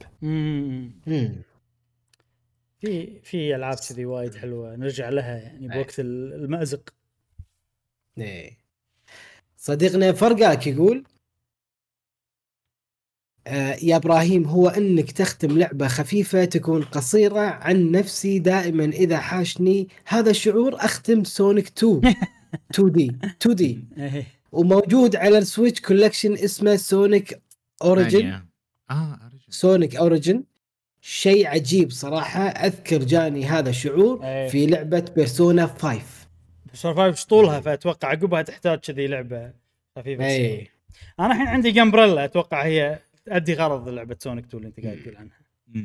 في العاب كذي وايد حلوه نرجع لها يعني بوقت المأزق. ايه صديقنا فرقاك يقول يا ابراهيم هو انك تختم لعبه خفيفه تكون قصيره. عن نفسي دائما اذا حاشني هذا الشعور اختم سونيك 2 دي وموجود على السويتش كولكشن اسمه سونيك اوريجن. سونيك اوريجن شيء عجيب صراحه. اذكر جاني هذا الشعور في لعبه بيرسونا 5. بيرسونا 5 طولها فاتوقع عقبها تحتاج كذي لعبه خفيفه. انا الحين عندي جامبريلا اتوقع هي تؤدي غرض لعبه سونيك 2 اللي انت قاعد تقول عنها.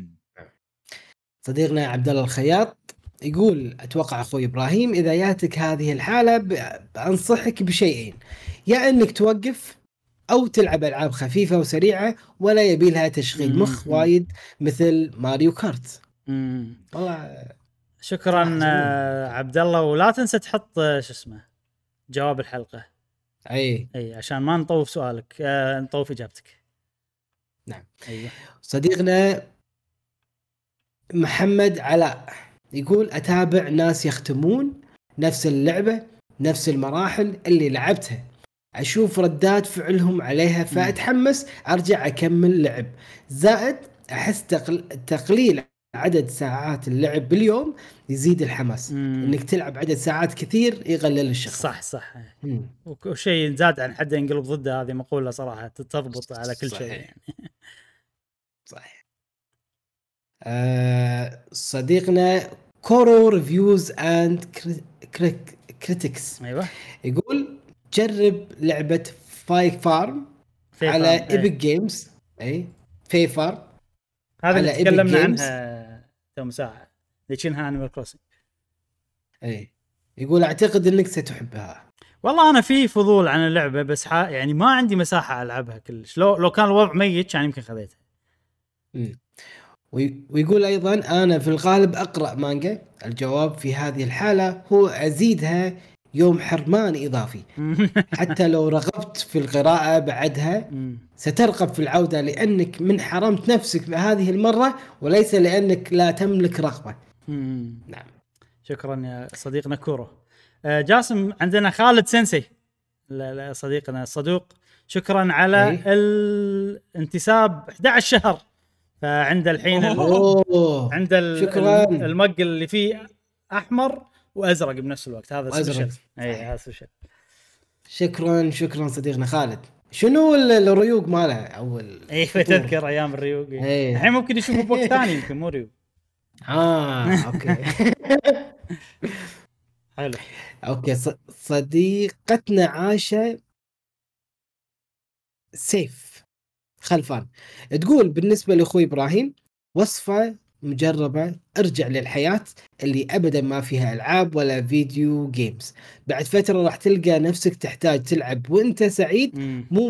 صديقنا عبد الله الخياط يقول اتوقع اخوي ابراهيم اذا جاتك هذه الحاله بانصحك بشيئين، يا انك توقف او تلعب العاب خفيفه وسريعه ولا يبي لها تشغيل مخ وايد مثل ماريو كارت. والله شكرا عبد الله. ولا تنسى تحط شو اسمه جواب الحلقه اي عشان ما نطوف سؤالك نطوف اجابتك. نعم. ايوه صديقنا محمد علاء يقول اتابع ناس يختمون نفس اللعبه نفس المراحل اللي لعبتها، اشوف ردات فعلهم عليها فاتحمس ارجع اكمل لعب. زائد احس تقليل عدد ساعات اللعب باليوم يزيد الحماس. انك تلعب عدد ساعات كثير يقلل الشغف. صح وشيء زاد عن حد ينقلب ضده. هذه مقولة صراحة تربط على كل شيء يعني. صح. صديقنا كورو ريفيوز اند كريتكس ايوه يقول جرب لعبة فاي فارم على ايبك جيمز. اي في فارم هذا اللي تكلمنا عنها كم ساعة اللي كأنها انيمال كروسنج. اي يقول اعتقد انك ستحبها. والله انا في فضول عن اللعبة بس يعني ما عندي مساحة العبها كلش. لو كان الوضع ميت كان يمكن خذيتها. ويقول ايضا انا في الغالب اقرا مانجا. الجواب في هذه الحالة هو ازيدها يوم حرمان اضافي. حتى لو رغبت في القراءة بعدها سترغب في العودة لانك من حرمت نفسك بهذه المرة وليس لانك لا تملك رغبة. نعم شكرا يا صديقنا كورو. جاسم عندنا خالد سensei صديقنا الصدوق شكرا على الانتساب 11 شهر. فعند الحين عند المق اللي فيه احمر وازرق بنفس الوقت. هذا سبيشل. هذا سبيشل. شكرا صديقنا خالد. شنو الريوق ماله اول تذكر ايام الريوق. الحين ممكن يشوفوا بوقت ثاني يمكن مو ريوق. اوكي. حلو. اوكي صديقتنا عاشة سيف خلفان تقول بالنسبة لأخوي إبراهيم وصفة مجربة ارجع للحياة اللي أبدا ما فيها ألعاب ولا فيديو جيمز. بعد فترة راح تلقى نفسك تحتاج تلعب وانت سعيد مو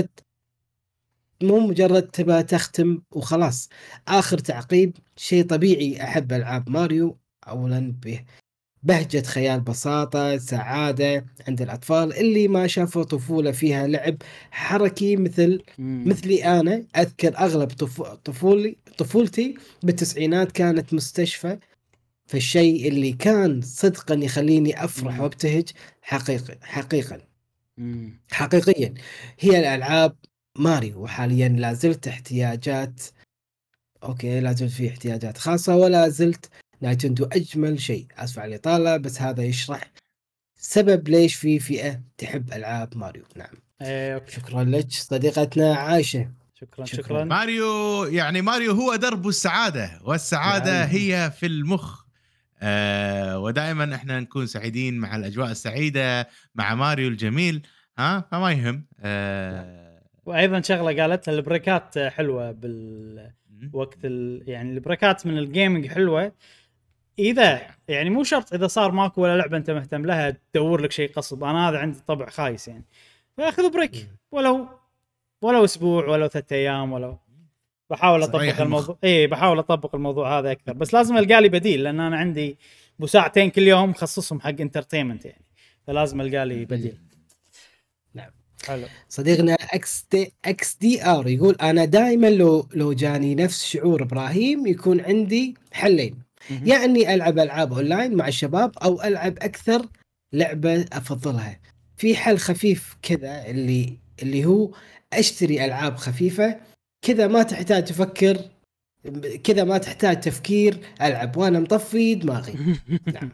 مجرد تبى تختم وخلاص. آخر تعقيب شيء طبيعي أحب ألعاب ماريو أولا بهجة خيال بساطة سعادة عند الأطفال اللي ما شافوا طفولة فيها لعب حركي مثلي. أنا أذكر أغلب طفولتي بالتسعينات كانت مستشفى. فالشيء اللي كان صدقا يخليني أفرح وابتهج حقيقيا هي الألعاب ماريو حاليا لا زلت احتياجات، اوكي لا زلت في احتياجات خاصة، ولا زلت نايتندو اجمل شيء. اسف على الاطالة، بس هذا يشرح سبب ليش في فئة تحب العاب ماريو. نعم. أوكي. شكرا لك صديقتنا عائشة. شكرا. ماريو يعني ماريو هو درب السعادة، والسعادة هي في المخ. ودائما احنا نكون سعيدين مع الأجواء السعيدة مع ماريو الجميل. فما يهم. وايضا شغله قالتها البريكات حلوه بالوقت يعني البريكات من الجيمنج حلوه. اذا يعني مو شرط اذا صار ماكو ولا لعبه انت مهتم لها تدور لك شيء قصب. انا هذا عندي طبع خايس يعني، فاخذ بريك ولو اسبوع ولو 3 ايام، ولو بحاول اطبق الموضوع. بحاول اطبق الموضوع هذا اكثر، بس لازم القى لي بديل، لان انا عندي ساعتين كل يوم مخصصهم حق انترتينمنت يعني، فلازم القى لي بديل. نعم. حلو. صديقنا اكس دي ار يقول انا دائما لو جاني نفس شعور ابراهيم يكون عندي حلين، يعني العب العاب اونلاين مع الشباب او العب اكثر لعبه افضلها. في حل خفيف كذا اللي هو اشتري العاب خفيفه كذا، ما تحتاج تفكر كذا، ما تحتاج تفكير، العب وانا مطفي دماغي. نعم.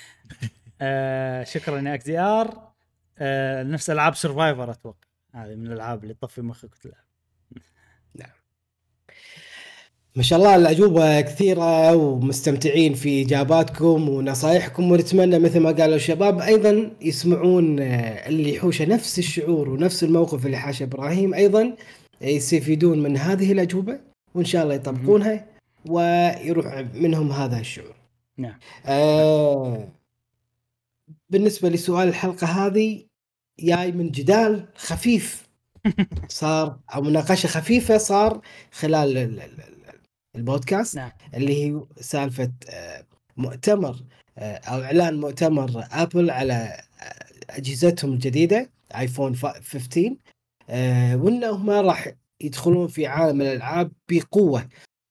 شكرا يا اكس دي ار. نفس العاب سرفايفر اتوقع، هذه من الالعاب اللي تطفي مخك وتلعب. نعم. ما شاء الله الأجوبة كثيرة ومستمتعين في إجاباتكم ونصائحكم، ونتمنى مثل ما قالوا الشباب أيضا يسمعون اللي يحوشه نفس الشعور ونفس الموقف اللي حاش إبراهيم، أيضا يستفيدون من هذه الأجوبة وإن شاء الله يطبقونها ويروح منهم هذا الشعور. نعم. بالنسبة لسؤال الحلقة هذه جاي من جدال خفيف صار، أو مناقشة خفيفة صار خلال البودكاست. نعم. اللي هي سالفة مؤتمر أو إعلان مؤتمر أبل على أجهزتهم الجديدة آيفون 15، وإنهم ما راح يدخلون في عالم الألعاب بقوة.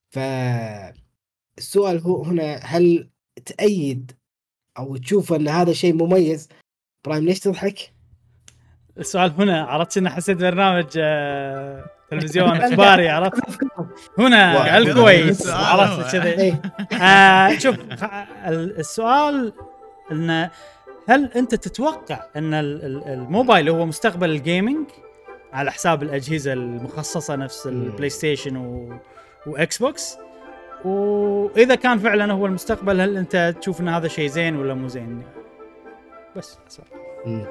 فالسؤال هو هنا، هل تأيد أو تشوف أن هذا شيء مميز؟ برايم ليش تضحك؟ السؤال هنا عرفت إنه حسيت برنامج تلفزيون إخباري، عرفت هنا الكويس، عرفت كذا. شوف السؤال إنه هل أنت تتوقع أن الموبايل هو مستقبل الجيمينج على حساب الأجهزة المخصصة نفس البلاي ستيشن وإكس بوكس؟ وإذا كان فعلا هو المستقبل، هل أنت تشوف أن هذا شيء زين ولا مو زين؟ بس سؤال.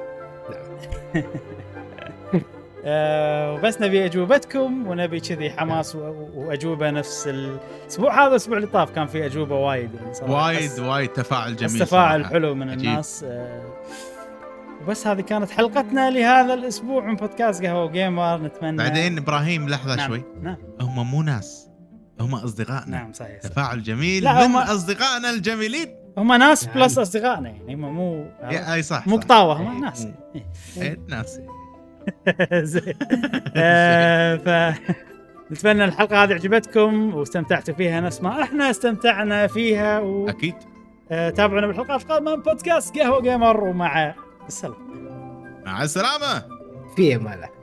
وبس نبي أجوبتكم، ونبي كذي حماس وأجوبة نفس الأسبوع هذا. الأسبوع اللي طاف كان في أجوبة وايد يعني، وايد تفاعل جميل، تفاعل حلو من الناس. وبس هذه كانت حلقتنا لهذا الأسبوع من بودكاست قهوة جيمر. نتمنى بعدين إبراهيم لحظة. نعم. شوي. نعم. هم مو ناس، هم أصدقائنا. نعم صحيح. تفاعل جميل من أصدقائنا الجميلين. هم ناس بلس أصدقائنا يعني، هم مو أي صح مو قطاوة، هم ناس. ناس. نتمنى الحلقة هذه عجبتكم واستمتعتوا فيها نفس ما احنا استمتعنا فيها. أكيد. تابعونا بالحلقات القادمة من بودكاست قهوة جيمر، ومع السلامة. مع السلامة. في أمان الله.